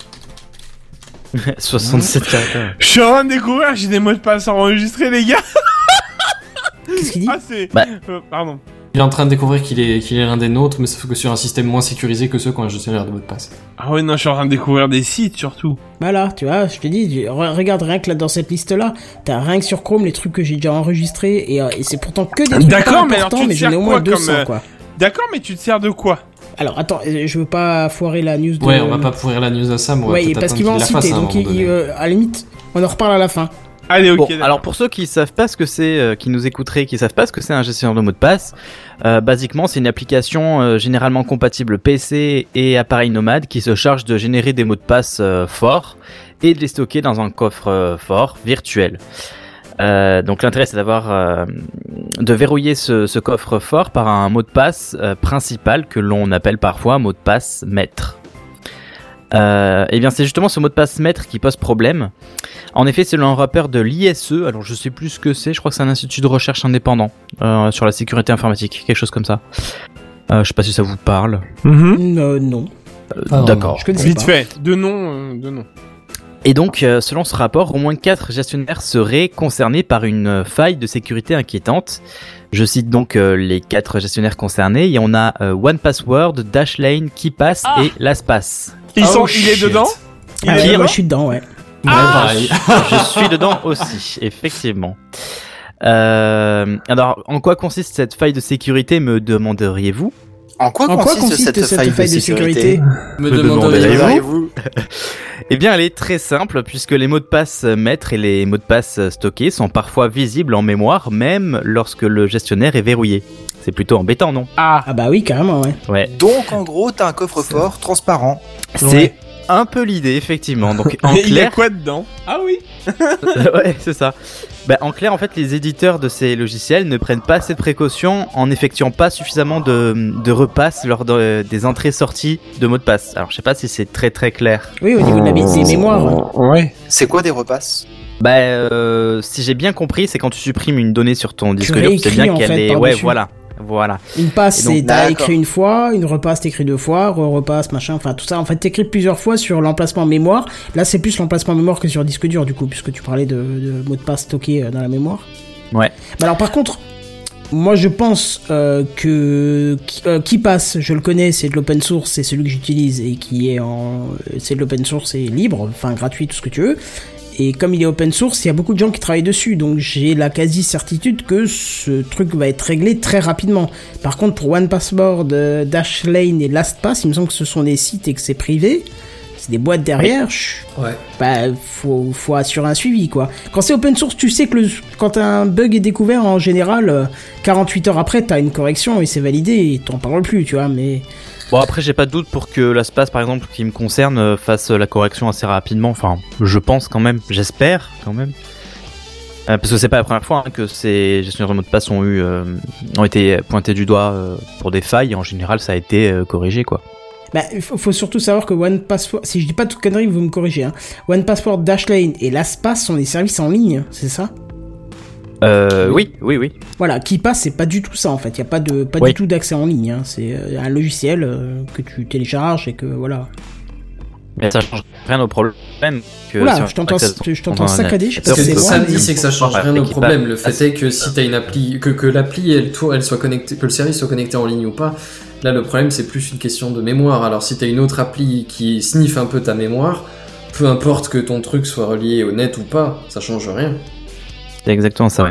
soixante-sept caractères.
Je suis en train de découvrir, j'ai des mots de passe enregistrés, les gars.
Qu'est-ce qu'il dit?
Ah, c'est.
Bah.
Euh, pardon.
Il est en train de découvrir qu'il est, qu'il est l'un des nôtres, mais sauf que sur un système moins sécurisé que ceux qui ont un gestionnaire de mots de passe.
Ah ouais, non, je suis en train de découvrir des sites surtout.
Voilà, tu vois, je te dis, tu- re- regarde rien que là dans cette liste-là, t'as rien que sur Chrome les trucs que j'ai déjà enregistrés et, euh, et c'est pourtant que des trucs
D'accord,
pas
mais alors
importants,
tu te
mais j'en ai
sers
au moins
quoi
deux cents
comme, euh,
quoi.
D'accord, mais tu te sers de quoi?
Alors attends, euh, je veux pas foirer la news de.
Ouais, on va pas pourrir la news à Sam, on va
Ouais,
peut-être
parce
attendre
qu'il va en
qu'il la
citer,
fasse à un
donc
moment
il- il,
donné.
euh, à la limite, on en reparle à la fin.
Allez, ok.
Bon,
d'accord.
alors pour ceux qui savent pas ce que c'est, euh, qui nous écouteraient, qui savent pas ce que c'est un gestionnaire de mots de passe, euh, basiquement c'est une application euh, généralement compatible P C et appareil nomade qui se charge de générer des mots de passe euh, forts et de les stocker dans un coffre euh, fort virtuel. Euh, donc l'intérêt c'est d'avoir euh, de verrouiller ce, ce coffre fort par un mot de passe euh, principal que l'on appelle parfois mot de passe maître. Euh, et bien c'est justement ce mot de passe maître qui pose problème. En effet, selon un rapport de l'I S E, alors je sais plus ce que c'est, je crois que c'est un institut de recherche indépendant euh, sur la sécurité informatique, quelque chose comme ça. Euh, je sais pas si ça vous parle.
Mhm.
Euh, non,
Euh,
Ah,
D'accord.
je connaissais
Vite
pas.
fait. De nom, euh, de nom.
Et donc, euh, selon ce rapport, au moins quatre gestionnaires seraient concernés par une euh, faille de sécurité inquiétante. Je cite donc euh, les quatre gestionnaires concernés. Et on a euh, OnePassword, Dashlane, KeePass et LastPass.
Ils
Oh,
sont, il est
shit.
dedans? Il
Ah
est
ouais,
dedans?
moi je suis dedans, ouais.
Ouais, pareil.
Je suis dedans aussi, effectivement. Euh, alors, en quoi consiste cette faille de sécurité, me demanderiez-vous?
En quoi
En quoi
consiste,
consiste
cette, faille, de sécurité,
Me
Me
demanderiez-vous
demanderiez-vous
Eh bien, elle est très simple puisque les mots de passe maîtres et les mots de passe stockés sont parfois visibles en mémoire, même lorsque le gestionnaire est verrouillé. C'est plutôt embêtant, non ?
Ah. ah bah oui, carrément, ouais.
Ouais.
Donc, en gros, t'as un coffre-fort transparent.
C'est
Ouais.
un peu l'idée, effectivement. Donc, en
Il y a
clair,
quoi dedans ? Ah oui.
ouais, c'est ça. Bah, en clair, en fait, les éditeurs de ces logiciels ne prennent pas assez de précautions en n'effectuant pas suffisamment de, de repasses lors de, des entrées-sorties de mots de passe. Alors, je sais pas si c'est très très clair.
Oui, au niveau de la des mémoires.
Ouais.
C'est quoi des repasses ?
Bah, euh, si j'ai bien compris, c'est quand tu supprimes une donnée sur ton disque dur, c'est
réécris,
bien
en
qu'elle
fait,
est. Ouais,
par-dessus.
voilà. Voilà.
Une passe,
Et donc,
c'est t'as
d'accord.
écrit une fois, une repasse t'écris deux fois, re-repasse, machin, enfin tout ça. En fait, t'écris plusieurs fois sur l'emplacement mémoire. Là, c'est plus l'emplacement mémoire que sur disque dur, du coup, puisque tu parlais de, de mots de passe stockés dans la mémoire.
Ouais.
Bah alors, par contre, moi, je pense euh, que euh, KeePass, je le connais, c'est de l'open source, c'est celui que j'utilise et qui est en, c'est de l'open source et libre, enfin gratuit, tout ce que tu veux. Et comme il est open source, il y a beaucoup de gens qui travaillent dessus, donc j'ai la quasi-certitude que ce truc va être réglé très rapidement. Par contre, pour OnePassword, euh, Dashlane et LastPass, il me semble que ce sont des sites et que c'est privé, c'est des boîtes derrière, chut,
Ouais.
bah faut, faut assurer un suivi, quoi. Quand c'est open source, tu sais que le, quand un bug est découvert, en général, euh, quarante-huit heures après, t'as une correction et c'est validé et t'en parles plus, tu vois, mais...
Bon, après, j'ai pas de doute pour que l'ASPAS, par exemple, qui me concerne, euh, fasse la correction assez rapidement. Enfin, je pense quand même, j'espère quand même. Euh, parce que c'est pas la première fois hein, que ces gestionnaires de mots de passe ont eu, euh, ont été pointés du doigt euh, pour des failles. En général, ça a été euh, corrigé, quoi.
Bah, il faut, faut surtout savoir que OnePassword, si je dis pas toute connerie, vous me corrigez, hein. OnePassword, Dashlane et LastPass sont des services en ligne, c'est ça?
Euh, oui, oui, oui.
Voilà, KeePass, c'est pas du tout ça, en fait. Il y a pas de, pas
Oui.
du tout d'accès en ligne, hein. C'est euh, un logiciel euh, que tu télécharges et que, voilà.
Mais ça change rien au problème. Que
Oula,
si on
je t'entends,
accède
je t'entends
dans un
saccader, je sais pas
Parce que
si c'est
ça
moi,
me
mais-
dit, c'est que ça change
Ouais,
rien au
l'équipage.
problème. Le
Ah,
fait est que si t'as une appli, que, que l'appli, elle, tourne- elle soit connectée, que le service soit connecté en ligne ou pas, là, le problème, c'est plus une question de mémoire. Alors, si t'as une autre appli qui sniffe un peu ta mémoire, peu importe que ton truc soit relié au net ou pas, ça change rien.
C'est exactement ça, ouais.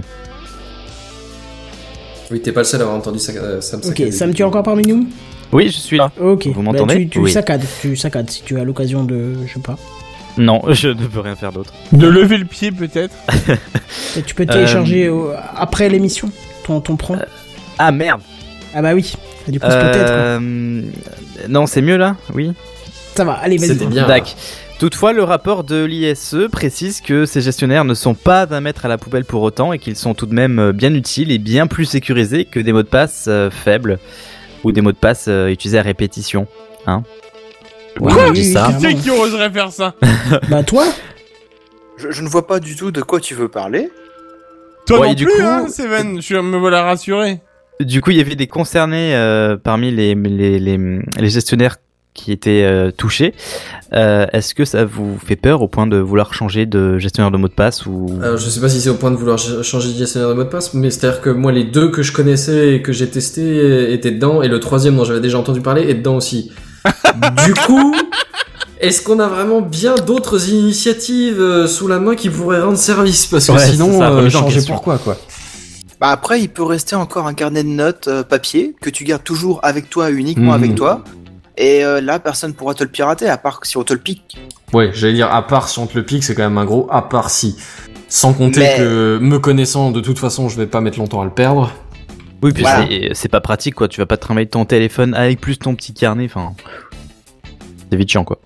Oui, t'es pas le seul à avoir entendu ça, euh, Sam
Ok,
saccader.
Sam, tu es encore parmi nous?
Oui, je suis là.
Ok.
Vous
Bah,
m'entendez
tu, tu
Oui.
saccades, tu saccades si tu as l'occasion de, je sais pas.
Non, je ne peux rien faire d'autre.
De lever le pied peut-être.
Et tu peux télécharger euh, après l'émission ton, ton prompt.
Ah merde.
Ah bah oui. Et du coup, c'est peut-être. quoi.
Euh... Non, c'est mieux là. Oui.
Ça va, allez, vas-y.
C'était bien.
Dac. Toutefois, le rapport de l'I S E précise que ces gestionnaires ne sont pas à mettre à la poubelle pour autant et qu'ils sont tout de même bien utiles et bien plus sécurisés que des mots de passe euh, faibles ou des mots de passe euh, utilisés à répétition. Hein Oui,
Quoi
je dis
Oui,
ça.
oui,
Qui c'est qui oserait faire ça?
Bah toi
Je, je ne vois pas du tout de quoi tu veux parler.
Toi
Ouais,
non
et du
plus,
coup-
hein, Seven. Je me voilà rassuré.
Du coup, il y avait des concernés euh, parmi les, les, les, les gestionnaires qui étaient euh, touchés. Euh, Est-ce que ça vous fait peur au point de vouloir changer de gestionnaire de mot de passe ou...
Alors, je sais pas si c'est au point de vouloir ch- changer de gestionnaire de mot de passe, mais c'est-à-dire que moi, les deux que je connaissais et que j'ai testé étaient dedans, et le troisième dont j'avais déjà entendu parler est dedans aussi. Du coup, est-ce qu'on a vraiment bien d'autres initiatives euh, sous la main qui pourraient rendre service? Parce que
Ouais, c'est
sinon,
ça,
euh,
remise en
changer
question.
pourquoi, quoi.
Bah après, il peut rester encore un carnet de notes euh, papier que tu gardes toujours avec toi, uniquement
Mhm.
avec toi. Et euh, là, personne pourra te le pirater, à part si on te le pique.
Ouais, j'allais dire, à part si on te le pique, c'est quand même un gros à part si. Sans compter
Mais-
que, me connaissant, de toute façon, je vais pas mettre longtemps à le perdre.
Oui, puis
Voilà.
c'est- c'est pas pratique, quoi. Tu vas pas te trimballer ton téléphone avec plus ton petit carnet. Enfin, c'est vite chiant, quoi.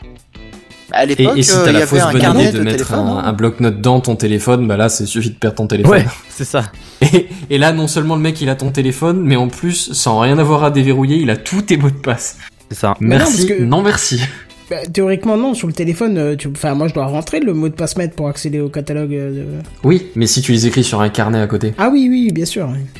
À
Et,
l'époque,
et si
euh,
t'as
il y
la
avait
fausse
un
bonne
carnet
idée
de,
de mettre
téléphone.
un,
hein.
un bloc-notes dans ton téléphone, bah là, c'est suffit de perdre ton téléphone.
Ouais, c'est ça.
Et, et là, non seulement le mec, il a ton téléphone, mais en plus, sans rien avoir à déverrouiller, il a tous tes mots de passe.
C'est ça.
Mais non,
Merci,
parce que-
non merci.
Bah, théoriquement, non. Sur le téléphone, euh, tu... enfin, moi, je dois rentrer le mot de passe maître pour accéder au catalogue. euh, de...
Oui, mais si tu les écris sur un carnet à côté.
Ah oui, oui, bien sûr. oui.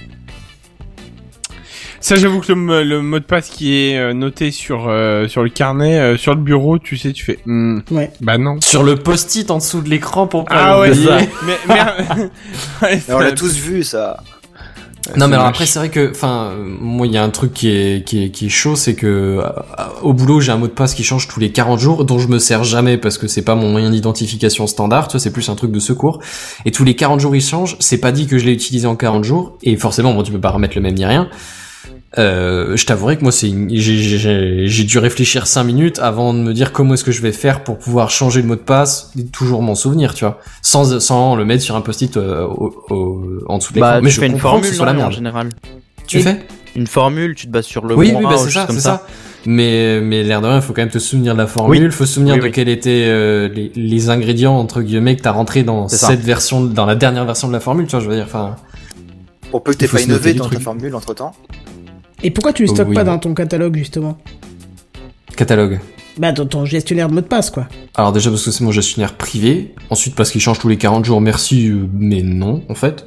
Ça, j'avoue que le, le mot de passe qui est euh, noté sur euh, sur le carnet, euh, sur le bureau, tu sais, tu fais. Hmm,
Ouais.
bah non.
Sur le post-it en dessous de l'écran pour pas
Ah ouais,
l'oublier.
ça. Mais, mais, ouais,
Mais on l'a
ça-
tous vu, ça.
Non mais alors
moche.
après c'est vrai que, enfin, euh, moi il y a un truc qui est qui est qui est chaud, c'est que euh, au boulot j'ai un mot de passe qui change tous les quarante jours, dont je me sers jamais parce que c'est pas mon moyen d'identification standard, tu vois, c'est plus un truc de secours. Et tous les quarante jours il change, c'est pas dit que je l'ai utilisé en quarante jours, et forcément bon tu peux pas remettre le même ni rien. Euh, je t'avouerai que moi, c'est une... j'ai, j'ai, j'ai dû réfléchir cinq minutes avant de me dire comment est-ce que je vais faire pour pouvoir changer le mot de passe et toujours m'en souvenir, tu vois, sans sans le mettre sur un post-it euh, au, au, en dessous de l'écran.
Bah,
mais
tu
je
fais une
comprends
formule
que ce soit la
hein, en
merde.
général.
Tu
Et
fais
une formule, tu te bases sur le
oui,
bon
oui,
A
bah,
ou
c'est
juste
ça,
comme
c'est
ça.
ça. Mais mais l'air de rien, il faut quand même te souvenir de la formule, il
Oui.
faut se souvenir
Oui,
de
oui.
quels étaient euh, les, les ingrédients entre guillemets que t'as rentré dans
C'est ça.
cette version, dans la dernière version de la formule, tu vois, je veux dire, enfin.
Pour peu que t'aies
Il faut
pas
se noter
innové
des
dans ta
trucs.
formule entre temps.
Et pourquoi tu le
Oh,
stockes
oui.
pas dans ton catalogue, justement?
Catalogue.
Bah, dans ton gestionnaire de mot de passe, quoi.
Alors déjà parce que c'est mon gestionnaire privé, ensuite parce qu'il change tous les quarante jours, merci, euh, mais non, en fait.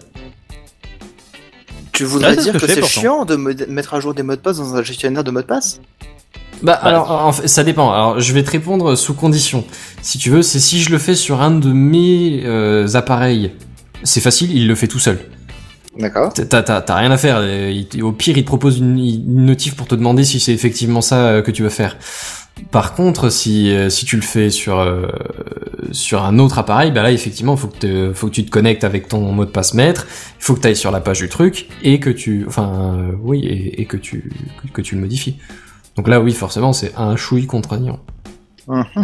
Tu voudrais
Ah, c'est ce
dire
que
que
je fais,
c'est
pourtant.
chiant de me- de mettre à jour des mots de passe dans un gestionnaire de mots de passe?
Bah, alors, en fait, ça dépend. Alors, je vais te répondre sous condition. Si tu veux, c'est si je le fais sur un de mes euh, appareils, c'est facile, il le fait tout seul.
D'accord.
T'as, t'as, t'as rien à faire. Il- au pire, il te propose une, une notif pour te demander si c'est effectivement ça euh, que tu veux faire. Par contre, si euh, si tu le fais sur euh, sur un autre appareil, bah là effectivement, faut que te, faut que tu te connectes avec ton mot de passe maître, il faut que tu ailles sur la page du truc et que tu enfin euh, oui et, et que tu que, que tu le modifies. Donc là oui, forcément, c'est un chouï contraignant.
Mhm.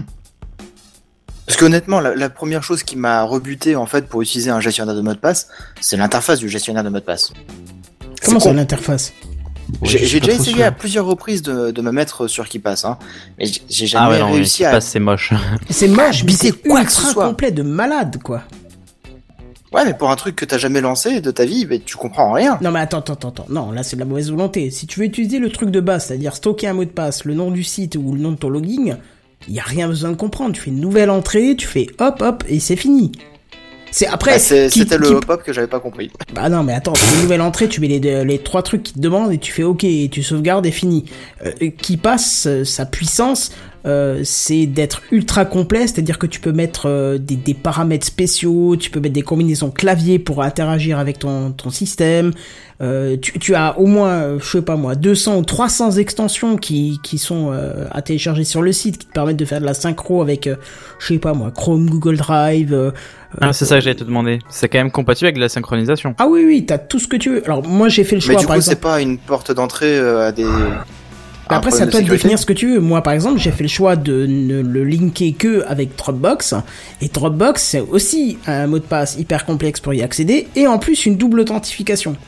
Parce qu'honnêtement, la, la première chose qui m'a rebuté en fait pour utiliser un gestionnaire de mot de passe, c'est l'interface du gestionnaire de mot de passe.
Comment
C'est
ça,
con.
l'interface?
Ouais,
J'ai
je suis
j'ai
pas
déjà
trop
essayé
sûr.
à plusieurs reprises de, de me mettre sur KeePass, hein, mais j- j'ai jamais
Ah ouais, non, mais
réussi
qui
à.
passe, c'est moche.
C'est moche, mais
habiter
c'est
quoi que ce
ultra
soit.
complet de malade, quoi.
Ouais, mais pour un truc que t'as jamais lancé de ta vie, mais tu comprends rien.
Non mais attends, attends, attends, attends. Non, là c'est de la mauvaise volonté. Si tu veux utiliser le truc de base, c'est-à-dire stocker un mot de passe, le nom du site ou le nom de ton login, y a rien besoin de comprendre. Tu fais une nouvelle entrée, tu fais hop hop et c'est fini. C'est après.
Bah, c'est-
qui-
C'était le
qui-
hop-hop que j'avais pas compris.
Bah non mais attends, c'est une nouvelle entrée, tu mets les, les trois trucs qui te demandent et tu fais ok et tu sauvegardes et fini. Euh, qui passe euh, sa puissance, euh, c'est d'être ultra complet, c'est-à-dire que tu peux mettre euh, des, des paramètres spéciaux, tu peux mettre des combinaisons clavier pour interagir avec ton, ton système. Euh, tu, tu as au moins, euh, je sais pas moi, deux cents ou trois cents extensions qui, qui sont euh, à télécharger sur le site, qui te permettent de faire de la synchro avec, euh, je sais pas moi, Chrome, Google Drive. Euh,
Ah, c'est ça que j'allais te demander. C'est quand même compatible avec la synchronisation.
ah oui, oui, t'as tout ce que tu veux. Alors moi j'ai fait le choix
Mais du
par
coup,
exemple.
c'est pas une porte d'entrée euh, à des.
Bah
un
après, c'est
problème
à toi de
sécurité.
définir ce que tu veux. Moi, par exemple, j'ai fait le choix de ne le linker que avec Dropbox. Et Dropbox, c'est aussi un mot de passe hyper complexe pour y accéder. Et en plus, une double authentification.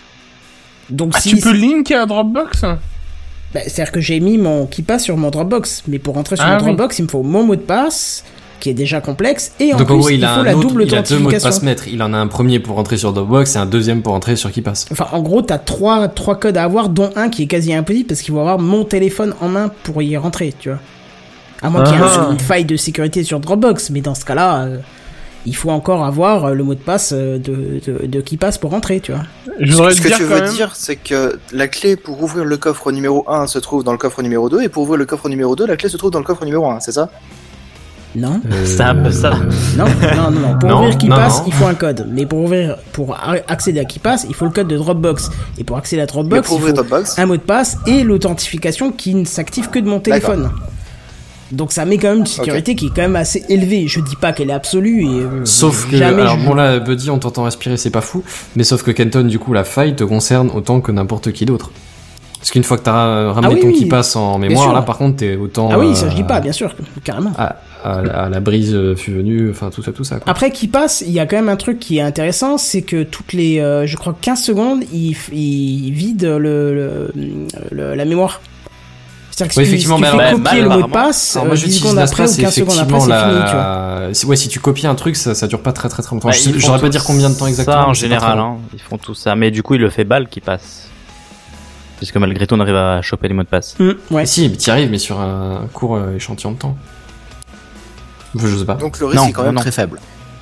Donc,
Ah,
si.
tu peux linker à Dropbox?
Bah, c'est-à-dire que j'ai mis mon KeePass sur mon Dropbox. Mais pour rentrer sur
Ah
mon
oui.
Dropbox, il me faut mon mot de passe, qui est déjà complexe. Et en
Donc
plus,
en gros,
il,
il a
faut
un
la
autre,
double
il a deux mots de
authentification.
passe maître. Il en a un premier pour rentrer sur Dropbox et un deuxième pour rentrer sur KeePass.
Enfin, en gros, t'as trois, trois codes à avoir, dont un qui est quasi impossible parce qu'il faut avoir mon téléphone en main pour y rentrer, tu vois. À moins qu'il y ait
Ah.
une faille de sécurité sur Dropbox, mais dans ce cas-là, euh, il faut encore avoir euh, le mot de passe euh, de, de, de KeePass pour rentrer, tu vois.
Je voudrais
Ce
te
que
dire
tu
quand
veux
même.
dire, c'est que la clé pour ouvrir le coffre numéro un se trouve dans le coffre numéro deux, et pour ouvrir le coffre numéro deux, la clé se trouve dans le coffre numéro un, c'est ça?
Non?
C'est un peu ça.
Non, non, non, non. Pour
Non,
ouvrir KeePass,
non, non.
il faut un code. Mais pour ouvrir, pour a- accéder à KeePass, il faut le code de Dropbox. Et pour accéder à
Mais
Dropbox,
pour
il
ouvrir
faut
Dropbox,
un mot de passe et l'authentification qui ne s'active que de mon téléphone. Donc ça met quand même une sécurité qui est quand même assez élevée. Je dis pas qu'elle est absolue et euh,
Sauf que,
jamais
alors
je-
bon là, Buddy, on t'entend respirer, c'est pas fou, mais sauf que Kenton, du coup, la faille te concerne autant que n'importe qui d'autre. Parce qu'une fois que t'as euh, ramené
Ah oui,
ton
oui,
KeePass en
bien
mémoire,
sûr.
là par contre, t'es autant...
Ah oui, ça je dis
euh,
pas, bien sûr, carrément.
À, à, à la brise euh, fut venue, enfin tout ça, tout ça. Quoi.
Après KeePass, il y a quand même un truc qui est intéressant, c'est que toutes les, euh, je crois, quinze secondes, il, f- il vide le, le, le- la mémoire. C'est-à-dire que
Oui,
si tu-
effectivement,
si tu
mais
fais
alors,
copier
mal,
le mot de
apparemment.
passe,
Alors
euh,
moi
dix
j'utilise
secondes
la
après ou
c'est
quinze secondes après,
effectivement
c'est fini, tu vois.
la... c'est- Ouais, si tu copies un truc, ça, ça dure pas très très très longtemps.
Bah,
Je-
ils font
J'aurais pas
tout
dire combien de temps exactement.
Ça, en
mais c'est pas
général,
très long.
hein, ils font tout ça. Mais du coup, il le fait balle qui passe. Puisque malgré tout, on arrive à choper les mots de passe.
Hum, ouais.
Mais si, mais t'y arrives, mais sur un court euh, échantillon de temps. Enfin, je sais pas.
donc le risque
Non,
est quand même
non.
très faible.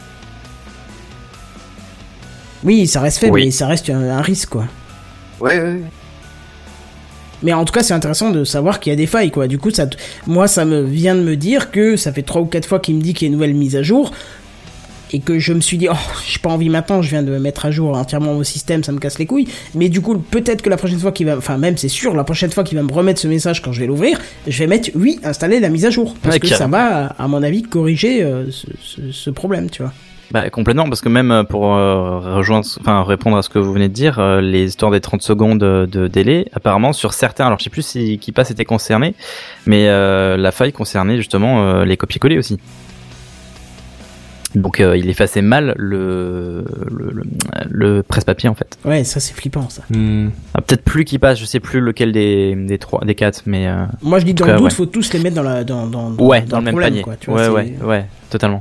Oui, ça reste faible,
Oui.
mais ça reste un, un risque, quoi.
Ouais, ouais, ouais.
Mais en tout cas, c'est intéressant de savoir qu'il y a des failles, quoi. Du coup, ça, t- moi, ça me vient de me dire que ça fait trois ou quatre fois qu'il me dit qu'il y a une nouvelle mise à jour. Et que je me suis dit, oh, j'ai pas envie maintenant, je viens de mettre à jour entièrement mon système, ça me casse les couilles. Mais du coup, peut-être que la prochaine fois qu'il va, enfin, même c'est sûr, la prochaine fois qu'il va me remettre ce message quand je vais l'ouvrir, je vais mettre oui, installer la mise à jour. Parce
Ouais,
que ça
carrément.
va, à mon avis, corriger euh, ce, ce, ce problème, tu vois.
Bah complètement, parce que même pour euh, rejoindre, enfin répondre à ce que vous venez de dire, euh, les histoires des trente secondes de, de délai, apparemment sur certains, alors je sais plus si qui passe était concerné, mais euh, la faille concernait justement euh, les copier-coller aussi. Donc euh, il effaçait mal le le, le, le presse-papier en fait.
Ouais, ça c'est flippant ça.
Hmm.
Ah, peut-être plus qui passe, je sais plus lequel des des trois, des quatre, mais. Euh,
Moi je dis dans
cas,
le doute,
ouais.
faut tous les mettre dans la dans dans
Ouais, dans,
dans
le même
problème,
panier.
quoi, tu vois,
ouais,
c'est-
ouais, ouais, totalement.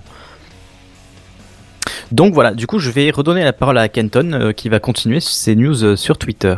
Donc voilà, du coup, je vais redonner la parole à Kenton euh, qui va continuer ses news euh, sur Twitter.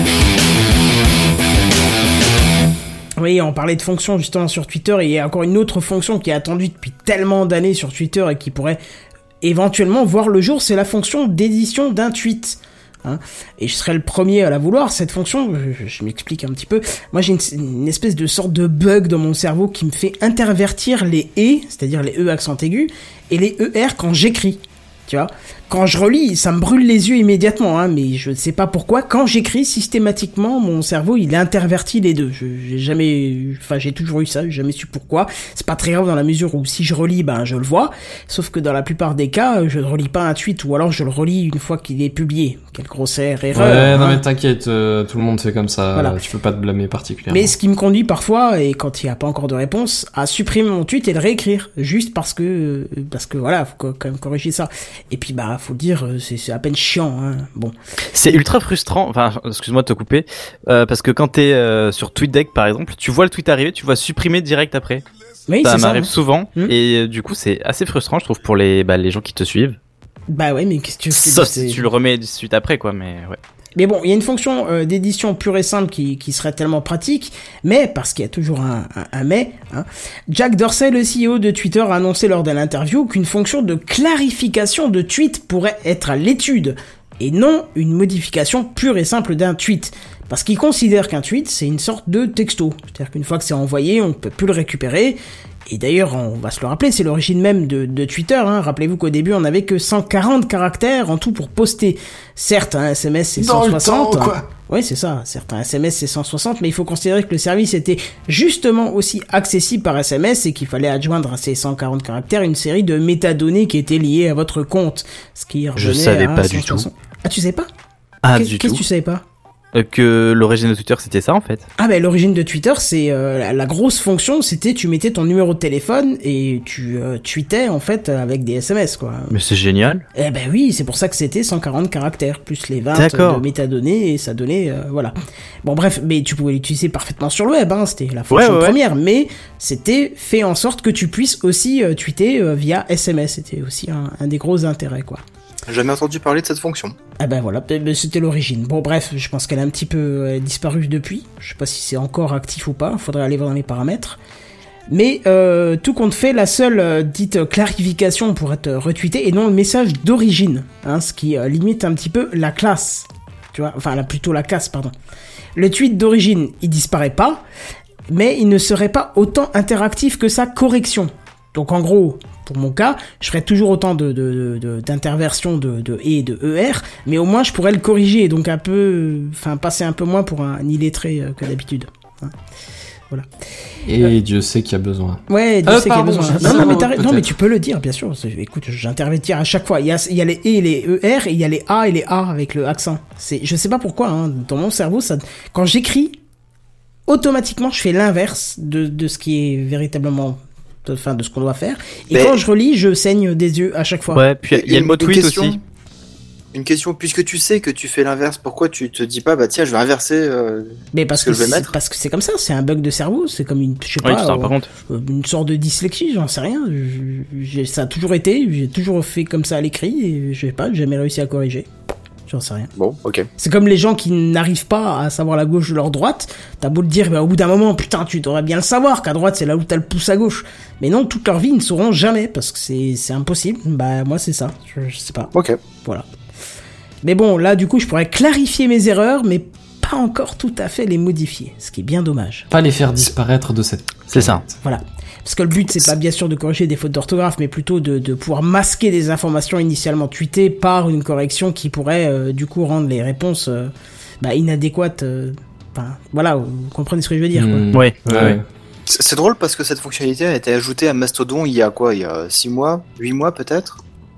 Oui, on parlait de fonctions justement sur Twitter et il y a encore une autre fonction qui est attendue depuis tellement d'années sur Twitter et qui pourrait éventuellement voir le jour, c'est la fonction d'édition d'un tweet. Hein, et je serais le premier à la vouloir, cette fonction, je, je m'explique un petit peu. Moi j'ai une, une espèce de sorte de bug dans mon cerveau qui me fait intervertir les « et », c'est-à-dire les « e » accent aigu, et les « er » quand j'écris. Tu vois, quand je relis, ça me brûle les yeux immédiatement, hein, mais je ne sais pas pourquoi. Quand j'écris, systématiquement, mon cerveau, il intervertit les deux. Je, j'ai jamais, enfin, j'ai toujours eu ça, j'ai jamais su pourquoi. C'est pas très grave dans la mesure où si je relis, ben, je le vois. Sauf que dans la plupart des cas, je ne relis pas un tweet ou alors je le relis une fois qu'il est publié. Quelle grossière erreur.
Ouais, non
hein.
mais t'inquiète, euh, tout le monde fait comme ça.
Voilà.
Tu peux pas te blâmer particulièrement.
Mais ce qui me conduit parfois, et quand il n'y a pas encore de réponse, à supprimer mon tweet et le réécrire. Juste parce que, parce que voilà, faut quand même corriger ça. Et puis, bah, faut le dire, c'est, c'est à peine chiant, hein. Bon.
C'est ultra frustrant, enfin, excuse-moi de te couper, euh, parce que quand t'es euh, sur TweetDeck par exemple, tu vois le tweet arriver, tu vois supprimer direct après.
Oui,
ça
c'est
m'arrive
ça,
souvent,
Mmh.
et euh, du coup, c'est assez frustrant, je trouve, pour les, bah, les gens qui te suivent.
Bah ouais, mais qu'est-ce que tu veux, c'est-
Sauf
c'est-
si tu le remets de suite après, quoi, mais ouais.
Mais bon, il y a une fonction euh, d'édition pure et simple qui, qui serait tellement pratique, mais, parce qu'il y a toujours un, un, un mais, hein, Jack Dorsey, le C E O de Twitter, a annoncé lors de l'interview qu'une fonction de clarification de tweet pourrait être à l'étude, et non une modification pure et simple d'un tweet. Parce qu'il considère qu'un tweet, c'est une sorte de texto. C'est-à-dire qu'une fois que c'est envoyé, on ne peut plus le récupérer. Et d'ailleurs, on va se le rappeler, c'est l'origine même de, de Twitter. Hein. Rappelez-vous qu'au début, on n'avait que cent quarante caractères en tout pour poster. Certes, un S M S, c'est
Dans
cent
le
soixante.
temps,
hein.
quoi.
Oui, c'est ça. Certes, un S M S, c'est cent soixante, mais il faut considérer que le service était justement aussi accessible par S M S et qu'il fallait adjoindre à ces cent quarante caractères une série de métadonnées qui étaient liées à votre compte. Ce qui revenait
Je savais
à
pas du
cent soixante.
tout.
Ah, tu sais pas?
Ah,
Qu'est-ce
du
qu'est-ce
tout.
que tu savais pas?
Euh, que l'origine de Twitter, c'était ça, en fait.
Ah ben l'origine de Twitter, c'est euh, la, la grosse fonction, c'était tu mettais ton numéro de téléphone et tu euh, tweetais en fait avec des S M S quoi.
Mais c'est génial.
Eh ben oui, c'est pour ça que c'était cent quarante caractères plus les vingt
D'accord.
de métadonnées et ça donnait euh, voilà. Bon bref, mais tu pouvais l'utiliser parfaitement sur le web, hein, c'était la fonction
Ouais, ouais, ouais.
première, mais c'était fait en sorte que tu puisses aussi euh, tweeter euh, via S M S, c'était aussi un, un des gros intérêts quoi.
Jamais entendu parler de cette fonction.
Ah ben voilà, ben c'était l'origine. Bon bref, je pense qu'elle a un petit peu euh, disparu depuis. Je sais pas si c'est encore actif ou pas, faudrait aller voir dans les paramètres. Mais euh, tout compte fait, la seule euh, dite clarification pour être retweetée et non le message d'origine, hein, ce qui euh, limite un petit peu la classe. Tu vois, enfin là, plutôt la casse, pardon. Le tweet d'origine, il disparaît pas, mais il ne serait pas autant interactif que sa correction. Donc en gros, pour mon cas, je ferais toujours autant de, de, de, d'interversions de, de et et de er, mais au moins je pourrais le corriger, donc un peu, enfin passer un peu moins pour un illettré euh, que d'habitude. Hein. Voilà.
Et
Euh,
Dieu sait qu'il y a besoin.
Ouais, Dieu
Euh,
sait qu'il y a
pardon,
besoin.
je-
Non, non, mais, t'as-
peut-être.
non, mais tu peux le dire, bien sûr. C'est- Écoute, j'intervertis à chaque fois. Il y a, il y a les et et les er, et il y a les a et les a avec le accent. C'est, je sais pas pourquoi, hein, dans mon cerveau, ça, quand j'écris, automatiquement, je fais l'inverse de, de ce qui est véritablement, enfin, de ce qu'on doit faire. Et
Mais-
quand je relis, je saigne des yeux à chaque fois.
Ouais, puis il y a
Une-
le mot
une
tweet
question-
aussi.
Une question, puisque tu sais que tu fais l'inverse, pourquoi tu te dis pas, bah tiens, je vais inverser euh,
Mais parce
ce que
que,
je vais
c'est-
mettre
parce que c'est comme ça, c'est un bug de cerveau, c'est comme une, je sais
Oui,
pas,
tu t'en rends pas
euh,
compte.
euh, une sorte de dyslexie, j'en sais rien. Je- j'ai- ça a toujours été, j'ai toujours fait comme ça à l'écrit et je sais pas, j'ai jamais réussi à corriger. J'en sais rien.
Bon, ok.
C'est comme les gens qui n'arrivent pas à savoir la gauche de leur droite. T'as beau le dire, bah, au bout d'un moment, putain, tu devrais bien le savoir qu'à droite c'est là où t'as le pouce à gauche. Mais non, toute leur vie ils ne sauront jamais parce que c'est c'est impossible. Bah moi c'est ça, je, je sais pas.
Ok.
Voilà. Mais bon, là du coup je pourrais clarifier mes erreurs, mais pas encore tout à fait les modifier, ce qui est bien dommage.
Pas les faire disparaître de cette.
C'est ça.
Voilà. Parce que le but, c'est pas bien sûr de corriger des fautes d'orthographe, mais plutôt de, de pouvoir masquer des informations initialement tweetées par une correction qui pourrait, euh, du coup, rendre les réponses euh, bah, inadéquates. euh, Enfin, voilà, vous comprenez ce que je veux dire, quoi.
Hmm.
Ouais, ouais,
Ouais.
ouais.
C'est c'est drôle parce que cette fonctionnalité a été ajoutée à Mastodon il y a quoi? Il y a six mois? huit mois peut-être?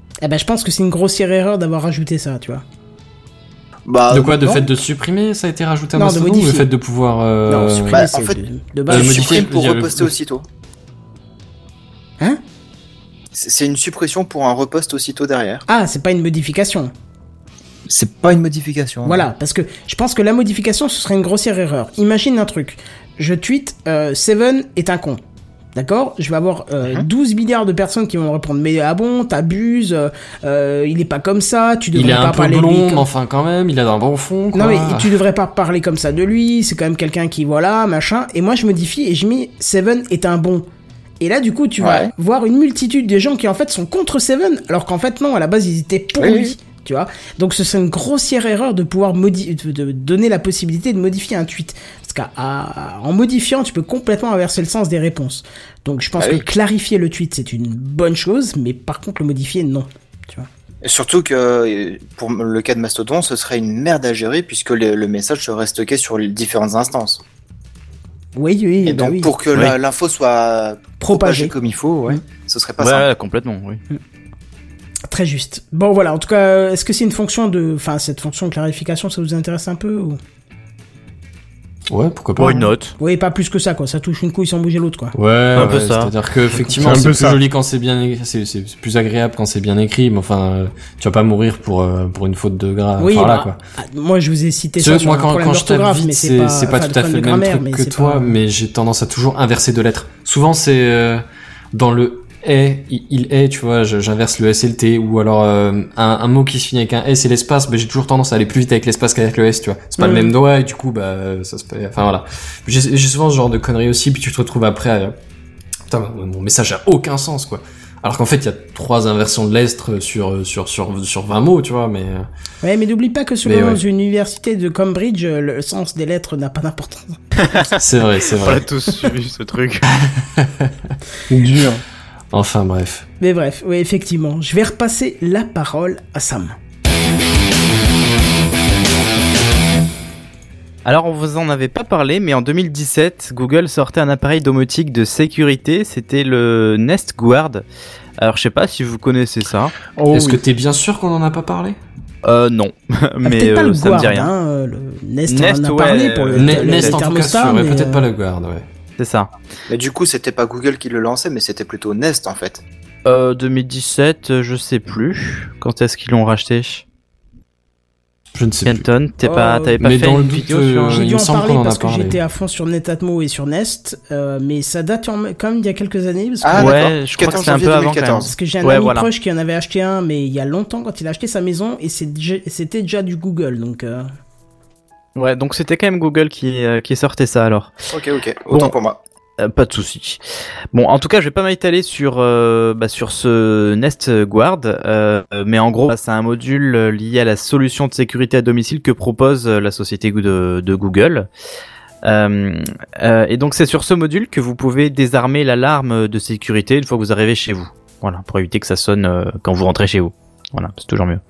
Eh ben, je pense que c'est une grossière erreur d'avoir rajouté ça, tu vois.
Bah,
de quoi, de
non.
fait de supprimer, ça a été rajouté à
Non, de
Mastodon, ou
modifier.
le fait de pouvoir. Euh...
Non, supprimer,
Bah,
c'est
en fait,
de, de
Tu
base.
Euh, modifier,
supprimes pour
dire-
reposter aussitôt.
Hein?
C'est c'est une suppression pour un repost aussitôt derrière.
Ah, c'est pas une modification.
C'est pas une modification.
Voilà, parce que je pense que la modification, ce serait une grossière erreur. Imagine un truc. Je tweet euh, Seven est un con. D'accord? Je vais avoir euh,
Mhm.
douze milliards de personnes qui vont me répondre mais ah bon, t'abuses, euh, il est pas comme ça, tu devrais
Il est
pas
un peu
parler de lui
blond,
comme-
mais enfin quand même, il a un bon fond. Quoi.
Non mais tu devrais pas parler comme ça de lui, c'est quand même quelqu'un qui voilà, machin. Et moi je modifie et je mets Seven est un bon. Et là du coup tu vas
Ouais.
voir une multitude de gens qui en fait sont contre Seven, alors qu'en fait non, à la base ils étaient pour
Oui,
lui.
oui.
Tu vois. Donc ce serait une grossière erreur de pouvoir modi- de, de donner la possibilité de modifier un tweet. Parce qu'en modifiant, tu peux complètement inverser le sens des réponses. Donc je pense
Ah
que
oui.
clarifier le tweet c'est une bonne chose, mais par contre le modifier non. Tu vois.
Et surtout que euh, pour le cas de Mastodon, ce serait une merde à gérer puisque le, le message serait stocké sur les différentes instances.
Oui, oui,
Et
bah
donc
oui.
pour que
Oui.
la- l'info soit
Propagé.
propagée comme il faut, ouais, ce serait pas
Ouais,
simple.
ouais, complètement, oui.
Très juste. Bon voilà, en tout cas, est-ce que c'est une fonction de... Enfin, cette fonction de clarification, ça vous intéresse un peu ou...
Ouais, pourquoi pas.
Pour une note.
Oui, pas plus que ça, quoi. Ça touche une couille sans bouger l'autre, quoi.
Ouais,
Un peu
ouais,
ça.
C'est-à-dire que effectivement,
C'est un
c'est
peu
plus
ça.
joli quand c'est bien, écrit, c'est, c'est plus agréable quand c'est bien écrit. Mais enfin, euh, tu vas pas mourir pour euh, pour une faute de gras.
Oui,
enfin, voilà,
bah,
quoi.
ah, moi je vous ai cité
Tu
ça
vois,
sur
moi,
un
quand,
problème
quand je tape
d'orthographe,
vite,
mais
c'est,
pas,
c'est pas
enfin,
tout
de
à fait
problème
le
de
même
grammaire,
truc
mais
que
c'est
toi,
pas-
mais j'ai tendance à toujours inverser deux lettres. Souvent, c'est euh, dans le est, il, il est, tu vois, je- j'inverse le S et le T, ou alors euh, un, un mot qui se finit avec un S et l'espace, bah, j'ai toujours tendance à aller plus vite avec l'espace qu'avec le S, tu vois. C'est pas
Mhm.
le même doigt, et du coup, bah, ça se fait, enfin voilà. J'ai, j'ai souvent ce genre de conneries aussi, puis tu te retrouves après, à, putain, mon mon message a aucun sens, quoi. Alors qu'en fait, il y a trois inversions de lettres sur, sur, sur, sur vingt mots, tu vois, mais... euh,
Ouais, mais n'oublie pas que selon
Mais ouais.
une université de Cambridge, euh, le sens des lettres n'a pas d'importance.
C'est vrai, c'est
On
vrai.
a tous suivi ce truc.
Dur.
Enfin, bref.
Mais bref, oui, effectivement. Je vais repasser la parole à Sam.
Alors, on vous en avait pas parlé, mais en deux mille dix-sept, Google sortait un appareil domotique de sécurité. C'était le Nest Guard. Alors, je sais pas si vous connaissez ça.
Oh,
Est-ce
oui.
que t'es bien sûr qu'on en a pas parlé?
Euh, non.
Ah,
mais
peut-être pas
euh,
le
ça me
Guard,
dit rien.
hein, euh, le Nest, on
Nest,
en a
ouais,
parlé pour le,
euh,
Ne-
le-
Nest
le
en tout cas
thermostat,
sûr, ouais,
mais,
peut-être
euh,
pas le Guard, ouais.
C'est ça.
Mais du coup, c'était pas Google qui le lançait, mais c'était plutôt Nest en fait.
Euh, deux mille dix-sept, euh, je sais plus. Quand est-ce qu'ils l'ont racheté?
Je ne sais plus.
Kenton, t'es pas,
Oh,
t'avais pas
mais
fait
dans le
une
doute,
vidéo
euh,
sur...
J'ai
il
dû
me
en
semble
parler
qu'on en a
parce que
parlé.
j'étais à fond sur Netatmo et sur Nest, euh, mais ça date en- quand même d'il y a quelques années. Parce que,
Ah,
Ouais,
d'accord.
je crois que
quatorze
c'est un
janvier
peu avant,
deux mille quatorze.
parce que j'ai un
Ouais,
ami
voilà.
proche qui en avait acheté un, mais il y a longtemps quand il a acheté sa maison, et c'est déjà- c'était déjà du Google, donc... euh,
Ouais, donc c'était quand même Google qui, euh, qui sortait ça alors.
Ok, ok, autant
Bon.
pour moi.
Euh, pas de souci. Bon, en tout cas, je vais pas m'étaler sur euh, bah, sur ce Nest Guard, euh, mais en gros, bah, c'est un module euh, lié à la solution de sécurité à domicile que propose euh, la société de, de Google. Euh, euh, et donc, c'est sur ce module que vous pouvez désarmer l'alarme de sécurité une fois que vous arrivez chez vous. Voilà, pour éviter que ça sonne euh, quand vous rentrez chez vous. Voilà, c'est toujours mieux.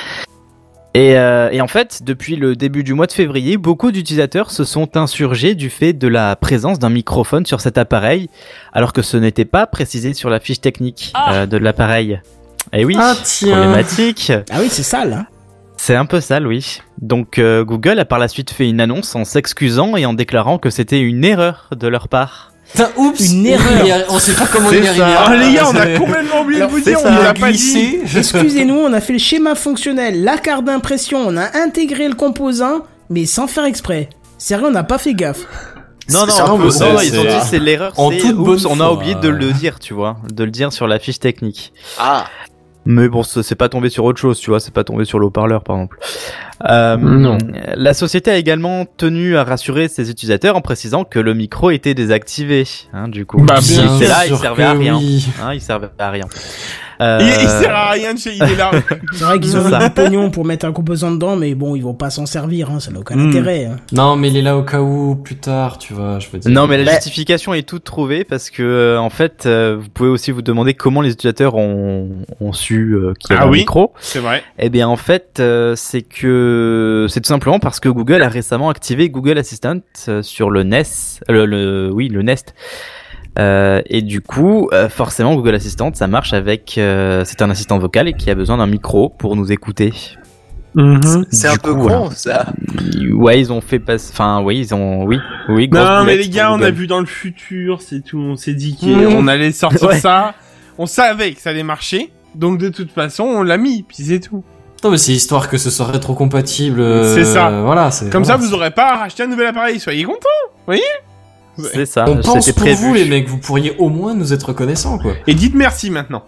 Et, euh, et en fait, depuis le début du mois de février, beaucoup d'utilisateurs se sont insurgés du fait de la présence d'un microphone sur cet appareil, alors que ce n'était pas précisé sur la fiche technique euh, de l'appareil. Et oui,
Ah, tiens.
problématique.
Ah oui, c'est sale, hein.
C'est un peu sale, oui. Donc euh, Google a par la suite fait une annonce en s'excusant et en déclarant que c'était une erreur de leur part.
Putain, oups!
Une erreur.
Il y a- On sait pas comment
C'est
il y arrive.
ça.
Ah les gars, on a
C'est-
complètement oublié de
Alors,
vous
c'est
dire,
ça,
on vous
on
l'a
a
pas dit.
Excusez-nous, on a fait le schéma fonctionnel, la carte d'impression, on a intégré le composant, mais sans faire exprès. Sérieux, on n'a pas fait gaffe.
Non, non,
C'est un
non,
peu
non,
ça,
non, ils
c'est-
ont dit c'est l'erreur,
en
c'est
toute
oups,
bonne
on a
foi.
oublié de le dire, tu vois, de le dire sur la fiche technique.
Ah,
Mais bon, c'est c'est pas tombé sur autre chose, tu vois, c'est pas tombé sur l'haut-parleur, par exemple. Euh,
Non.
La société a également tenu à rassurer ses utilisateurs en précisant que le micro était désactivé, hein, du coup.
Bah,
il
bien
était là, il
sûr
servait à
que
rien.
oui.
Hein, il servait à rien. Euh,
Il, il sert à rien de chez, il est là.
C'est vrai qu'ils ont
C'est
mis
ça.
du pognon pour mettre un composant dedans, mais bon, ils vont pas s'en servir, hein, ça n'a aucun
Hmm.
intérêt. hein.
Non, mais il est là au cas où, plus tard, tu vois, je veux dire.
Non, mais la
Bah-
justification est toute trouvée parce que, euh, en fait, euh, vous pouvez aussi vous demander comment les utilisateurs ont, ont su euh, qu'il y avait
Ah
un
oui.
micro.
C'est vrai.
Eh bien, en fait, euh, c'est que c'est tout simplement parce que Google a récemment activé Google Assistant euh, sur le Nest, euh, le, oui, le Nest. Euh, et du coup, euh, forcément, Google Assistant, ça marche avec. Euh, c'est un assistant vocal et qui a besoin d'un micro pour nous écouter.
Mm-hmm. C'est
Du
un peu
coup,
con,
voilà.
ça.
Ouais, ils ont fait passer. Enfin, oui, ils ont. Oui, oui. grosse
Non, mais
boulette
les gars,
pour
on a
Google.
vu dans le futur, c'est tout. On s'est dit
Mmh.
qu'on allait sortir
Ouais.
ça. On savait que ça allait marcher. Donc, de toute façon, on l'a mis. Puis c'est tout.
Non, mais c'est histoire que ce soit rétrocompatible. euh,
C'est ça.
Voilà, c'est.
Comme
voilà,
ça, vous aurez pas à racheter un nouvel appareil. Soyez contents. Vous voyez?
C'est ça.
On pense
C'était
pour
prévu.
vous, les mecs. Vous pourriez au moins nous être reconnaissants, quoi.
Et dites merci maintenant.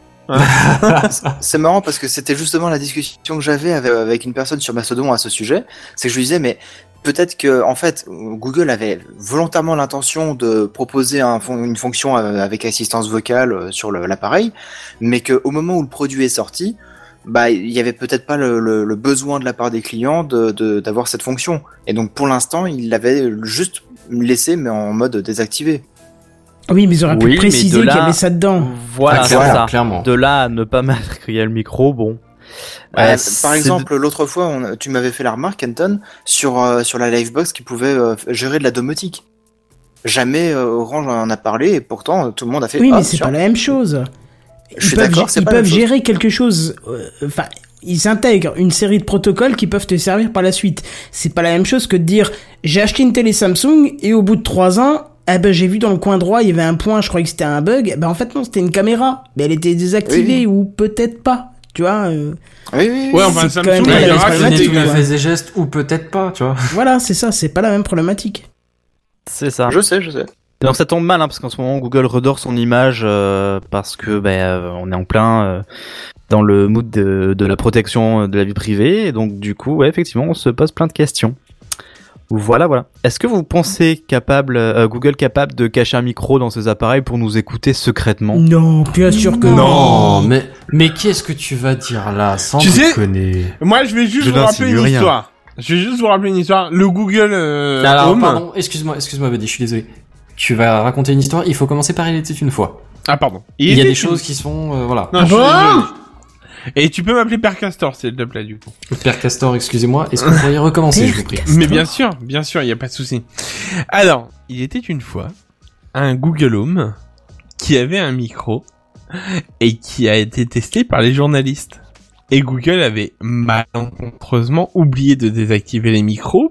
C'est marrant parce que c'était justement la discussion que j'avais avec, avec une personne sur Mastodon à ce sujet. C'est que je lui disais, mais peut-être que, en fait, Google avait volontairement l'intention de proposer un, fon- une fonction euh, avec assistance vocale euh, sur le- l'appareil, mais qu'au moment où le produit est sorti, bah, il y avait peut-être pas le, le- le besoin de la part des clients de, de- d'avoir cette fonction. Et donc, pour l'instant, il l'avait juste laissé, mais en mode désactivé.
Oui, mais ils auraient
Oui,
pu
mais
préciser
de là-
qu'il y avait ça dedans.
Voilà,
Ah,
c'est
clairement,
ça.
clairement.
De là à ne pas mettre qu'il y a le micro, bon.
Ouais,
Euh,
par
c'est-
exemple, l'autre fois, on, tu m'avais fait la remarque, Anton, sur, euh, sur la Livebox qui pouvait euh, gérer de la domotique. Jamais euh, Orange en a parlé et pourtant euh, tout le monde a fait.
Oui,
ah,
mais c'est
tiens.
pas la même chose.
Je suis
Ils peuvent,
d'accord, c'est
ils
pas la
peuvent
même chose.
gérer quelque chose. euh, Enfin, ils intègrent une série de protocoles qui peuvent te servir par la suite. C'est pas la même chose que de dire j'ai acheté une télé Samsung et au bout de trois ans, eh ben j'ai vu dans le coin droit il y avait un point, je croyais que c'était un bug. Ben en fait non, c'était une caméra, mais elle était désactivée
Oui.
ou peut-être pas. Tu vois. euh,
Oui, oui,
Ouais,
oui.
enfin,
c'est quand
Samsung,
même
il
pas
y
la
aura
même
que
problématique,
des-
Tous les
quoi.
faits et gestes, ou peut-être pas, tu vois.
Voilà, c'est ça, c'est pas la même problématique.
C'est ça.
Je sais, je sais.
Donc ça tombe mal, hein, parce qu'en ce moment Google redore son image euh, parce que ben euh, on est en plein euh, dans le mood de, de la protection de la vie privée, et donc du coup, ouais, effectivement, on se pose plein de questions. Voilà, voilà. Est-ce que vous pensez capable, euh, Google capable de cacher un micro dans ses appareils pour nous écouter secrètement?
Non, bien sûr que
Non, mais, mais qu'est-ce que tu vas dire là, sans
Tu sais-
déconner?
Moi, je vais juste
Je
vous rappeler
n'insinue
une
rien.
histoire. Je vais juste vous rappeler une histoire. Le Google euh,
Alors,
Home.
pardon, excuse-moi, excuse-moi, Buddy, je suis désolé. Tu vas raconter une histoire, il faut commencer par Il était une fois.
Ah, pardon.
Il y a
était
des
une-
choses qui sont, euh, voilà.
Non, je suis
bon
désolé. Et tu peux m'appeler Père Castor, s'il te plaît, du coup.
Père Castor, excusez-moi, est-ce que vous pourriez recommencer, je vous prie?
Mais bien sûr, bien sûr, il y a pas de souci. Alors, il était une fois un Google Home qui avait un micro et qui a été testé par les journalistes. Et Google avait malencontreusement oublié de désactiver les micros.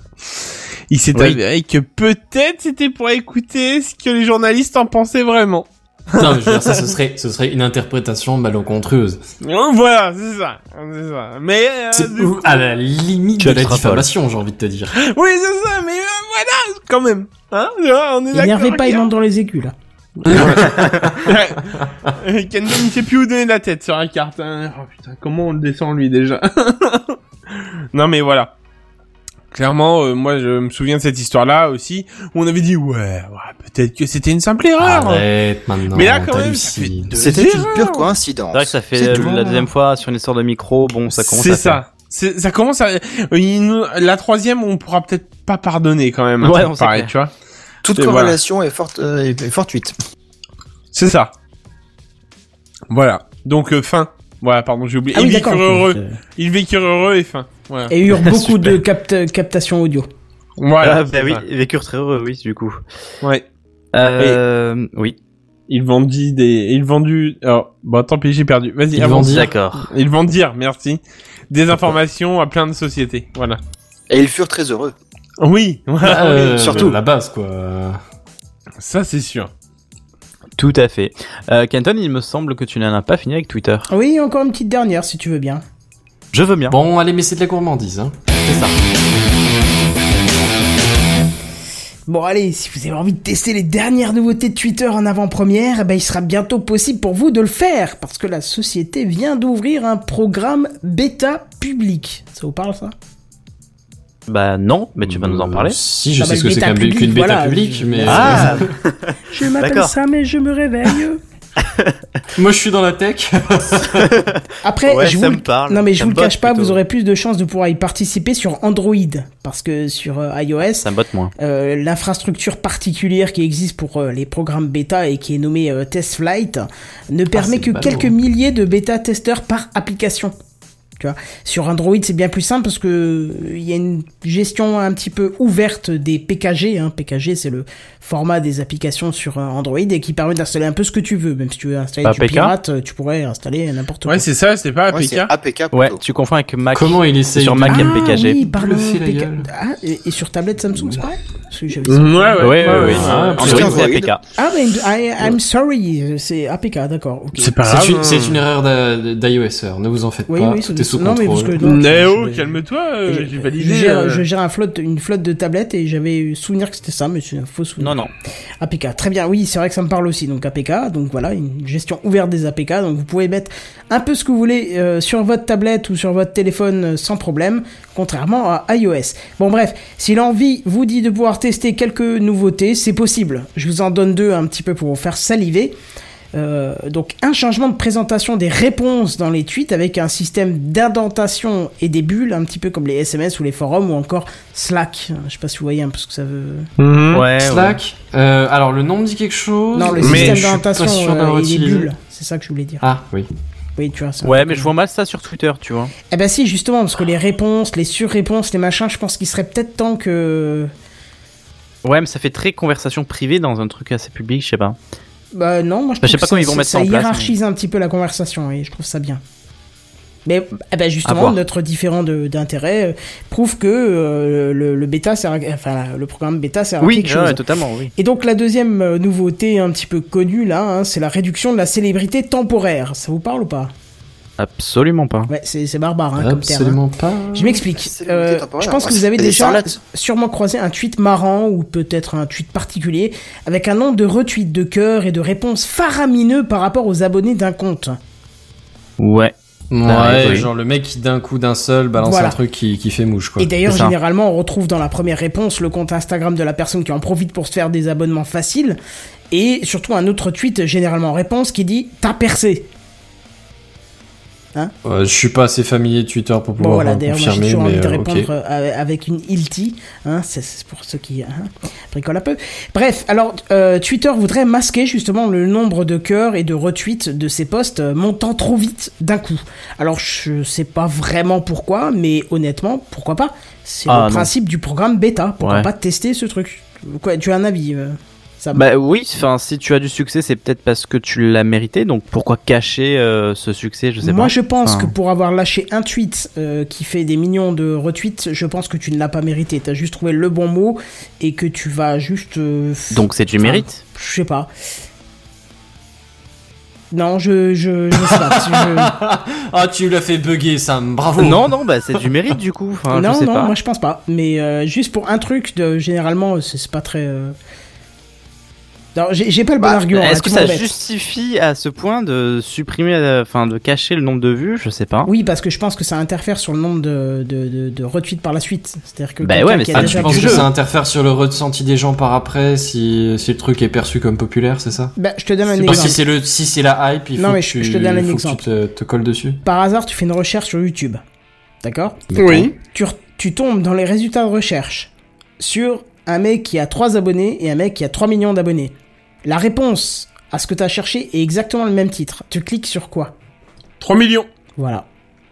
Il s'est
Oui.
avéré que peut-être c'était pour écouter ce que les journalistes en pensaient vraiment.
Non, mais je veux dire, ça, ce serait, ce serait une interprétation malencontreuse.
Voilà, c'est ça, c'est ça. Mais euh,
C'est
du coup-
à la limite
Tu
de la
extrapoles.
diffamation, j'ai envie de te dire.
oui, c'est ça. Mais euh, voilà, quand même. Hein, tu vois, on est d'accord.
Énervez pas, il
regarde.
monte dans les écus là.
Ouais. Ken il sait plus où donner la tête sur la carte. Hein. Oh putain, comment on le descend lui déjà? Non mais voilà. Clairement, euh, moi je me souviens de cette histoire-là aussi, où on avait dit ouais, ouais peut-être que c'était une simple erreur.
Arrête maintenant,
Mais là quand même, ça fait
t'hallucines.
deux
C'était une
erreurs.
pure coïncidence.
C'est vrai que ça fait
C'est
euh,
tout.
la deuxième fois sur une histoire de micro, bon, ça commence
C'est
à faire.
ça. C'est, ça commence à. euh, il nous- La troisième, on pourra peut-être pas pardonner quand même. un
Ouais,
truc
on sait
pareil,
clair.
tu vois.
Toute
Et
corrélation est, forte, euh, est, est fortuite.
C'est ça. Voilà. Donc euh, fin. Voilà, pardon, j'ai oublié.
Ah oui,
Ils
d'accord.
vécurent heureux.
ok.
Ils vécurent heureux et fin. Voilà.
Et eurent beaucoup
Super.
de capta- captation audio.
Voilà.
Ah, bah
c'est
oui,
ça.
vécurent très heureux, oui, du coup.
Ouais.
Euh, oui.
Ils vendent des, ils vendu, oh, bon, tant pis, j'ai perdu. Vas-y,
Ils
avance.
vendent-
D'accord.
Ils vont dire, merci. Des informations à plein de sociétés. Voilà.
Et ils furent très heureux.
Oui, voilà.
Ah, euh,
surtout.
la base, quoi.
Ça, c'est sûr.
Tout à fait. Euh, Kenton, il me semble que tu n'en as pas fini avec Twitter.
Oui, encore une petite dernière si tu veux bien.
Je veux bien.
Bon, allez, mais c'est de la gourmandise, hein.
C'est ça.
Bon allez, si vous avez envie de tester les dernières nouveautés de Twitter en avant-première, eh ben, il sera bientôt possible pour vous de le faire, parce que la société vient d'ouvrir un programme bêta public. Ça vous parle ça?
Bah non, mais tu vas nous en
Euh,
parler.
Si, je
Ah
sais
bah,
ce que
le
c'est
bêta
qu'un bu-
public,
qu'une bêta
voilà.
publique, mais...
Ah,
Je m'appelle
D'accord.
ça, mais je me réveille.
Moi, je suis dans la tech.
Après,
Ouais,
je
ça
vous
me
le...
parle.
non mais je
Ça
vous
me
le cache
botte
pas,
plutôt.
vous aurez plus de chances de pouvoir y participer sur Android, parce que sur euh, iOS,
Ça me botte moins.
euh, l'infrastructure particulière qui existe pour euh, les programmes bêta et qui est nommée euh, TestFlight ne permet
c'est
que
ballot,
quelques
hein.
milliers de bêta testeurs par application. Tu vois, sur Android, c'est bien plus simple parce que il y a une gestion un petit peu ouverte des P K G. Hein. P K G, c'est le format des applications sur Android et qui permet d'installer un peu ce que tu veux. Même si tu veux installer
Pas
du
A P K?
pirate, tu pourrais installer n'importe quoi.
Ouais, c'est ça, c'était pas
Ouais,
A P K.
c'est A P K plutôt.
Ouais, tu confonds avec Mac.
Comment il essaye
Sur
de-
Mac, il y a
Ah
P K G.
oui, pardon,
Bluffer la
P K
gueule.
Ah, et, et sur tablette Samsung, c'est pareil. Parce que j'avais
Ouais,
ça.
ouais,
Ouais, ouais, ouais.
ouais.
Android,
Sur
c'est
Android.
A P K.
Ah, mais I, I'm sorry, c'est A P K, d'accord. ok.
C'est pas grave.
C'est une,
hein.
c'est une erreur d'a- d'iOS, ne vous en faites
Oui,
pas,
oui,
tout
c'est-
est sous
non, mais parce
contrôle.
que- non,
Néo,
je- je-
calme-toi, euh,
je,
j'ai
je
validé.
gère,
euh,
je gère un flotte, une flotte de tablettes et j'avais souvenir que c'était ça, mais c'est un faux souvenir.
Non, non.
A P K, très bien, oui, c'est vrai que ça me parle aussi, donc A P K, donc voilà, une gestion ouverte des A P K, donc vous pouvez mettre un peu ce que vous voulez euh, sur votre tablette ou sur votre téléphone euh, sans problème, contrairement à iOS. Bon bref, si l'envie vous dit de pouvoir tester quelques nouveautés, c'est possible. Je vous en donne deux un petit peu pour vous faire saliver. Euh, donc un changement de présentation des réponses dans les tweets avec un système d'indentation et des bulles, un petit peu comme les S M S ou les forums ou encore Slack. Je sais pas si vous voyez un peu ce que ça veut...
mhm.
Ouais,
Slack, euh, alors le nom me dit quelque chose.
Non, le
Mais
système
je suis pas
d'indentation
sûr d'avoir
euh, et les
utilisé.
bulles, c'est ça que je voulais dire.
Ah, oui.
Oui, tu vois ça.
ouais. Ouais, mais je vois mal ça sur Twitter, tu vois.
Eh ben si, justement, parce que les réponses, les surréponses, les machins, je pense qu'il serait peut-être temps que...
Ouais, mais ça fait très conversation privée dans un truc assez public, je sais pas.
Bah non, moi je
Bah, je sais
trouve
pas
que
comment
ça,
ils vont
ça-
mettre ça
ça
en place,
hiérarchise un petit peu la conversation et je trouve ça bien. Mais eh ben
À
justement,
voir.
notre différent de- d'intérêt euh, prouve que euh, le, le bêta sert à- enfin, le programme bêta sert à
Oui,
quelque chose.
ouais, totalement, oui.
Et donc la deuxième euh, nouveauté un petit peu connue là, hein, c'est la réduction de la célébrité temporaire. Ça vous parle ou pas?
Absolument pas.
Ouais, c'est c'est barbare hein, comme terme. hein.
Absolument pas.
Je m'explique.
Célébrité
Euh,
temporaire.
je pense que
Ouais,
vous avez
c'est des
déjà
starlets.
sûrement croisé un tweet marrant ou peut-être un tweet particulier avec un nombre de retweets, de cœurs et de réponses faramineux par rapport aux abonnés d'un compte.
Ouais.
Ouais,
Ah, oui.
genre le mec qui d'un coup d'un seul balance
Voilà.
un truc qui, qui fait mouche, quoi.
Et d'ailleurs,
c'est ça.
généralement, on retrouve dans la première réponse le compte Instagram de la personne qui en profite pour se faire des abonnements faciles et surtout un autre tweet, généralement en réponse, qui dit « T'as percé ».
Euh, je suis pas assez familier de Twitter pour
Bon
pouvoir
voilà,
euh,
d'ailleurs, moi j'ai
confirmer,
toujours envie
mais
de
euh,
répondre
ok.
euh, avec une ilti, hein, c'est c'est pour ceux qui hein, bricolent un peu. Bref, alors euh, Twitter voudrait masquer justement le nombre de cœurs et de retweets de ses posts euh, montant trop vite d'un coup. Alors je sais pas vraiment pourquoi, mais honnêtement, pourquoi pas? C'est
Ah,
le
non.
principe du programme bêta, pourquoi
Ouais.
pas tester ce truc? Quoi, tu as un avis euh, Sam?
Bah oui, enfin, si tu as du succès, c'est peut-être parce que tu l'as mérité, donc pourquoi cacher euh, ce succès, je sais
Moi,
pas.
je pense
Enfin,
que pour avoir lâché un tweet euh, qui fait des millions de retweets, je pense que tu ne l'as pas mérité. T'as juste trouvé le bon mot et que tu vas juste. euh, f-
Donc c'est du
enfin,
mérite.
Je sais pas. Non, je je je sais pas. je-
Ah, tu l'as fait bugger, Sam, bravo.
Non, non, bah c'est du mérite du coup. Enfin,
non,
je sais
non,
pas.
moi je pense pas. Mais euh, juste pour un truc, de, généralement, c'est c'est pas très. euh, Non, j'ai j'ai pas le bon
Bah,
argument.
Est-ce
hein,
que
tu
ça
m'embêtes.
justifie à ce point de supprimer, euh, enfin de cacher le nombre de vues? Je sais pas.
Oui, parce que je pense que ça interfère sur le nombre de, de, de, de retweets par la suite. C'est-à-dire que
Bah
quelqu'un
ouais, mais
qui
ça,
a
Ah,
déjà
tu penses
vu
que
le jeu-
ça interfère sur le ressenti des gens par après si, si le truc est perçu comme populaire, c'est ça?
Bah, je te donne un
Ou
exemple.
si c'est le si c'est la hype, il faut
Non, mais
que
je-
tu,
je te donne un
faut que
exemple.
tu te, te colles dessus.
Par hasard, tu fais une recherche sur YouTube. D'accord?
Oui.
Tu, re- tu tombes dans les résultats de recherche sur un mec qui a trois abonnés et un mec qui a trois millions d'abonnés. La réponse à ce que tu as cherché est exactement le même titre. Tu cliques sur quoi?
trois millions.
Voilà.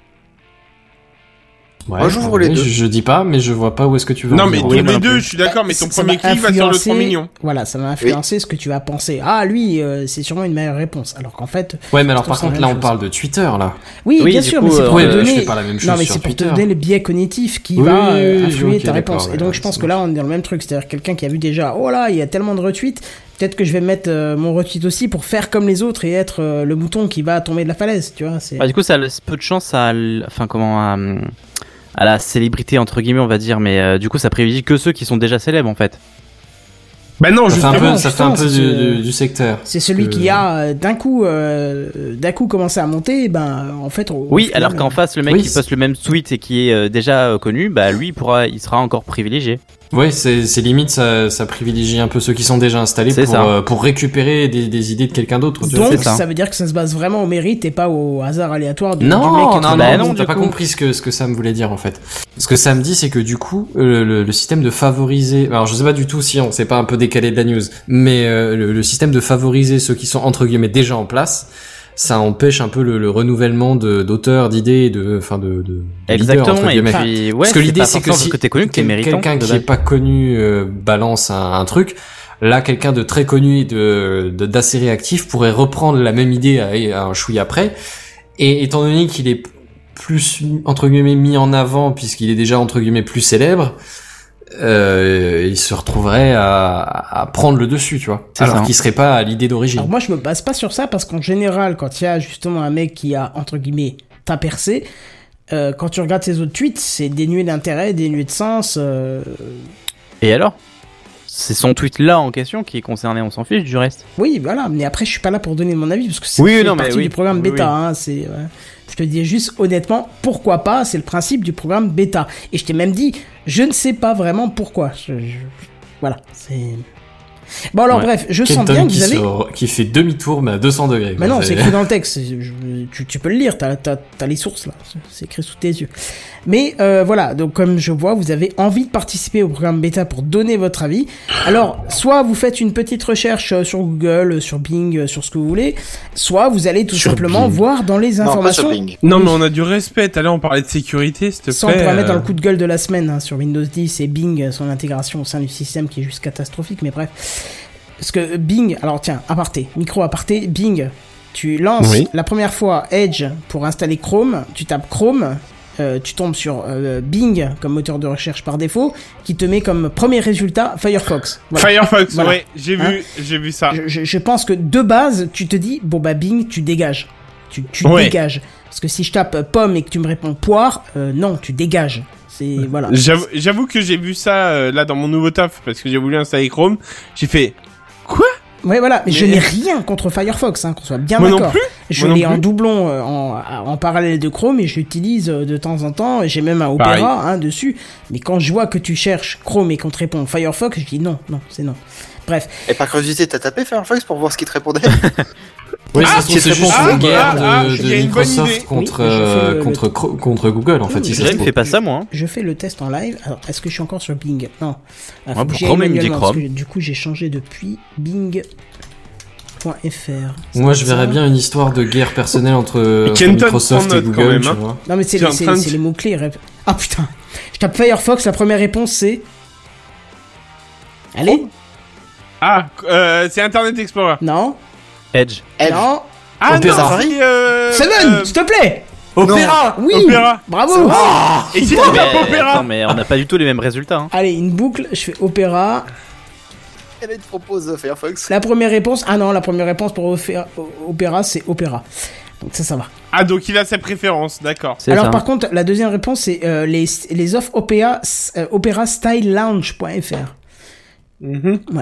Ouais,
Moi, j'ouvre les
ouais,
deux.
Je, je dis pas, mais je vois pas où est-ce que tu veux.
Non,
en
mais
venir.
tous
Oui, moi
les
non
deux,
plus.
je suis d'accord, mais ton
Ça
premier
va
clic va sur le
influencer-
trois millions.
Voilà, ça va influencer ce que tu vas penser. Ah, lui, euh, c'est sûrement une meilleure réponse. Alors qu'en fait...
Ouais, mais alors
je
par
trouve ça
contre,
la
là,
même
on
chose.
parle de Twitter, là.
Oui,
Oui,
bien
du
sûr,
coup,
mais c'est
euh,
pour
ouais,
te
je
donner...
fais pas la même chose
non, mais
sur
c'est pour te
Twitter.
donner le biais cognitif qui
Oui,
va euh,
oui,
influer
ok,
ta
d'accord,
réponse.
ouais,
Et donc,
ouais,
je pense
ça
que là, on est dans le même truc. C'est-à-dire quelqu'un qui a vu déjà, oh là, il y a tellement de retweets, peut-être que je vais mettre euh, mon retweet aussi pour faire comme les autres et être euh, le mouton qui va tomber de la falaise, tu vois. C'est...
Bah, du coup, ça laisse peu de chance à, l- enfin comment, à, hum, à la célébrité entre guillemets, on va dire, mais euh, du coup, ça privilégie que ceux qui sont déjà célèbres en fait.
Bah non,
Ça fait un
justement.
peu, ça fait un peu
justement,
du,
c'est-
du, du secteur.
C'est celui
Que-
qui a euh, d'un coup, euh, d'un coup commencé à monter, et ben en fait. Au,
Oui,
au final,
alors qu'en face, le mec
Oui,
qui
c'est-
poste le même tweet et qui est euh, déjà euh, connu, bah lui, il pourra, il sera encore privilégié.
Ouais, c'est, c'est limite, ça, ça privilégie un peu ceux qui sont déjà installés
C'est
pour,
ça.
euh, pour récupérer des, des idées de quelqu'un d'autre. tu vois.
Donc
c'est ça.
ça. veut dire que ça se base vraiment au mérite et pas au hasard aléatoire du,
Non,
du mec qui
non,
est
non,
trop
Bah
bon.
non,
t'as
du
pas
coup.
compris ce que, ce que Sam voulait dire, en fait. Ce que Sam dit, c'est que du coup, euh, le, le système de favoriser, alors je sais pas du tout si on s'est pas un peu décalé de la news, mais euh, le, le système de favoriser ceux qui sont entre guillemets déjà en place, ça empêche un peu le, le renouvellement de, d'auteurs, d'idées, et de, enfin de, de, de
Exactement.
leaders, entre
Et
guillemets.
puis, ouais,
Parce que l'idée, c'est que
si
si
que t'es connu, que t'es méritant.
quelqu'un qui est pas connu euh, balance un, un truc, là, quelqu'un de très connu et de, de d'assez réactif pourrait reprendre la même idée à, à un chouïa après. Et étant donné qu'il est plus entre guillemets mis en avant puisqu'il est déjà entre guillemets plus célèbre, euh, il se retrouverait à, à prendre le dessus, tu vois.
C'est
alors
ça.
qu'il serait pas à l'idée d'origine.
Alors moi je me base pas sur ça parce qu'en général quand il y a justement un mec qui a entre guillemets ta percé, euh, quand tu regardes ses autres tweets c'est dénué d'intérêt, dénué de sens. Euh...
Et alors ? C'est son tweet là en question qui est concerné, on s'en fiche du reste.
Oui, voilà, mais après je suis pas là pour donner mon avis parce que c'est
Oui,
fait
non, mais
partie
oui.
du programme
Oui,
bêta.
oui.
Hein, c'est, ouais. Je te dis juste honnêtement, pourquoi pas, c'est le principe du programme bêta. Et je t'ai même dit, je ne sais pas vraiment pourquoi. Je, je... Voilà, c'est... Bon alors
Ouais.
bref, je
Kenton
sens bien que
qui
vous avez...
se- qui fait demi-tour mais à deux cents degrés.
Mais
quoi.
non, c'est écrit dans le texte, c'est- je- tu, tu peux le lire, t'as, t'as, t'as les sources là, c'est- c'est écrit sous tes yeux. Mais euh, voilà, donc comme je vois, vous avez envie de participer au programme bêta pour donner votre avis. Alors, soit vous faites une petite recherche euh, sur Google, euh, sur Bing, euh, sur ce que vous voulez, soit vous allez tout
Sur
simplement
Bing.
voir dans les
Non, pas
informations...
sur Bing.
Non, mais on a du respect. Tout à l'heure, on parlait de sécurité, s'il te
Ça, on
plaît.
pourra mettre dans le
euh,
coup de gueule de la semaine hein, sur Windows dix et Bing, euh, son intégration au sein du système qui est juste catastrophique, mais bref. Parce que Bing, alors tiens, aparté, micro aparté, Bing, tu lances
Oui.
la première fois Edge pour installer Chrome, tu tapes Chrome, euh, tu tombes sur euh, Bing comme moteur de recherche par défaut, qui te met comme premier résultat Firefox. Voilà.
Firefox,
Voilà.
ouais, j'ai vu,
Hein
j'ai vu ça.
Je, je- je pense que de base, tu te dis, bon bah Bing, tu dégages. Tu, tu
Ouais.
dégages. Parce que si je tape euh, pomme et que tu me réponds poire, euh, non, tu dégages. C'est, voilà.
J'avoue, j'avoue que j'ai vu ça euh, là dans mon nouveau taf parce que j'ai voulu installer Chrome. J'ai fait quoi?
Ouais, voilà, mais,
Mais-
je n'ai rien contre Firefox, hein, qu'on soit bien
Moi non
d'accord.
plus.
Je
Moi non
l'ai en
plus.
doublon, euh, en, en parallèle de Chrome, et je l'utilise euh, de temps en temps, et j'ai même un
Pareil.
Opera hein, dessus. Mais quand je vois que tu cherches Chrome et qu'on te répond Firefox, je dis non, non, c'est non. Bref,
Et par curiosité, t'as tapé Firefox pour voir ce qui te répondait?
Oui,
Ah,
ça se trouve, c'est
c'est
juste
bon.
une guerre
Ah, ah,
de,
il
de
y a une bonne idée.
Microsoft contre,
Oui, mais je fais
euh,
le-
contre, cro- contre Google, en fait. si ça
Je
se
ne
trouve.
fais pas ça moi. Hein.
je fais le test en live. Alors, est-ce que je suis encore sur Bing? Non. Ah, faut
Ouais,
que
pour
j'y aille
Chrome, il me dit
manuellement, parce
Chrome.
que du coup, j'ai changé depuis Bing point F R.
Moi, je verrais bien une histoire de guerre personnelle entre, entre
Kenton
Microsoft
prend
et
note quand
Google,
même,
tu
hein.
vois.
Non, mais c'est
Tu es
les,
en
c'est-
train de-
c'est les mots-clés. rép- Ah putain. Je tape Firefox, la première réponse c'est. Allez?
Ah, euh, c'est Internet Explorer.
Non?
Edge.
Edge.
Non?
Ah
Opéra.
non, c'est, euh,
Seven,
euh,
s'il te plaît!
Opéra!
Oui!
Opéra.
Bravo!
Et si
Mais,
tu tapes Opéra?
attends, mais on n'a pas du tout les mêmes résultats. Hein.
Allez, une boucle, je fais Opéra.
Et là, il te propose euh, Firefox.
La première réponse, ah non, la première réponse pour Opé- Opéra, c'est Opéra. Donc ça, ça va.
Ah, donc il a ses préférences, d'accord.
C'est
Alors
ça.
par contre, la deuxième réponse, c'est euh, les, les offres Opéra, euh, Opéra Style Lounge point F R.
Mhm.
Ouais.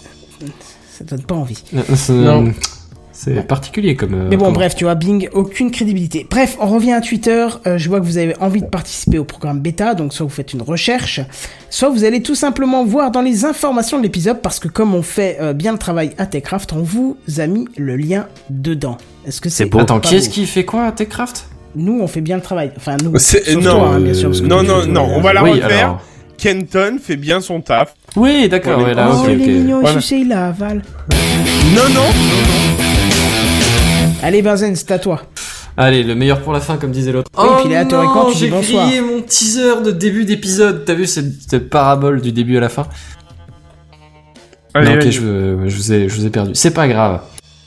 Ça donne pas envie.
C'est-
Non.
C'est particulier comme. euh,
Mais bon,
comme-
bref, tu vois, Bing, aucune crédibilité. Bref, on revient à Twitter. Euh, je vois que vous avez envie de participer au programme bêta, donc soit vous faites une recherche, soit vous allez tout simplement voir dans les informations de l'épisode, parce que comme on fait euh, bien le travail à Techcraft, on vous a mis le lien dedans. Est-ce que c'est
C'est beau.
Attends,
pas
qui est-ce
beau
qui fait quoi à Techcraft?
Nous, on fait bien le travail. Enfin, nous.
C'est-
sauf
non,
toi, hein, bien sûr. parce que
non,
tu-
non, non, on va la
Oui,
refaire.
alors.
Kenton fait bien son taf.
Oui, d'accord,
Ouais,
ouais, là,
Oh,
ok,
il est
ok.
mignon, il
Voilà.
suce et il avale.
Non, non.
Allez, Benzen, c'est à toi.
Allez, le meilleur pour la fin, comme disait l'autre.
Oui, puis là, théoriquement, tu dis
j'ai
bonsoir.
grillé mon teaser de début d'épisode. T'as vu cette, cette parabole du début à la fin?
Allez,
Non, ok,
vas-y.
je, je, vous ai, je vous ai perdu. C'est pas grave.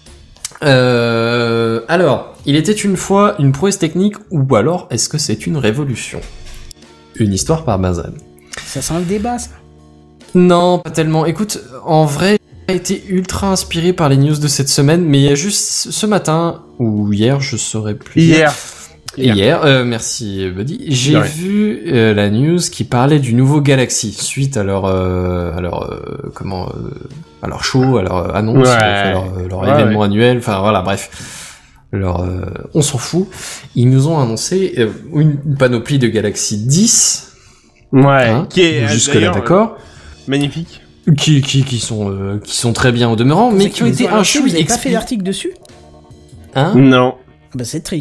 Euh, alors, il était une fois une prouesse technique, ou alors est-ce que c'est une révolution? Une histoire par Benzen.
Ça sent le débat, ça.
Non, pas tellement. Écoute, en vrai, j'ai été ultra inspiré par les news de cette semaine, mais il y a juste ce matin, ou hier, je saurais plus. dire.
Hier.
Hier,
Hier.
euh, merci Buddy.
De
J'ai
rien.
vu euh, la news qui parlait du nouveau Galaxy suite à leur, euh, à leur euh, comment, euh, à leur show, à leur euh, annonce,
Ouais.
à leur, euh, leur
Ouais,
événement
ouais.
annuel. Enfin voilà, bref. Leur, euh, on s'en fout. Ils nous ont annoncé euh, une panoplie de Galaxy dix.
Ouais.
hein,
qui est euh,
jusque là
d'ailleurs,
d'accord.
euh, magnifique.
Qui, qui, qui sont, euh, qui sont très bien au demeurant, mais qui ont
Ils
été
ont
un
annoncé,
chou
Vous avez pas fait
expli-
d'article dessus?
Hein?
Non.
Bah, c'est triste.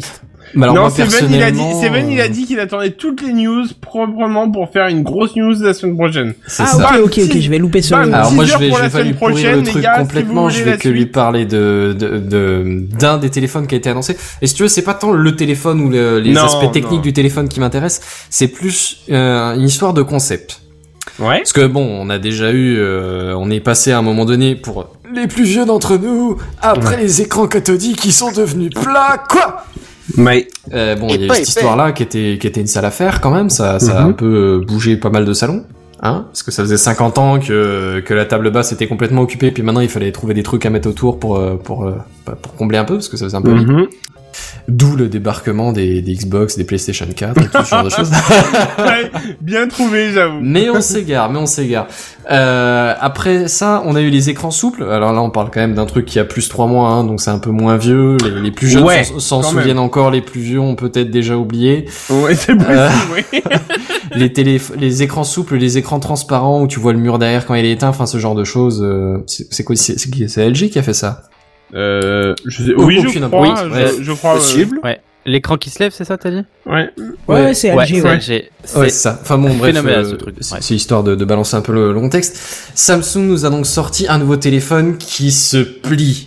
Bah alors
non,
moi,
Seven, il a dit,
personnellement,
Seven, il a
euh,
dit qu'il attendait toutes les news proprement pour faire une grosse news la semaine prochaine.
C'est
Ah,
ça.
ok, ok, ok, je vais louper ce.
Bam,
Alors moi
six
je
heures
vais,
pour
je
la
vais pas lui
semaine
pourrir
prochaine,
le
les
truc
gars, si
complètement,
vous
je
voulez
vais
la
que lui
suite.
parler de, de, de, d'un des téléphones qui a été annoncé. Et si tu veux, c'est pas tant le téléphone ou le- les
Non,
aspects techniques
non.
du téléphone qui m'intéressent, c'est plus euh, une histoire de concept.
Ouais.
Parce que bon, on a déjà eu, euh, on est passé à un moment donné pour les plus vieux d'entre nous, après les écrans cathodiques qui sont devenus plats, quoi.
Mais.
Euh, bon, il y a eu
Épais,
cette
épais.
histoire-là qui était, qui était une sale affaire quand même, ça, ça a
Mhm.
un peu euh, bougé pas mal de salons. Hein, parce que ça faisait cinquante ans que, que la table basse était complètement occupée, puis maintenant il fallait trouver des trucs à mettre autour pour, euh, pour, euh, bah, pour combler un peu, parce que ça faisait un peu vide.
Mhm.
D'où le débarquement des, des Xbox, des PlayStation quatre, et tout ce genre de choses.
Ouais, bien trouvé, j'avoue.
Mais on s'égare, mais on s'égare. Euh, après ça, on a eu les écrans souples. Alors là, on parle quand même d'un truc qui a plus trois mois, hein, donc c'est un peu moins vieux. Les, les plus jeunes
Ouais,
s'en, s'en
quand
souviennent
même.
encore, les plus vieux ont peut-être déjà oublié.
Ouais, c'est possible,
Euh,
oui.
les télé, les écrans souples, les écrans transparents où tu vois le mur derrière quand il est éteint, enfin ce genre de choses. Euh, c'est, c'est quoi c'est, c'est qui C'est L G qui a fait ça.
Euh, je sais,
Oh,
oui, je
aucune-
crois,
oui,
je,
ouais.
je crois. euh,
Possible.
Ouais. L'écran qui se lève, c'est ça, t'as dit?
Ouais.
Ouais, ouais, c'est L G,
c'est
ouais.
L G. C'est
Ouais, c'est ça. Enfin bon, bref,
phénoménal,
euh,
ce truc.
c'est,
Ouais.
c'est histoire de, de balancer un peu le, le contexte. Samsung nous a donc sorti un nouveau téléphone qui se plie.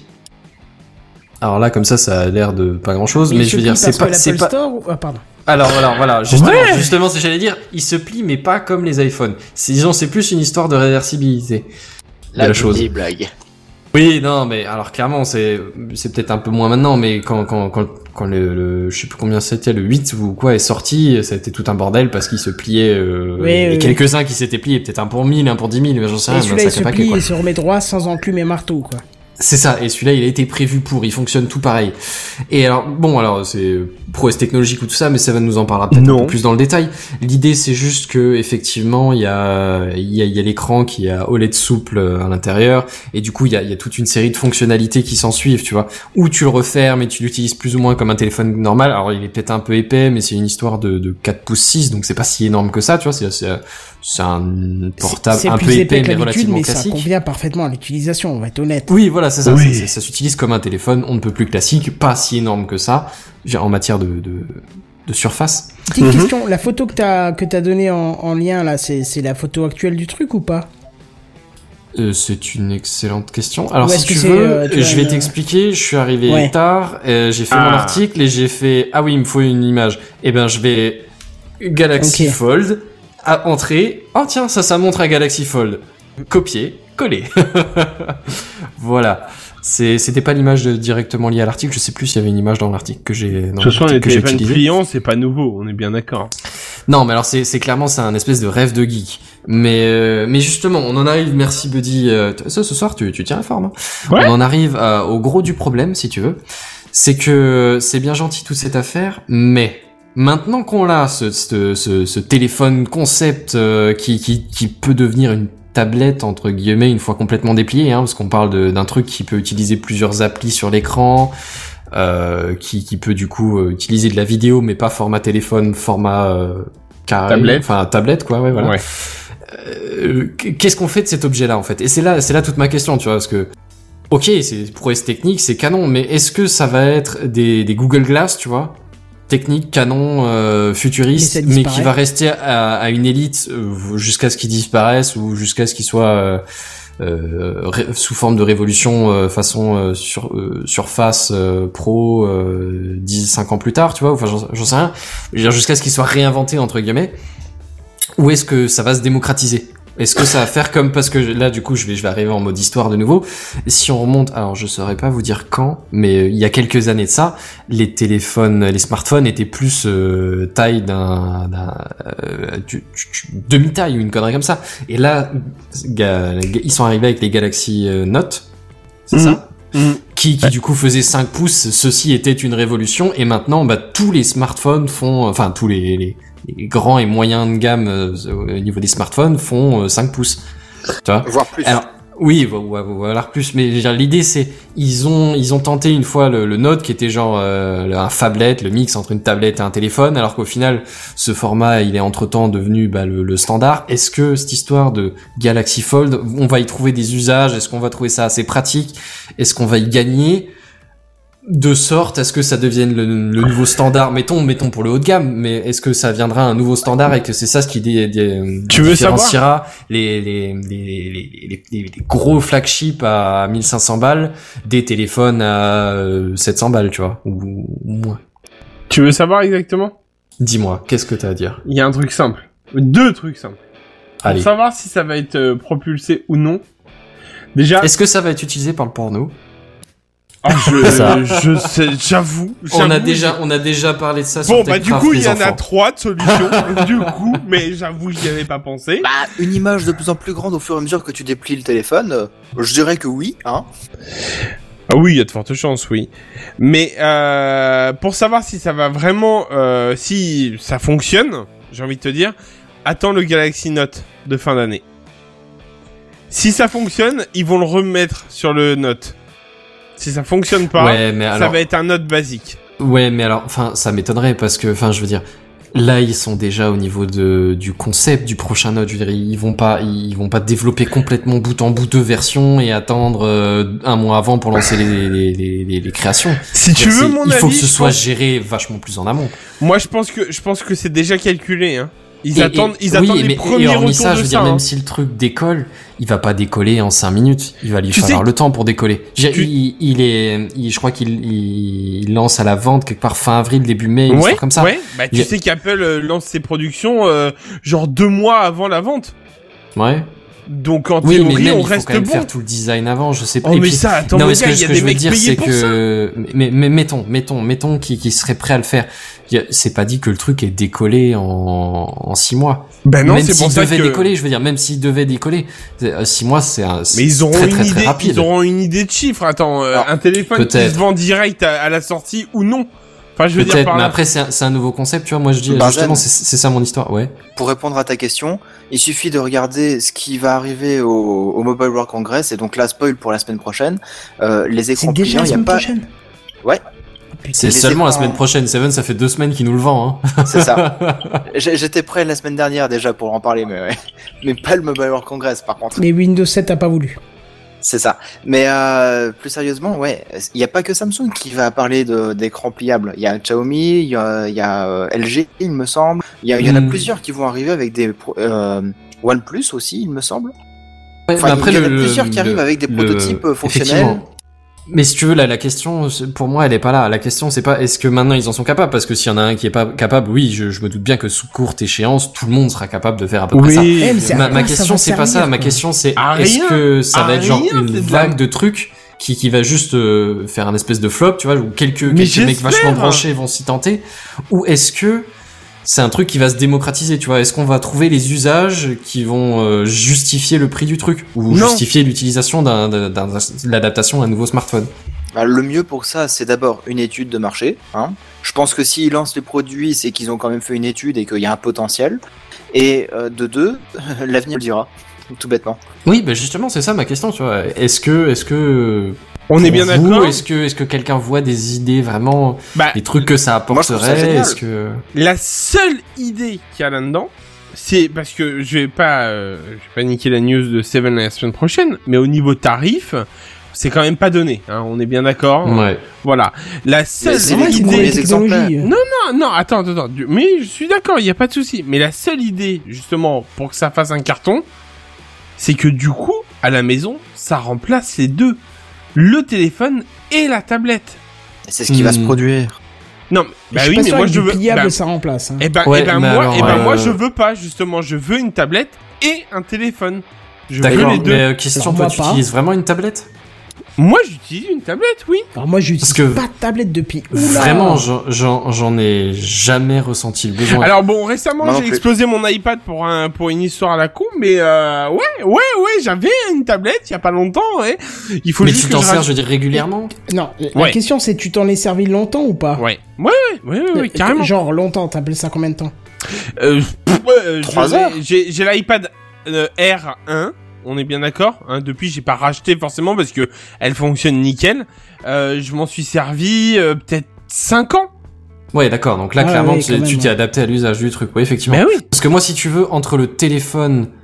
Alors là, comme ça, ça a l'air de pas grand-chose, mais,
il
je
se
veux dire,
plie
c'est
parce
pas,
que
c'est
l'Apple
pas.
Store ou... Ah, pardon.
Alors voilà, voilà, justement,
Ouais.
justement, c'est j'allais dire, il se plie, mais pas comme les iPhones. C'est, disons, c'est plus une histoire de réversibilité. de la chose.
Des blagues.
Oui, non, mais alors clairement, c'est c'est peut-être un peu moins maintenant, mais quand quand quand quand le, le je sais plus combien c'était, le huit ou quoi est sorti, ça a été tout un bordel parce qu'il se pliait. Euh,
Oui,
et
oui.
quelques-uns qui s'étaient pliés, peut-être un pour mille, un pour dix mille, mais j'en sais
Et
rien,
celui-là,
un
il se
sacré paquet,
plie
quoi.
et se remet droit sans enclume et marteau, quoi.
C'est ça, et celui-là il a été prévu pour, il fonctionne tout pareil. Et alors, bon, alors c'est prouesse technologique ou tout ça, mais ça va nous en parlera peut-être un
Non.
peu plus dans le détail. L'idée c'est juste que effectivement il y a il y a, il y a l'écran qui a O L E D souple à l'intérieur, et du coup il y a, il y a toute une série de fonctionnalités qui s'en suivent, tu vois. Ou tu le refermes et tu l'utilises plus ou moins comme un téléphone normal. Alors il est peut-être un peu épais, mais c'est une histoire de, de quatre pouces six, donc c'est pas si énorme que ça, tu vois. C'est c'est, c'est un portable
C'est
un
plus
peu
épais
épais
que
mais
l'habitude,
relativement
mais ça
classique.
convient parfaitement à l'utilisation, on va être honnête.
Oui, voilà, c'est ça.
Oui.
Ça, ça- ça s'utilise comme un téléphone, on ne peut plus classique, pas si énorme que ça, je veux dire, en matière de, de, de surface.
Petite
Mhm.
question, la photo que t'as que t'as donnée en, en lien là, c'est c'est la photo actuelle du truc ou pas?
Euh, c'est une excellente question. Alors
Ou
si
est-ce
tu
que c'est,
veux,
euh, tu
je
vois,
vais
une-
t'expliquer. Je suis arrivé
Ouais.
tard, euh, j'ai fait mon
Ah.
article et j'ai fait ah oui, il me faut une image. Eh ben je vais Galaxy
Ok.
Fold, à entrer. Oh tiens, ça, ça montre un Galaxy Fold. Copier, coller. Voilà. C'est, c'était pas l'image de- directement liée à l'article. Je sais plus s'il y avait une image dans l'article que j'ai.
De
dans
toute façon,
l'article
les
que j'ai
téléphones
utilisé.
pliants, c'est pas nouveau, on est bien d'accord.
Non, mais alors c'est c'est clairement c'est un espèce de rêve de geek. Mais euh, mais justement, on en arrive. Merci Buddy. Euh, t- ce, ce soir, tu tu tiens la forme. Hein.
Ouais.
On en arrive à- au gros du problème, si tu veux. C'est que c'est bien gentil toute cette affaire, mais maintenant qu'on l'a, ce ce ce, ce téléphone concept euh, qui qui qui peut devenir une tablette entre guillemets une fois complètement dépliée, hein, parce qu'on parle de- d'un truc qui peut utiliser plusieurs applis sur l'écran. Euh, qui, qui peut du coup euh, utiliser de la vidéo mais pas format téléphone, format euh, carré,
Tablette.
enfin tablette quoi, ouais voilà.
Ouais.
Euh, qu'est-ce qu'on fait de cet objet-là en fait? Et c'est là, c'est là toute ma question, tu vois, parce que ok, c'est prouesse technique, c'est canon, mais est-ce que ça va être des, des Google Glass, tu vois, technique, canon, euh,
Et
futuriste,
ça
mais
disparaît.
qui va rester à, à une élite euh, jusqu'à ce qu'ils disparaissent ou jusqu'à ce qu'ils soient euh, euh, ré- sous forme de révolution euh, façon euh, sur euh, Surface euh, Pro euh, dix cinq ans plus tard, tu vois, enfin j'en j'en sais rien. Je veux dire, jusqu'à ce qu'ils soient réinventés entre guillemets. Ou est-ce que ça va se démocratiser? Est-ce que ça va faire comme, parce que là du coup je vais je vais arriver en mode histoire de nouveau. Si on remonte, alors je saurais pas vous dire quand, mais euh, il y a quelques années de ça, les téléphones, les smartphones étaient plus euh, taille d'un, d'un euh, du- du- demi-taille ou une connerie comme ça. Et là, ga- ils sont arrivés avec les Galaxy euh, Note, c'est
Mhm.
ça,
Mhm.
qui, qui du coup faisait cinq pouces. Ceci était une révolution. Et maintenant, bah tous les smartphones font, enfin tous les, les, les grands et moyens de gamme euh, au niveau des smartphones font euh, cinq pouces. Tu vois.
Voire plus.
Alors, oui, vo- vo- voilà plus, mais je veux dire, l'idée c'est ils ont ils ont tenté une fois le, le Note qui était genre euh, un phablette, le mix entre une tablette et un téléphone, alors qu'au final ce format il est entre temps devenu bah, le, le standard. Est-ce que cette histoire de Galaxy Fold, on va y trouver des usages? Est-ce qu'on va trouver ça assez pratique? Est-ce qu'on va y gagner? de sorte à ce que ça devienne le, le nouveau standard, mettons, mettons pour le haut de gamme, mais est-ce que ça viendra un nouveau standard et que c'est ça ce qui dé, dé,
tu veux
différenciera les les, les, les, les, les, les gros flagships à mille cinq cents balles des téléphones à euh, sept cents balles, tu vois, ou, ou moins.
Tu veux savoir exactement?
Dis-moi, qu'est-ce que t'as à dire?
Il y a un truc simple. Deux trucs simples. Pour
Allez.
savoir si ça va être euh, propulsé ou non. Déjà.
Est-ce que ça va être utilisé par le porno?
Oh, je, je sais, j'avoue,
On a
j'avoue,
déjà,
je-
on a déjà parlé de ça
Bon,
sur
bah, du
Techcraft,
coup, il
les
y en
enfants.
a trois de solutions. Du coup, mais j'avoue, j'y avais pas pensé.
Bah, une image de plus en plus grande au fur et à mesure que tu déplies le téléphone, euh, je dirais que oui, hein.
Ah oui, il y a de fortes chances, oui. Mais euh, pour savoir si ça va vraiment, euh, si ça fonctionne, j'ai envie de te dire, attends le Galaxy Note de fin d'année. Si ça fonctionne, ils vont le remettre sur le Note. Si ça fonctionne pas,
Ouais, mais
ça
alors-
va être un Note basique.
Ouais, mais alors, enfin, ça m'étonnerait parce que, enfin, je veux dire, là, ils sont déjà au niveau de du concept du prochain Note. Je veux dire, ils vont pas, ils vont pas développer complètement bout en bout deux versions et attendre euh, un mois avant pour lancer les les les, les, les créations.
Si tu
C'est-
veux mon
il faut
avis,
que ce
je
soit
pense-
géré vachement plus en amont.
Moi, je pense que je pense que c'est déjà calculé, hein. Ils
Et-
attendent,
et-
ils
oui,
attendent les
mais,
premiers
et hormis
retours
ça,
de
je veux
ça.
dire,
hein.
même si le truc décolle, il va pas décoller en cinq minutes. Il va lui
Tu
falloir
sais-
le temps pour décoller. Je veux dire,
Tu-
il, il est, il, je crois qu'il il, il lance à la vente quelque part fin avril, début mai, une
Ouais,
histoire comme ça.
ouais. Bah, tu
Il-
sais qu'Apple euh, lance ses productions euh, genre deux mois avant la vente.
Ouais.
Donc en
Oui, mais
théorie,
même,
on
il faut
reste
quand même
bon.
faire tout le design avant, je sais pas.
Oh,
Et
mais
puis-
ça, attends,
non,
mon
mais ce
gars,
que,
il y a
ce que
des
je veux
mecs
dire,
payés
c'est
pour
que, mais, mais, mettons, mettons, mettons qui, qui serait prêt à le faire. Il y a- C'est pas dit que le truc est décollé en, en six mois.
Ben non,
même
c'est
s'il
pour ça
devait
que-
décoller, je veux dire, même s'il devait décoller, c'est- euh, six mois, c'est un, c'est
Mais ils auront
très,
une
très, très
idée,
rapide.
ils auront une idée de chiffre. Attends, euh,
Alors,
un téléphone qui
peut-être.
se vend direct à, à la sortie ou non. Enfin, je veux dire
Peut-être,
par
mais
là.
après, c'est un, c'est un nouveau concept, tu vois. Moi, je dis,
Benzen.
justement, c'est c'est ça mon histoire, ouais.
Pour répondre à ta question, il suffit de regarder ce qui va arriver au, au Mobile World Congress, et donc là, spoil pour la semaine prochaine, euh, les écrans
C'est déjà
pliants,
la
il y a
semaine
pas...
prochaine.
Ouais,
C'est
les
seulement la
écrans-
semaine prochaine. Seven, ça fait deux semaines qu'il nous le vend, hein.
c'est ça. J'ai- J'étais prêt la semaine dernière déjà pour en parler, mais ouais. Mais pas le Mobile World Congress, par contre.
Mais Windows sept a pas voulu.
C'est ça. Mais euh, plus sérieusement, ouais, il n'y a pas que Samsung qui va parler de- d'écrans pliables. Il y a Xiaomi, il y a, il y a euh, L G, il me semble. Il y, a- il y en a
Mm.
plusieurs qui vont arriver avec des... pro- Euh, OnePlus aussi, il me semble.
Ouais,
Enfin,
mais après,
il y en a
le-
plusieurs qui
le-
arrivent avec des
le-
prototypes euh, fonctionnels.
effectivement. Mais si tu veux, là, la question, c'est- pour moi, elle est pas là. La question, c'est pas est-ce que maintenant ils en sont capables, parce que s'il y en a un qui est pas capable, oui, je, je me doute bien que sous courte échance, tout le monde sera capable de faire à peu près ça.
Oui.
Eh, mais c'est à
Ma,
quoi
ma
ça
question,
va
c'est pas ça.
servir,
Ma
quoi.
question, c'est
À
est-ce
rien.
que ça
À
va être genre
rien,
une
c'est de la-
vague de trucs qui, qui va juste euh, faire un espèce de flop, tu vois, où quelques,
Mais
quelques mecs
j'espère.
vachement branchés vont s'y tenter, ou est-ce que c'est un truc qui va se démocratiser, tu vois? Est-ce qu'on va trouver les usages qui vont euh, justifier le prix du truc, ou
Non.
justifier l'utilisation d'un, d'un, d'un- de l'adaptation à un nouveau smartphone?
Bah, le mieux pour ça, c'est d'abord une étude de marché. Hein. Je pense que s'ils lancent les produits, c'est qu'ils ont quand même fait une étude et qu'il y a un potentiel. Et euh, de deux, l'avenir le dira, tout bêtement.
Oui, bah justement, c'est ça ma question, tu vois. Est-ce que, est-ce que,
On est
pour
bien
vous,
d'accord.
Est-ce que, est-ce que quelqu'un voit des idées vraiment,
Bah,
des trucs que ça
Moi, je trouve ça
apporterait?
génial.
Est-ce que,
la seule idée qu'il y a là-dedans, c'est parce que je vais pas, euh, je vais pas niquer la news de Seven la semaine prochaine, mais au niveau tarif, c'est quand même pas donné. Hein, on est bien d'accord.
ouais.
Voilà. La seule
Mais c'est
Ouais,
les
c'est
tout
une
premiers
nouvelle technologie.
exemplaires.
Non, non, non, attends, attends, attends. Mais je suis d'accord, il y a pas de souci. Mais la seule idée, justement, pour que ça fasse un carton, c'est que du coup, à la maison, ça remplace les deux. Le téléphone et la tablette.
Et c'est ce qui va se
Hmm.
produire.
Non, mais- bah
je suis
oui,
pas
mais
sûr
moi
que
je
du
veux.
pliable
bah,
ça remplace. Hein.
Eh ben,
Ouais,
eh ben
mais
moi,
alors,
eh ben
euh,
moi je veux pas, justement, je veux une tablette et un téléphone. Je veux
D'accord,
les deux.
mais euh, question,
Alors,
toi,
moi,
tu
pas.
utilises vraiment une tablette?
Moi j'utilise une tablette, oui.
Alors moi, j'utilise
Parce que-
pas de tablette depuis. Oula.
Vraiment, j'en, j'en, j'en ai jamais ressenti le besoin.
Alors bon, récemment
Moi non
j'ai
plus.
explosé mon iPad pour un pour une histoire à la con, mais euh, ouais, ouais, ouais, j'avais une tablette il y a pas longtemps, ouais. Il faut
mais
juste
tu
que
t'en
je
sers,
rach-
je veux dire, régulièrement?
Non, la
Ouais.
question c'est tu t'en es servi longtemps ou pas?
Ouais, ouais, ouais, ouais, ouais, ouais, carrément.
Genre longtemps, t'appelles ça combien de temps?
Euh, pff, ouais, euh, je
Trois
l'ai-
heures.
J'ai j'ai l'iPad euh, R un. On est bien d'accord, hein, depuis j'ai pas racheté forcément parce que elle fonctionne nickel. Euh, je m'en suis servi euh, peut-être cinq ans.
Ouais, d'accord. Donc là,
Ah
clairement,
oui,
tu,
quand
tu
même,
t'es
ouais.
adapté à l'usage du truc. Oui, effectivement.
Mais oui.
Parce que moi, si tu veux, entre le téléphone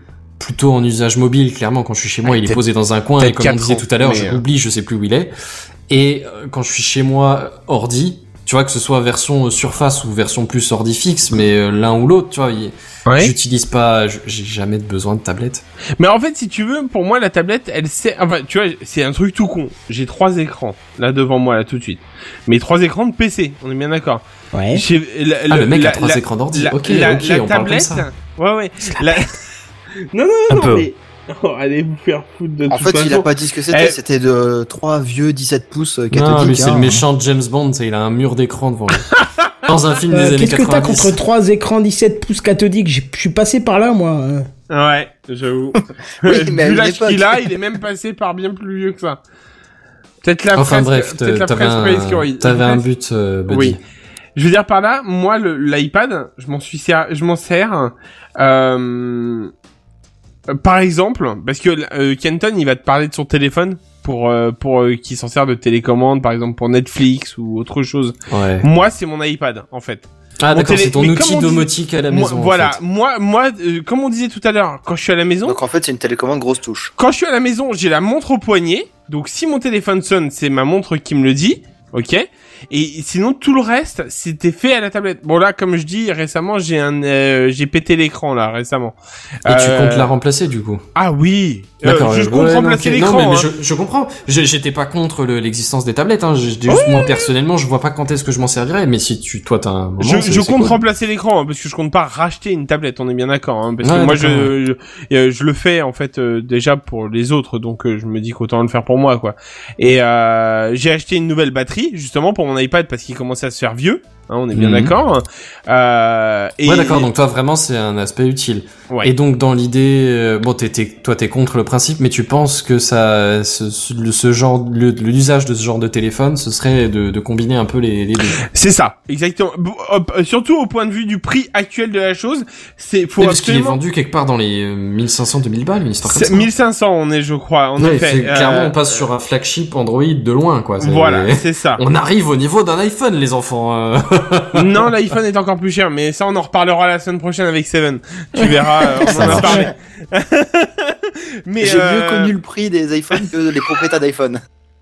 plutôt en usage mobile, clairement. Quand je suis chez moi,
Ah,
il est
peut-être-
posé dans un coin, et
peut-être
comme on
quatre
disait
ans,
tout à l'heure,
mais,
je
euh,
l'oublie, je sais plus où il est. Et euh, quand je suis chez moi, ordi, tu vois, que ce soit version Surface ou version plus ordi fixe, mais euh, l'un ou l'autre, tu vois, il-
Ouais.
j'utilise pas, je- j'ai jamais de besoin de tablette.
Mais en fait, si tu veux, pour moi, la tablette, elle sert, enfin, tu vois, c'est un truc tout con. J'ai trois écrans, là, devant moi, là, tout de suite. Mais trois écrans de P C, on est bien d'accord.
Ouais.
J'ai- la-
Ah, le mec
la-
a trois
la-
écrans d'ordi.
la-
Ok,
la,
ok,
la
on parle comme
tablette,
ça.
ouais, ouais. La... non, non,
Un
non,
peu.
mais... Oh, allez vous faire foutre de
En
toute
fait,
façon.
il a pas dit ce que c'était,
Eh.
c'était de trois vieux dix-sept pouces euh,
Non,
cathodiques.
lui, c'est
hein.
le méchant de James Bond, c'est, il a un mur d'écran devant lui. Dans un film
Euh,
des années
Qu'est-ce que t'as
quatre-vingt-dix.
contre trois écrans dix-sept pouces cathodiques? J'ai- Je suis passé par là, moi. euh.
Ouais, j'avoue.
Oui, mais à
Vu
une
l'âge
époque.
qu'il a, il est même passé par bien plus vieux que ça. Peut-être la
Enfin
fresque-
bref,
peut-être la
t'avais
fresque Space
un,
Curry.
t'avais un
Bref.
but, euh, Buddy.
Oui. Je veux dire par là, moi, le, l'iPad, je m'en suis ser- je m'en sers, euh, euh, par exemple, parce que, euh, Kenton, il va te parler de son téléphone pour, euh, pour, euh, qui s'en sert de télécommande, par exemple, pour Netflix ou autre chose.
Ouais.
Moi, c'est mon iPad, en fait.
Ah,
Mon
d'accord,
télé-
c'est ton
mais
outil
comme on dit-
domotique à la
Moi,
maison. en
voilà.
fait.
Moi, moi, euh, comme on disait tout à l'heure, quand je suis à la maison,
Donc en fait, c'est une télécommande grosse touche.
quand je suis à la maison, j'ai la montre au poignet. Donc si mon téléphone sonne, c'est ma montre qui me le dit. Ok. Et sinon tout le reste, c'était fait à la tablette. Bon là, comme je dis récemment, j'ai un, euh, j'ai pété l'écran là récemment.
Et tu
Euh,
comptes la remplacer du coup?
Ah oui. Euh,
D'accord.
je
ouais,
compte
ouais,
remplacer
ok.
l'écran.
Non, mais, mais
hein.
je, je comprends. Je- J'étais pas contre le- l'existence des tablettes. Hein. Je, je dis juste, moi personnellement, je vois pas quand est-ce que je m'en servirais. Mais si tu, toi, t'as un moment,
Je,
c'est-
je
c'est
compte
cool.
remplacer l'écran hein, parce que je compte pas racheter une tablette, on est bien d'accord. Hein, parce
Ouais,
que moi,
d'accord,
je, je, euh, je le fais en fait euh, déjà pour les autres, donc euh, je me dis qu'autant le faire pour moi, quoi. Et euh, j'ai acheté une nouvelle batterie justement pour mon iPad parce qu'il commençait à se faire vieux. Hein, on est bien
Mhm.
d'accord. Euh, et
Ouais, d'accord. Donc toi, vraiment, c'est un aspect utile.
Ouais.
Et donc, dans l'idée, euh, bon, t'es, t'es, toi, t'es contre le principe, mais tu penses que ça, ce, ce, le- ce genre, le- l'usage de ce genre de téléphone, ce serait de, de combiner un peu les, les deux.
C'est ça, exactement. B- hop, euh, surtout au point de vue du prix actuel de la chose, c'est faut
Oui, parce qu'il est
absolument.
vendu quelque part dans les euh, mille cinq cents deux mille balles, une histoire comme
C'est
ça.
mille cinq cents, on est, je crois, en
Ouais,
effet.
c'est- clairement,
Euh,
on passe sur un flagship Android de loin, quoi. C'est-
Voilà, c'est ça.
On arrive au niveau d'un iPhone, les enfants. euh.
Non, l'iPhone est encore plus cher, mais ça, on en reparlera la semaine prochaine avec Seven. Tu verras, euh, on
Ça
en a
marche.
parlé. mais
J'ai
euh...
mieux connu le prix des iPhones que les propriétaires d'iPhone.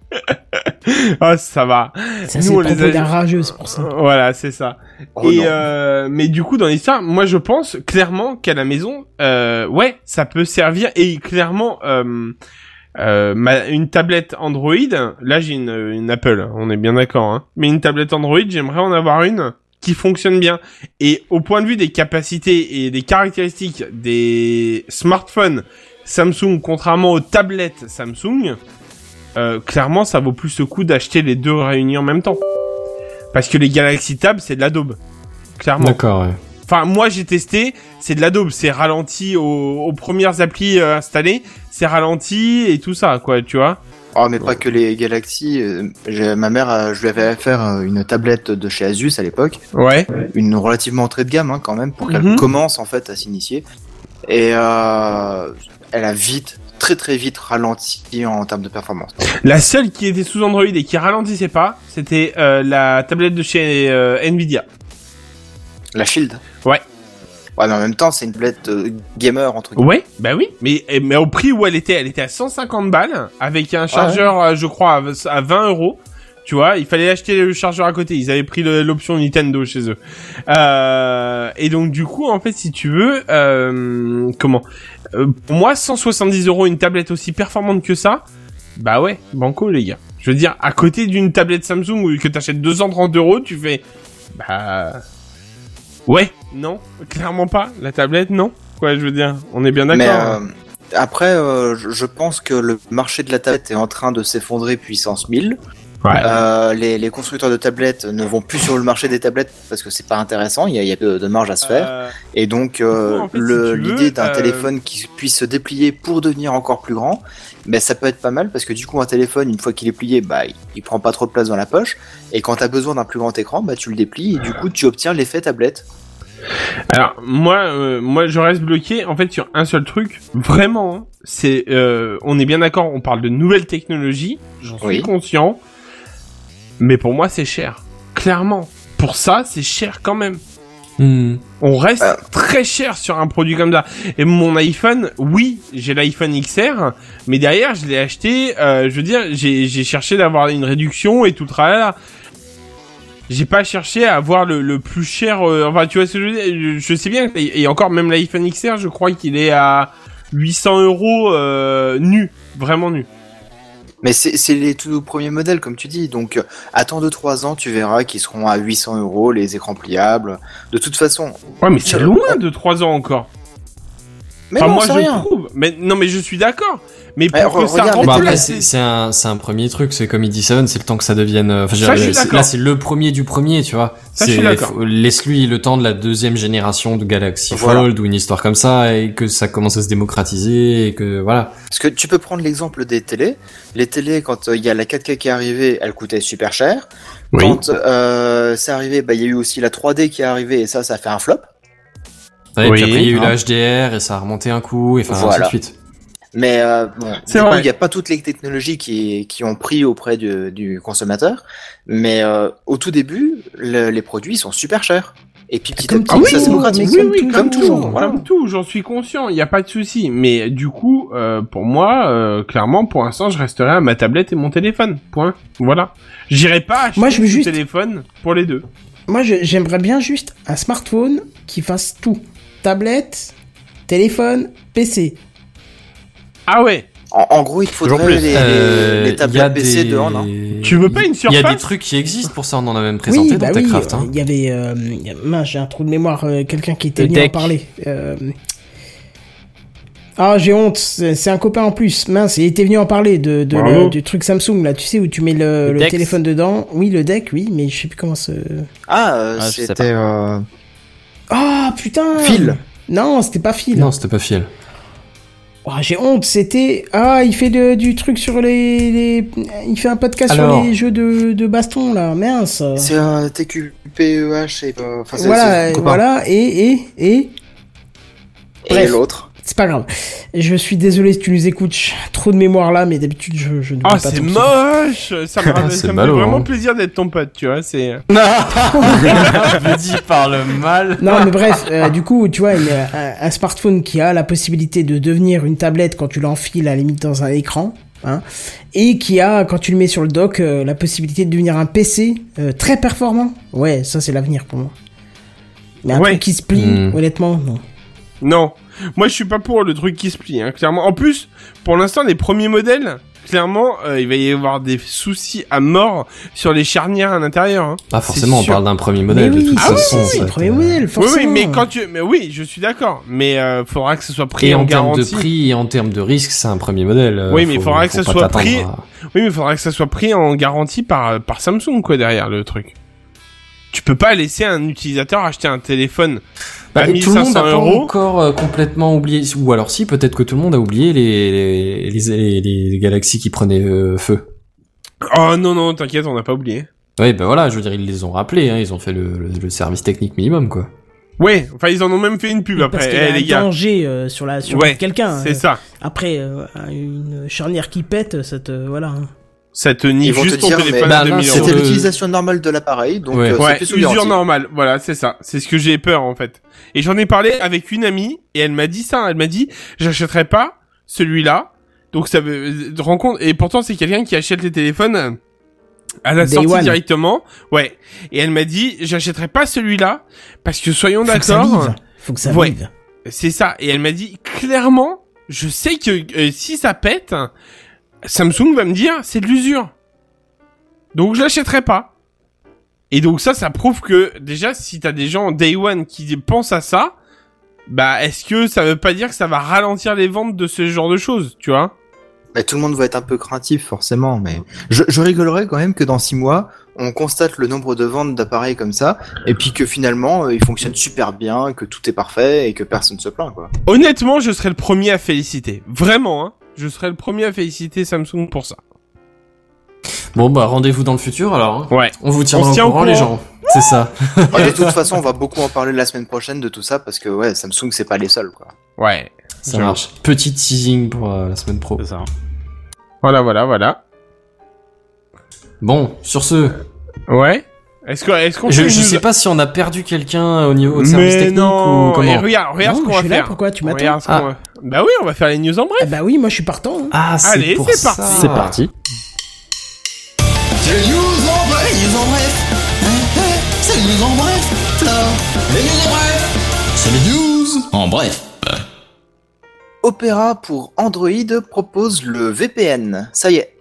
Oh, ça va.
Ça,
Nous,
c'est
on
le
les
propos
a-
d'un rageux, c'est pour ça.
Voilà, c'est ça.
Oh
Et
non.
euh, mais du coup, dans l'histoire, moi, je pense clairement qu'à la maison, euh, ouais, ça peut servir. Et clairement, euh, euh, ma, une tablette Android. Là, j'ai une, une Apple. On est bien d'accord. Hein. Mais une tablette Android, j'aimerais en avoir une qui fonctionne bien. Et au point de vue des capacités et des caractéristiques des smartphones Samsung, contrairement aux tablettes Samsung, euh, clairement, ça vaut plus le coup d'acheter les deux réunis en même temps. Parce que les Galaxy Tab, c'est de l'Adobe. Clairement.
D'accord, ouais.
Enfin, moi, j'ai testé, c'est de l'Adobe. C'est ralenti aux, aux premières applis euh, installées. C'est ralenti et tout ça, quoi, tu vois.
Oh, mais pas que les Galaxy. euh, j'ai- ma mère, euh, je lui avais offert euh, une tablette de chez Asus à l'époque.
Ouais.
Une relativement entrée de gamme, hein, quand même, pour qu'elle
Mhm.
commence, en fait, à s'initier. Et euh, elle a vite, très très vite ralenti en termes de performance.
La seule qui était sous Android et qui ralentissait pas, c'était euh, la tablette de chez euh, Nvidia.
La Shield.
Ouais.
Ouais, mais en même temps, c'est une tablette euh, gamer, entre guillemets.
Ouais, bah oui. Mais, mais au prix où elle était, elle était à cent cinquante balles, avec un chargeur, euh, je crois, à- à vingt euros. Tu vois, il fallait acheter le chargeur à côté. Ils avaient pris le- l'option Nintendo chez eux. Euh, et donc, du coup, en fait, si tu veux, euh, comment euh, pour moi, cent soixante-dix euros, une tablette aussi performante que ça, bah ouais, banco, les gars. Je veux dire, à côté d'une tablette Samsung où que t'achètes deux cent trente euros, tu fais, bah, ouais, non, clairement pas. La tablette, non. Quoi, je veux dire, on est bien d'accord.
Mais euh, après, euh, je je pense que le marché de la tablette est en train de s'effondrer puissance mille.
Ouais.
Euh, les, les constructeurs de tablettes ne vont plus sur le marché des tablettes parce que c'est pas intéressant, il y a, il y a peu de marge à se faire.
Euh,
Et donc, euh,
en fait,
le-
si tu veux,
l'idée d'un
euh,
téléphone qui puisse se déplier pour devenir encore plus grand, ben, ça peut être pas mal parce que du coup, un téléphone, une fois qu'il est plié, bah, il, il prend pas trop de place dans la poche. Et quand tu as besoin d'un plus grand écran, bah, tu le déplies et du coup, tu obtiens l'effet tablette.
Alors moi, euh, moi je reste bloqué en fait sur un seul truc. Vraiment, hein, c'est, euh, on est bien d'accord. On parle de nouvelles technologies. J'en suis
Oui.
conscient. Mais pour moi, c'est cher. Clairement, pour ça, c'est cher quand même.
Mmh.
On reste
Euh.
très cher sur un produit comme ça. Et mon iPhone, oui, j'ai l'iPhone X R, mais derrière, je l'ai acheté, euh, je veux dire, j'ai, j'ai cherché d'avoir une réduction et tout le tralala. J'ai pas cherché à avoir le, le plus cher, euh, enfin, tu vois ce que je veux dire, je, je sais bien, et, et encore, même l'iPhone X R, je crois qu'il est à huit cents euros, euh, nu. Vraiment nu.
Mais c'est, c'est les tout premiers modèles, comme tu dis. Donc, euh, attends deux trois ans, tu verras qu'ils seront à huit cents euros, les écrans pliables. De toute façon.
Ouais, mais c'est loin de trois ans encore.
Mais
enfin,
non,
moi,
c'est
je
rien.
trouve. Mais, non, mais je suis d'accord. Mais pour
Mais
que
re-
ça
regarde,
Bah
remplace...
après, c'est, c'est un, c'est un premier truc, c'est comme E D sept, c'est le temps que ça devienne, euh, enfin, je
Ça,
dirais,
je suis
c'est-
d'accord.
là, c'est le premier du premier, tu vois.
Ça,
c'est,
je suis d'accord.
faut- laisse-lui le temps de la deuxième génération de Galaxy
Voilà.
Fold ou une histoire comme ça, et que ça commence à se démocratiser, et que, voilà.
Parce que tu peux prendre l'exemple des télés. Les télés, quand il euh, y a la quatre K qui est arrivée, elle coûtait super cher.
Oui.
Quand euh, c'est arrivé, bah il y a eu aussi la trois D qui est arrivée et ça, ça fait un flop.
Ouais,
Oui,
et puis après, il y a eu
hein.
la H D R, et ça a remonté un coup, et enfin,
Voilà.
ainsi de suite.
Mais euh, bon,
C'est
du coup,
vrai.
il n'y a pas toutes les technologies qui, qui ont pris auprès du, du consommateur. Mais euh, au tout début, le- les produits sont super chers. Et puis petit à
Comme
petit,
toujours,
ça se démocratise.
mais
Oui, oui,
comme,
comme,
toujours.
tout,
Voilà.
comme tout, j'en suis conscient, il n'y a pas de souci. Mais du coup, euh, pour moi, euh, clairement, pour l'instant, je resterai à ma tablette et mon téléphone. Point. Voilà. J'irai pas acheter
Moi, je veux
ce
juste-
téléphone pour les deux.
Moi, je- j'aimerais bien juste un smartphone qui fasse tout. Tablette, téléphone, P C.
Ah ouais.
En, en gros, il te
Toujours
faudrait
plus.
les,
Euh,
les
y a
tablettes P C
des-
de en un.
Tu veux pas une
Il y a
surface
des trucs qui existent pour ça, on en a même présenté
Oui, bah
dans
oui,
TechCraft, hein.
il y avait... Euh, y a- mince, j'ai un trou de mémoire, euh, quelqu'un qui était
Le
venu en
deck.
parler. Euh, Ah, j'ai honte, c'est c'est un copain en plus. Mince, il était venu en parler de, de
Bravo.
le- du truc Samsung, là, tu sais, où tu mets le,
Le
le
Dex.
téléphone dedans. Oui, le deck, oui, mais je sais plus comment se...
Ah, euh,
Ah, je sais
c'était euh,
Ah, putain
Phil.
Non, c'était pas Phil.
Non, c'était pas Phil.
Oh, j'ai honte, c'était... Ah, il fait de- du truc sur les, les... Il fait un podcast
Alors.
sur les jeux de, de baston, là, mince.
c'est un T Q P E H et euh, enfin, c'est- c'est
Voilà,
son copain.
voilà, et, et, et...
Et
Bref.
l'autre.
C'est pas grave. Je suis désolé si tu nous écoutes. J'ai trop de mémoire là, mais d'habitude, je, je ne
Ah,
pas
c'est
tout ça.
moche. Ça me,
C'est
ça me fait
ballot,
vraiment
hein.
plaisir d'être ton pote, tu vois. C'est.
Je dis parle mal.
Non, mais bref, euh, du coup, tu vois, une- un, un smartphone qui a la possibilité de devenir une tablette quand tu l'enfiles à la limite dans un écran, hein, et qui a, quand tu le mets sur le dock, euh, la possibilité de devenir un P C euh, très performant. Ouais, ça c'est l'avenir pour moi. Mais un
Ouais.
truc qui se plie,
Hmm.
honnêtement, non.
Non. Moi, je suis pas pour le truc qui se plie, hein, clairement. En plus, pour l'instant, les premiers modèles, clairement, euh, il va y avoir des soucis à mort sur les charnières à l'intérieur. Hein.
Ah, forcément, on
C'est sûr.
parle d'un premier modèle,
mais
de
oui,
toute
ah
façon.
oui, c'est
ça
le premier
va être,
modèle,
Oui,
forcément.
oui, mais quand tu, mais oui, je suis d'accord. Mais euh, faudra que ce soit pris
Et
en,
en termes de
garantie.
prix et en termes de risque, c'est un premier modèle. euh,
Oui, mais il
faut-
faudra que
faut
ça
pas
soit
t'attendre
pris-
à-
Oui, mais il faudra que ça soit pris en garantie par par Samsung, quoi, derrière le truc. Tu peux pas laisser un utilisateur acheter un téléphone
Bah,
à
et tout le monde
mille cinq
n'a
cents
pas
euros.
encore euh, complètement oublié, ou alors si, peut-être que tout le monde a oublié les les les, les, les galaxies qui prenaient euh, feu.
Oh non non, t'inquiète, on n'a pas oublié.
Oui, ben voilà, je veux dire, ils les ont rappelés, hein, ils ont fait le, le, le service technique minimum, quoi.
Ouais, enfin ils en ont même fait une pub
Parce
après.
qu'il y a
Eh,
un
les gars.
danger euh, sur la sur
Ouais,
quelqu'un.
c'est
euh.
ça.
Après, euh, une charnière qui pète, ça te... Voilà. hein.
Ça te
Ils
nique
vont
juste
te
ton
dire, mais
téléphone
bah,
à
là,
deux mille
sur
euros.
c'était
le-
l'utilisation normale de l'appareil, donc
Ouais.
euh,
Ouais,
c'est plus sous
usure
garantie.
normale. Voilà, c'est ça. C'est ce que j'ai peur, en fait. Et j'en ai parlé avec une amie, et elle m'a dit ça. Elle m'a dit, j'achèterai pas celui-là. Donc ça veut, te rends compte, et pourtant c'est quelqu'un qui achète les téléphones euh, à la
Day
sortie
one.
directement. Ouais. Et elle m'a dit, j'achèterai pas celui-là, parce que soyons
Faut que ça
d'accord.
vive. Faut que ça
Ouais.
vive.
C'est ça. Et elle m'a dit, clairement, je sais que euh, si ça pète, Samsung va me dire, c'est de l'usure. Donc je l'achèterai pas. Et donc ça, ça prouve que, déjà, si t'as des gens Day One qui pensent à ça, bah, est-ce que ça veut pas dire que ça va ralentir les ventes de ce genre de choses, tu vois?
Bah, tout le monde va être un peu craintif, forcément, mais je, je rigolerais quand même que dans six mois, on constate le nombre de ventes d'appareils comme ça, et puis que finalement, euh, ils fonctionnent super bien, que tout est parfait, et que personne se plaint, quoi.
Honnêtement, je serais le premier à féliciter. Vraiment, hein. Je serais le premier à féliciter Samsung pour ça.
Bon, bah, rendez-vous dans le futur, alors. hein.
Ouais.
On vous
On
tiendra
se
au
tient au
courant, les
courant.
gens. C'est ça.
Ouais, de toute façon, on va beaucoup en parler la semaine prochaine de tout ça, parce que, ouais, Samsung, c'est pas les seuls, quoi.
Ouais.
Ça marche. Petit teasing pour euh, la semaine pro.
C'est ça.
Voilà, voilà, voilà.
Bon, sur ce,
Ouais. Est-ce que, est-ce qu'on
Je,
fait
je
une
sais
news-
pas si on a perdu quelqu'un au niveau de service
Mais
technique
non.
ou comment.
Et regarde, regarde
Non,
ce qu'on
je
va
suis là,
faire.
pourquoi tu m'attends
Regarde ce qu'on
Ah.
va- Bah oui, on va faire les news en bref.
Ah bah oui, moi je suis partant. Hein.
Ah, c'est
Allez,
pour
c'est
ça.
parti.
C'est parti.
C'est les news en bref. Les news en bref. Hein, hein, c'est les news en bref. Là. Les news en bref. C'est les news en bref.
Opera pour Android propose le V P N. Ça y est.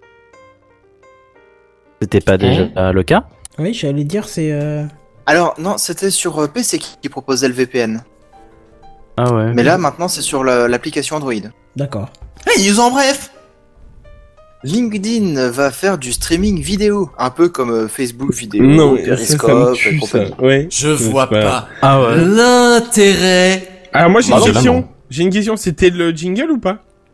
C'était pas déjà
Hein
le cas?
Oui, j'allais dire, c'est. Euh...
Alors non, c'était sur euh, P C qui, qui proposait le V P N.
Ah ouais.
Mais là, maintenant, c'est sur la- l'application Android.
D'accord.
Les news en bref.
LinkedIn va faire du streaming vidéo, un peu comme euh, Facebook vidéo,
Non, mais ça, ça
Periscope
me tue,
et compagnie.
ça. Ouais.
Je vois
pas.
pas
Ah ouais.
l'intérêt.
Alors moi j'ai
Bah
une
non,
question.
vraiment.
J'ai une question. C'était le jingle ou pas?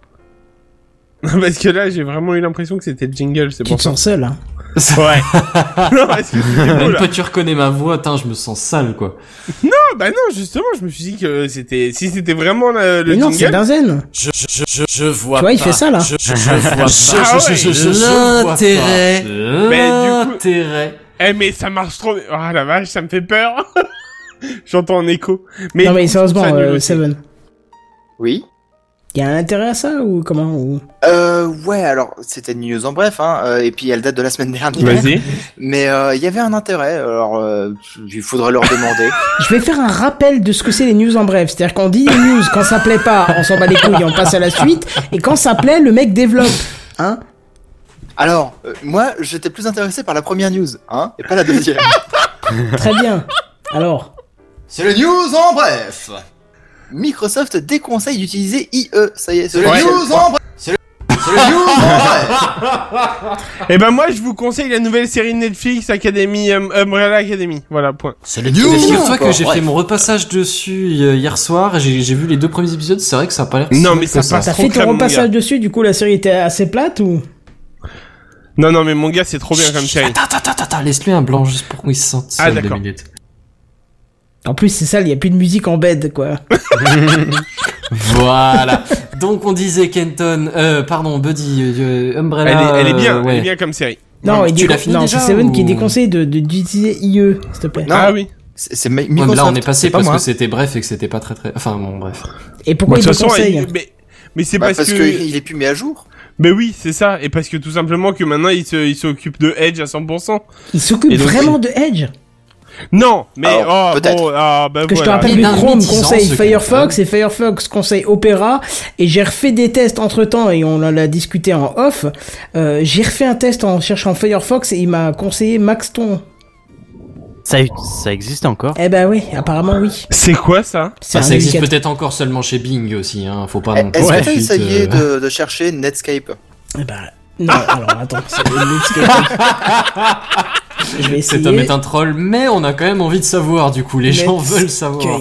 Parce que là, j'ai vraiment eu l'impression que c'était le jingle. C'est
Tu
pour
te
ça.
sens seul, hein.
Ouais. non, parce que c'était beau,
Même
là.
toi tu reconnais ma voix, attends, je me sens sale quoi.
Non, bah non, justement, je me suis dit que c'était, si c'était vraiment le, le
Mais non, c'est
jingle.
Benzen.
Je, je, je, je vois
Tu vois, il fait ça là.
Je, je, je vois pas.
Ah ouais.
je, je, je, je l'intérêt.
Mais du coup-
L'intérêt.
Eh mais ça marche trop. Ah la vache, ça me fait peur. J'entends en écho. Mais
non, mais
du coup,
sérieusement,
ça nul
euh,
aussi.
Seven.
Oui.
Y a un intérêt à ça ou comment ou...
Euh, ouais, alors, c'était une news en bref, hein, euh, et puis elle date de la semaine dernière.
Vas-y.
Mais il euh, y avait un intérêt, alors euh, il faudrait leur demander.
Je vais faire un rappel de ce que c'est les news en bref. C'est-à-dire qu'on dit les news, quand ça plaît pas, on s'en bat les couilles, on passe à la suite. Et quand ça plaît, le mec développe. Hein?
Alors, euh, moi, j'étais plus intéressé par la première news, hein, et pas la deuxième.
Très bien. Alors,
C'est les news en bref.
Microsoft déconseille d'utiliser I E, ça y est, c'est
C'est les
Ouais.
news en bref. C'est le- c'est les news en bref.
Eh ben moi, je vous conseille la nouvelle série de Netflix Academy, um, Umbrella Academy. Voilà, point.
C'est les news.
Figure-toi que
encore,
j'ai
bref.
fait mon repassage dessus euh, hier soir et j'ai j'ai vu les deux premiers épisodes, c'est vrai que ça a pas l'air si
Non,
mal
mais
que
ça
ça.
passe
t'as
trop
fait
crème,
ton
mon
repassage
gars.
dessus, du coup la série était assez plate ou?
Non, non, mais mon gars, c'est trop bien comme série.
Attends, attends, attends, attends, laisse-lui un blanc juste pour qu'il se sente
Ah,
seul deux
d'accord.
minutes.
En plus, c'est ça, il y a plus de musique en bed, quoi.
Voilà. Donc on disait Kenton, euh, pardon, Buddy, euh,
Elle
Umbrella.
est, elle est bien,
euh,
elle
ouais.
est bien comme série.
Non, il
tu
déco-
l'as fini
non,
déjà,
c'est Seven
ou-
qui déconseille de, de, d'utiliser I E, s'il te plaît.
Non.
Ah oui.
C'est c'est Mi-
Ouais, mais
Microsoft.
là on est passé
c'est pas
parce
moi.
que c'était bref et que c'était pas très très. Enfin bon, bref.
Et pourquoi
Bon, de
il
toute façon,
déconseille?
il- mais, mais c'est
Bah,
parce,
parce
que.
que il est plus mis à jour.
Mais oui, c'est ça. Et parce que tout simplement que maintenant, il se, il s'occupe de Edge à cent pour cent.
Il s'occupe
Et donc,
vraiment de Edge.
Non, mais
Alors,
oh,
peut-être.
bon, ah, bah
Parce que je te
voilà.
rappelle
Il
que
est d'un
Chrome
médisant,
conseille
ce
Firefox et Firefox conseille Opera. Et j'ai refait des tests entre temps et on en a discuté en off. Euh, j'ai refait un test en cherchant Firefox et il m'a conseillé Maxton.
Ça, ça existe encore?
Eh ben oui, apparemment oui.
C'est quoi ça?
C'est
Ah,
un
ça existe
navigateur.
peut-être encore seulement chez Bing aussi, hein. Faut pas non plus.
Est-ce
tout
que
de
t'as
suite,
essayé
euh,
de, de chercher Netscape?
Eh ben, non, alors attends, c'est le Netscape. Je vais essayer.
Cet homme est un troll, mais on a quand même envie de savoir, du coup, les gens
Netscape.
veulent savoir.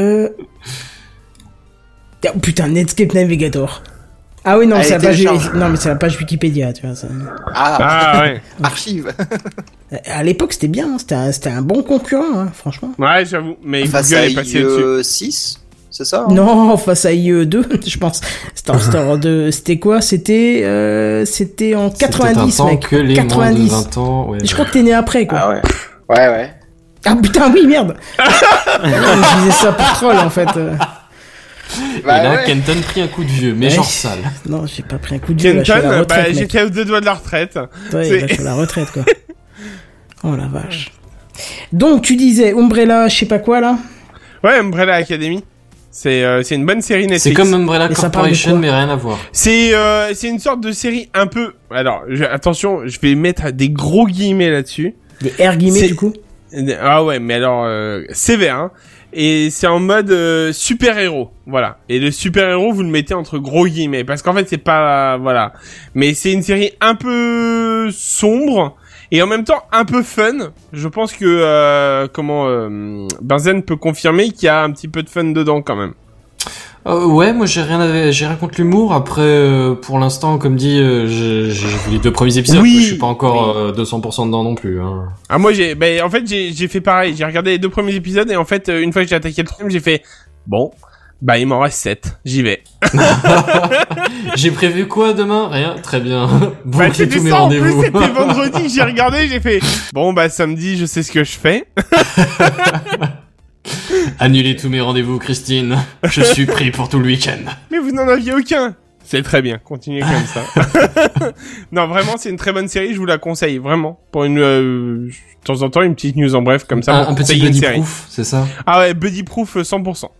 Oh, putain, Netscape Navigator. Ah oui, non,
Allez,
c'est la page,
télécharge.
non, mais c'est la page Wikipédia, tu vois. Ça.
Ah,
Ah ouais.
archive.
À l'époque, c'était bien, hein, c'était un, c'était un bon concurrent, hein, franchement.
Ouais, j'avoue. Mais
Face
Google
à
est passé dessus.
I E six, c'est ça? hein
Non, face à I E deux, je pense. C'était en store de, c'était quoi? C'était, euh, c'était en
C'était
quatre-vingt-dix,
un temps
mec.
que les moins de
quatre-vingt-dix.
vingt ans. Ouais,
Je crois que t'es né après, quoi.
Ah ouais. Ouais, ouais.
Ah putain, oui, merde. Je disais ça pour troll, en fait. euh.
Bah
et là,
ouais.
Kenton pris un coup de vieux, mais
Ouais.
genre sale.
Non, j'ai pas pris un coup de vieux, là, je suis à la
Kenton,
retraite,
bah,
mec.
j'étais aux deux doigts de la retraite.
Ouais,
c'est-
là, je suis à la retraite, quoi. Oh la vache. Donc, tu disais Umbrella, je sais pas quoi, là.
Ouais, Umbrella Academy. C'est euh, c'est une bonne série Netflix.
C'est comme Umbrella
Mais ça parle de
Corporation,
quoi
mais rien à voir.
C'est euh, c'est une sorte de série un peu. Alors, je- attention, je vais mettre des gros guillemets là-dessus.
Des R guillemets,
C'est-
du coup.
Ah ouais, mais alors euh, sévère. Hein. Et c'est en mode euh, super-héros, voilà. Et le super-héros, vous le mettez entre gros guillemets, parce qu'en fait, c'est pas... Voilà. Mais c'est une série un peu sombre, et en même temps un peu fun. Je pense que... Euh, comment... Euh, Benzen peut confirmer qu'il y a un petit peu de fun dedans, quand même.
Euh, ouais, moi j'ai rien, à... j'ai rien contre l'humour. Après, euh, pour l'instant, comme dit, euh, j'ai j'ai vu les deux premiers épisodes.
Oui.
mais je suis pas encore euh, deux cents pour cent dedans non plus. Hein.
Ah, moi, j'ai... Ben, en fait, j'ai j'ai fait pareil. J'ai regardé les deux premiers épisodes, et en fait, euh, une fois que j'ai attaqué le troisième, j'ai fait... Bon... Bah, il m'en reste sept. J'y vais.
J'ai prévu quoi demain? Rien. Très bien. Bon,
Bah,
j'ai
c'était
tous mes
ça, en
rendez-vous.
plus, c'était vendredi, j'ai regardé, j'ai fait, bon, bah, samedi, je sais ce que je fais.
Annulez tous mes rendez-vous, Christine. Je suis pris pour tout le week-end.
Mais vous n'en aviez aucun. C'est très bien, continuez comme ça. Non, vraiment, c'est une très bonne série, je vous la conseille, vraiment. Pour une, euh, de temps en temps, une petite news en bref, comme ça,
Un,
on
un petit
conseille une
buddy
série.
proof, c'est ça?
Ah ouais, buddy proof euh, cent pour cent.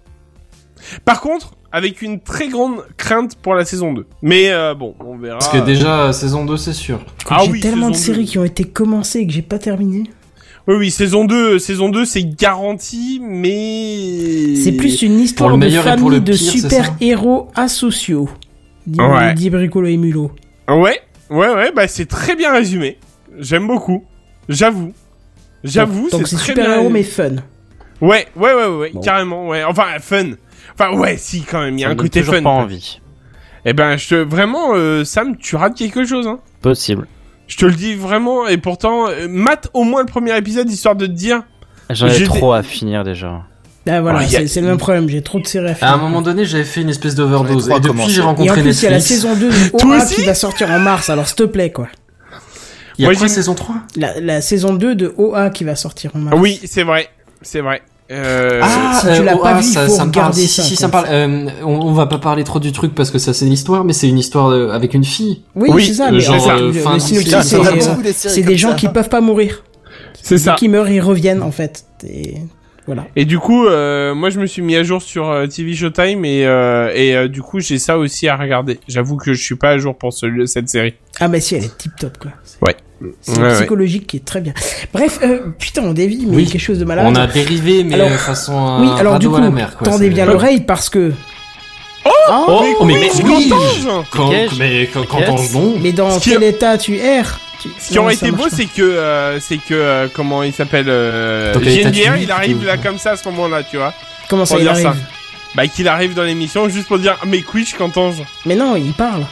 Par contre, avec une très grande crainte pour la saison deux. Mais euh, bon, on verra.
Parce que déjà, saison deux, c'est sûr.
Ah
j'ai
oui,
tellement de
saison
séries
deux.
qui ont été commencées et que j'ai pas terminé.
Oui, oui, saison deux, saison deux, c'est garanti, mais...
C'est plus une histoire
Pour le
de
meilleur et
famille
pour le
de
pire, c'est ça
super-héros asociaux. Dit,
Ouais.
dit Bricolo et Mulot.
Ouais, ouais, ouais, bah c'est très bien résumé. J'aime beaucoup. J'avoue. J'avoue,
Donc
c'est
c'est
très bien
super-héros mais
résumé.
fun.
Ouais, ouais, ouais, ouais, ouais,
Bon.
carrément, ouais. Enfin, fun. Enfin, ouais, si, quand même, il y a
Ça
un
me donne
côté
toujours
fun.
pas
quoi.
envie.
Eh ben, je te... Vraiment, euh, Sam, tu rates quelque chose, hein.
Possible.
Je te le dis vraiment, et pourtant, euh, mate au moins le premier épisode, histoire de te dire...
J'en ai
J'étais-
trop à finir déjà.
Ah voilà,
Ouais, y a-
c'est c'est le même problème, j'ai trop de séries à faire.
À un moment donné, j'avais fait une espèce
J'en
d'overdose.
ai trois
Et depuis,
commencé.
j'ai
Et en
rencontré
plus, il y a la
Netflix.
saison deux de
Toi
O A
aussi
qui va sortir en mars, alors s'il te plaît, quoi.
Il y a
Moi,
quoi,
j'ai-
saison trois?
La, la saison deux de O A qui va sortir en mars.
Oui, c'est vrai, c'est vrai. Euh...
Ah,
si tu l'as pas vu, il
ça,
faut
ça me parle.
regarder
Si,
ça,
si,
quoi.
ça me parle. Euh, on, on va pas parler trop du truc parce que ça, c'est une histoire, mais c'est une histoire de- avec une fille.
Oui,
Oui,
c'est ça,
euh,
mais
genre,
enfin,
euh,
le,
fin
le
de
synopsis,
série.
c'est
Il y en a
euh,
beaucoup, des séries
c'est des
comme
gens
ça.
qui peuvent pas mourir.
C'est ça.
Qui meurent, ils reviennent, en fait. Et voilà.
Et du coup, euh, moi, je me suis mis à jour sur euh, T V Showtime et, euh, et euh, du coup, j'ai ça aussi à regarder. J'avoue que je suis pas à jour pour ce, cette série.
Ah bah si, elle est tip top, quoi. C'est-
Ouais.
C'est
Ouais, ouais.
psychologique qui est très bien. Bref, euh, putain, on dévie, mais
Oui.
quelque chose de malade.
On a dérivé, mais
Alors,
euh, façon
oui,
un
alors du
radeau
coup,
à la mer, quoi.
tendez
c'est-
bien l'oreille parce que...
Oh,
Oh,
mais,
oh, mais,
oui,
mais
tu
oui.
qu'entends,
Quand,
Qu'est-ce
mais quand, quand
Qu'est-ce
on non.
Mais dans
Ce qui-
quel état tu erres tu-
Ce qui
Non,
aurait
ça
été beau,
marche pas.
c'est que, euh, c'est que, euh, comment il s'appelle, euh,
Donc, elle est
G N B R,
tatouée,
il arrive
plutôt.
là comme ça à ce moment-là, tu vois.
Comment ça,
pour
il
dire
arrive
ça. Bah, qu'il arrive dans l'émission juste pour dire, mais Quiche, qu'entends-je?
Mais non, il parle.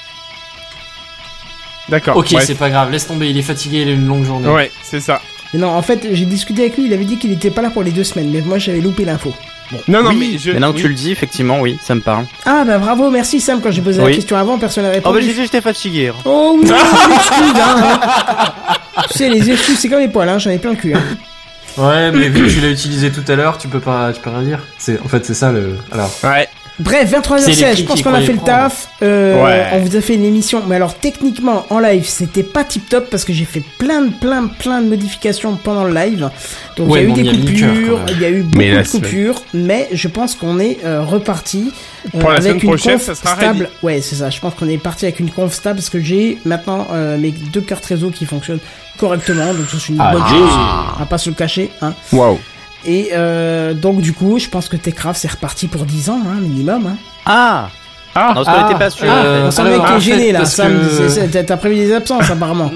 D'accord.
Ok,
bref.
c'est pas grave, laisse tomber, il est fatigué, il a une longue journée.
Ouais, c'est ça.
Mais non, en fait, j'ai discuté avec lui, il avait dit qu'il était pas là pour les deux semaines, mais moi j'avais loupé l'info.
Non, non,
Oui,
mais je.
maintenant que
oui.
tu le dis, effectivement, oui, ça me parle.
Ah bah bravo, merci Sam, quand j'ai posé la
Oui.
question avant, personne n'a
Oh bah
répondu.
j'ai dit que j'étais fatigué.
Oh oui, c'est une excuse, hein. Tu sais, les excuses, c'est comme les poils, hein, j'en ai plein le cul. Hein.
Ouais, mais vu que tu l'as utilisé tout à l'heure, tu peux pas, tu peux rien dire. C'est, en fait, c'est ça le. Alors.
Ouais.
Bref, vingt-trois heures
C'est les
seize,
prix
je pense
qui
qu'on a
croyaient
fait le
prendre.
taf. Euh,
Ouais.
On vous a fait une émission, mais alors techniquement en live, c'était pas tip top parce que j'ai fait plein de plein plein de modifications pendant le live. Donc
Ouais,
il y a eu
bon,
des
il y a mis le cœur,
coupures,
quand même.
il y a eu beaucoup
Mais la
de
semaine-
coupures, mais je pense qu'on est euh, reparti euh,
Pour la
avec
semaine
une
prochaine,
conf
ça sera
stable.
ready.
Ouais, c'est ça. Je pense qu'on est parti avec une conf stable parce que j'ai maintenant euh, mes deux cartes réseau qui fonctionnent correctement, donc ça c'est une
Ah,
bonne
j'ai-
chose. On va pas se le cacher, hein.
Waouh.
Et euh, donc du coup, je pense que Techcraft c'est reparti pour dix ans, hein, minimum. Hein.
Ah
Ah.
Non, parce qu'on était pas sûr.
euh,
On sent le mec
alors,
qui est
en
gêné
fait,
là,
parce
Sam,
que-
c'est- c'est- t'as prévu des absences apparemment.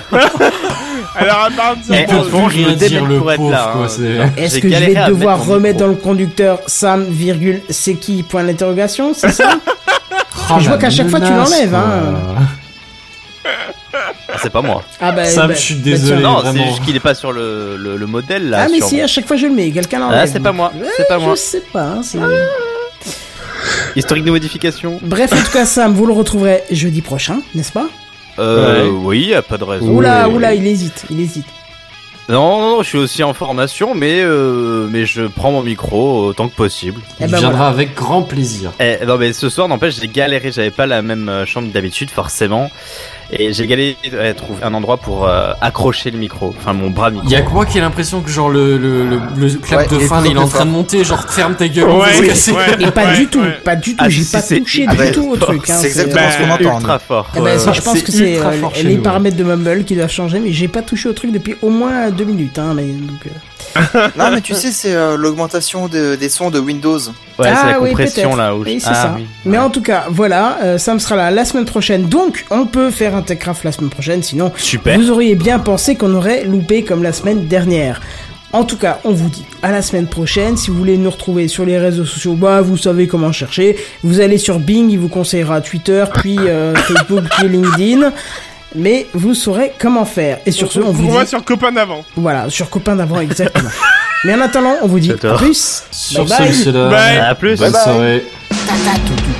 Alors, à part
Eh,
dire,
en ce moment, je
rien
me
dire,
démène
le
pour être
pauvre,
là.
quoi,
hein.
c'est-
Est-ce
J'ai
que je
galéré
vais
à
devoir
mettre mon
remettre
micro.
dans le conducteur Sam, virgule, c'est qui, point d'interrogation, c'est ça?
Oh,
Je vois
la
qu'à chaque fois, tu
menace,
l'enlèves,
quoi.
hein.
Ah, c'est pas moi.
Ah bah,
Sam,
bah,
je suis
bah,
désolé.
tiens.
Non,
vraiment.
c'est juste qu'il est pas sur le, le, le modèle là.
Ah mais
sur-
si, à chaque fois je le mets, quelqu'un l'enlève.
Ah, c'est pas moi,
Ouais,
c'est pas moi.
Je sais pas, hein, c'est...
Historique de modification.
Bref, en tout cas, Sam, vous le retrouverez jeudi prochain, n'est-ce pas?
Euh,
Ouais.
oui, y a pas de raison.
Oula,
Oui.
oula, il hésite, il hésite.
Non, non, non, je suis aussi en formation, mais euh, mais je prends mon micro autant que possible.
Eh
Il
ben
viendra
voilà.
avec grand plaisir.
Eh, non, mais ce soir, n'empêche, j'ai galéré. J'avais pas la même euh, chambre d'habitude, forcément. Et j'ai galéré à trouver un endroit pour euh, accrocher le micro. Enfin, mon bras micro.
Il y a quoi qui a l'impression que genre le le le, le clap
Ouais,
de
il est
fin
toujours
il est en
plus
train de
fort.
monter, genre ferme ta gueule, on
Ouais,
va se
oui,
casser.
ouais.
Et pas du tout,
ouais.
pas du tout,
Ah,
j'ai
si,
pas
c'est
touché
hyper
du tout au
fort.
truc. Hein,
C'est exactement ce qu'on
bah,
entend.
ultra fort.
Eh ben,
Ouais,
c'est-
ouais.
je pense
C'est
que c'est
ultra
euh,
fort chez
les
nous,
paramètres de Mumble qui doivent changer, mais j'ai pas touché au truc depuis au moins deux minutes, hein, mais donc. euh,
Non, mais tu sais, c'est euh, l'augmentation de- des sons de Windows.
Ouais,
Ah
c'est la
oui,
compression
peut-être.
là. Où
Oui,
je-
c'est
ah,
ça.
oui.
Mais
Ouais.
en tout cas, voilà, euh, Sam sera là la semaine prochaine, donc on peut faire un Techcraft la semaine prochaine, sinon
Super.
vous auriez bien pensé qu'on aurait loupé comme la semaine dernière. En tout cas, on vous dit à la semaine prochaine. Si vous voulez nous retrouver sur les réseaux sociaux, bah vous savez comment chercher. Vous allez sur Bing, il vous conseillera Twitter, puis euh, Facebook, puis LinkedIn. Mais vous saurez comment faire. Et sur ce, on vous
On va
dit
sur Copain d'avant.
voilà, sur Copain d'avant exactement. Mais en attendant, on vous dit à plus.
Sur
Bye bye.
ce,
Bye.
À plus.
Bonne
Bye bye.
soirée.
Tata, tout, tout.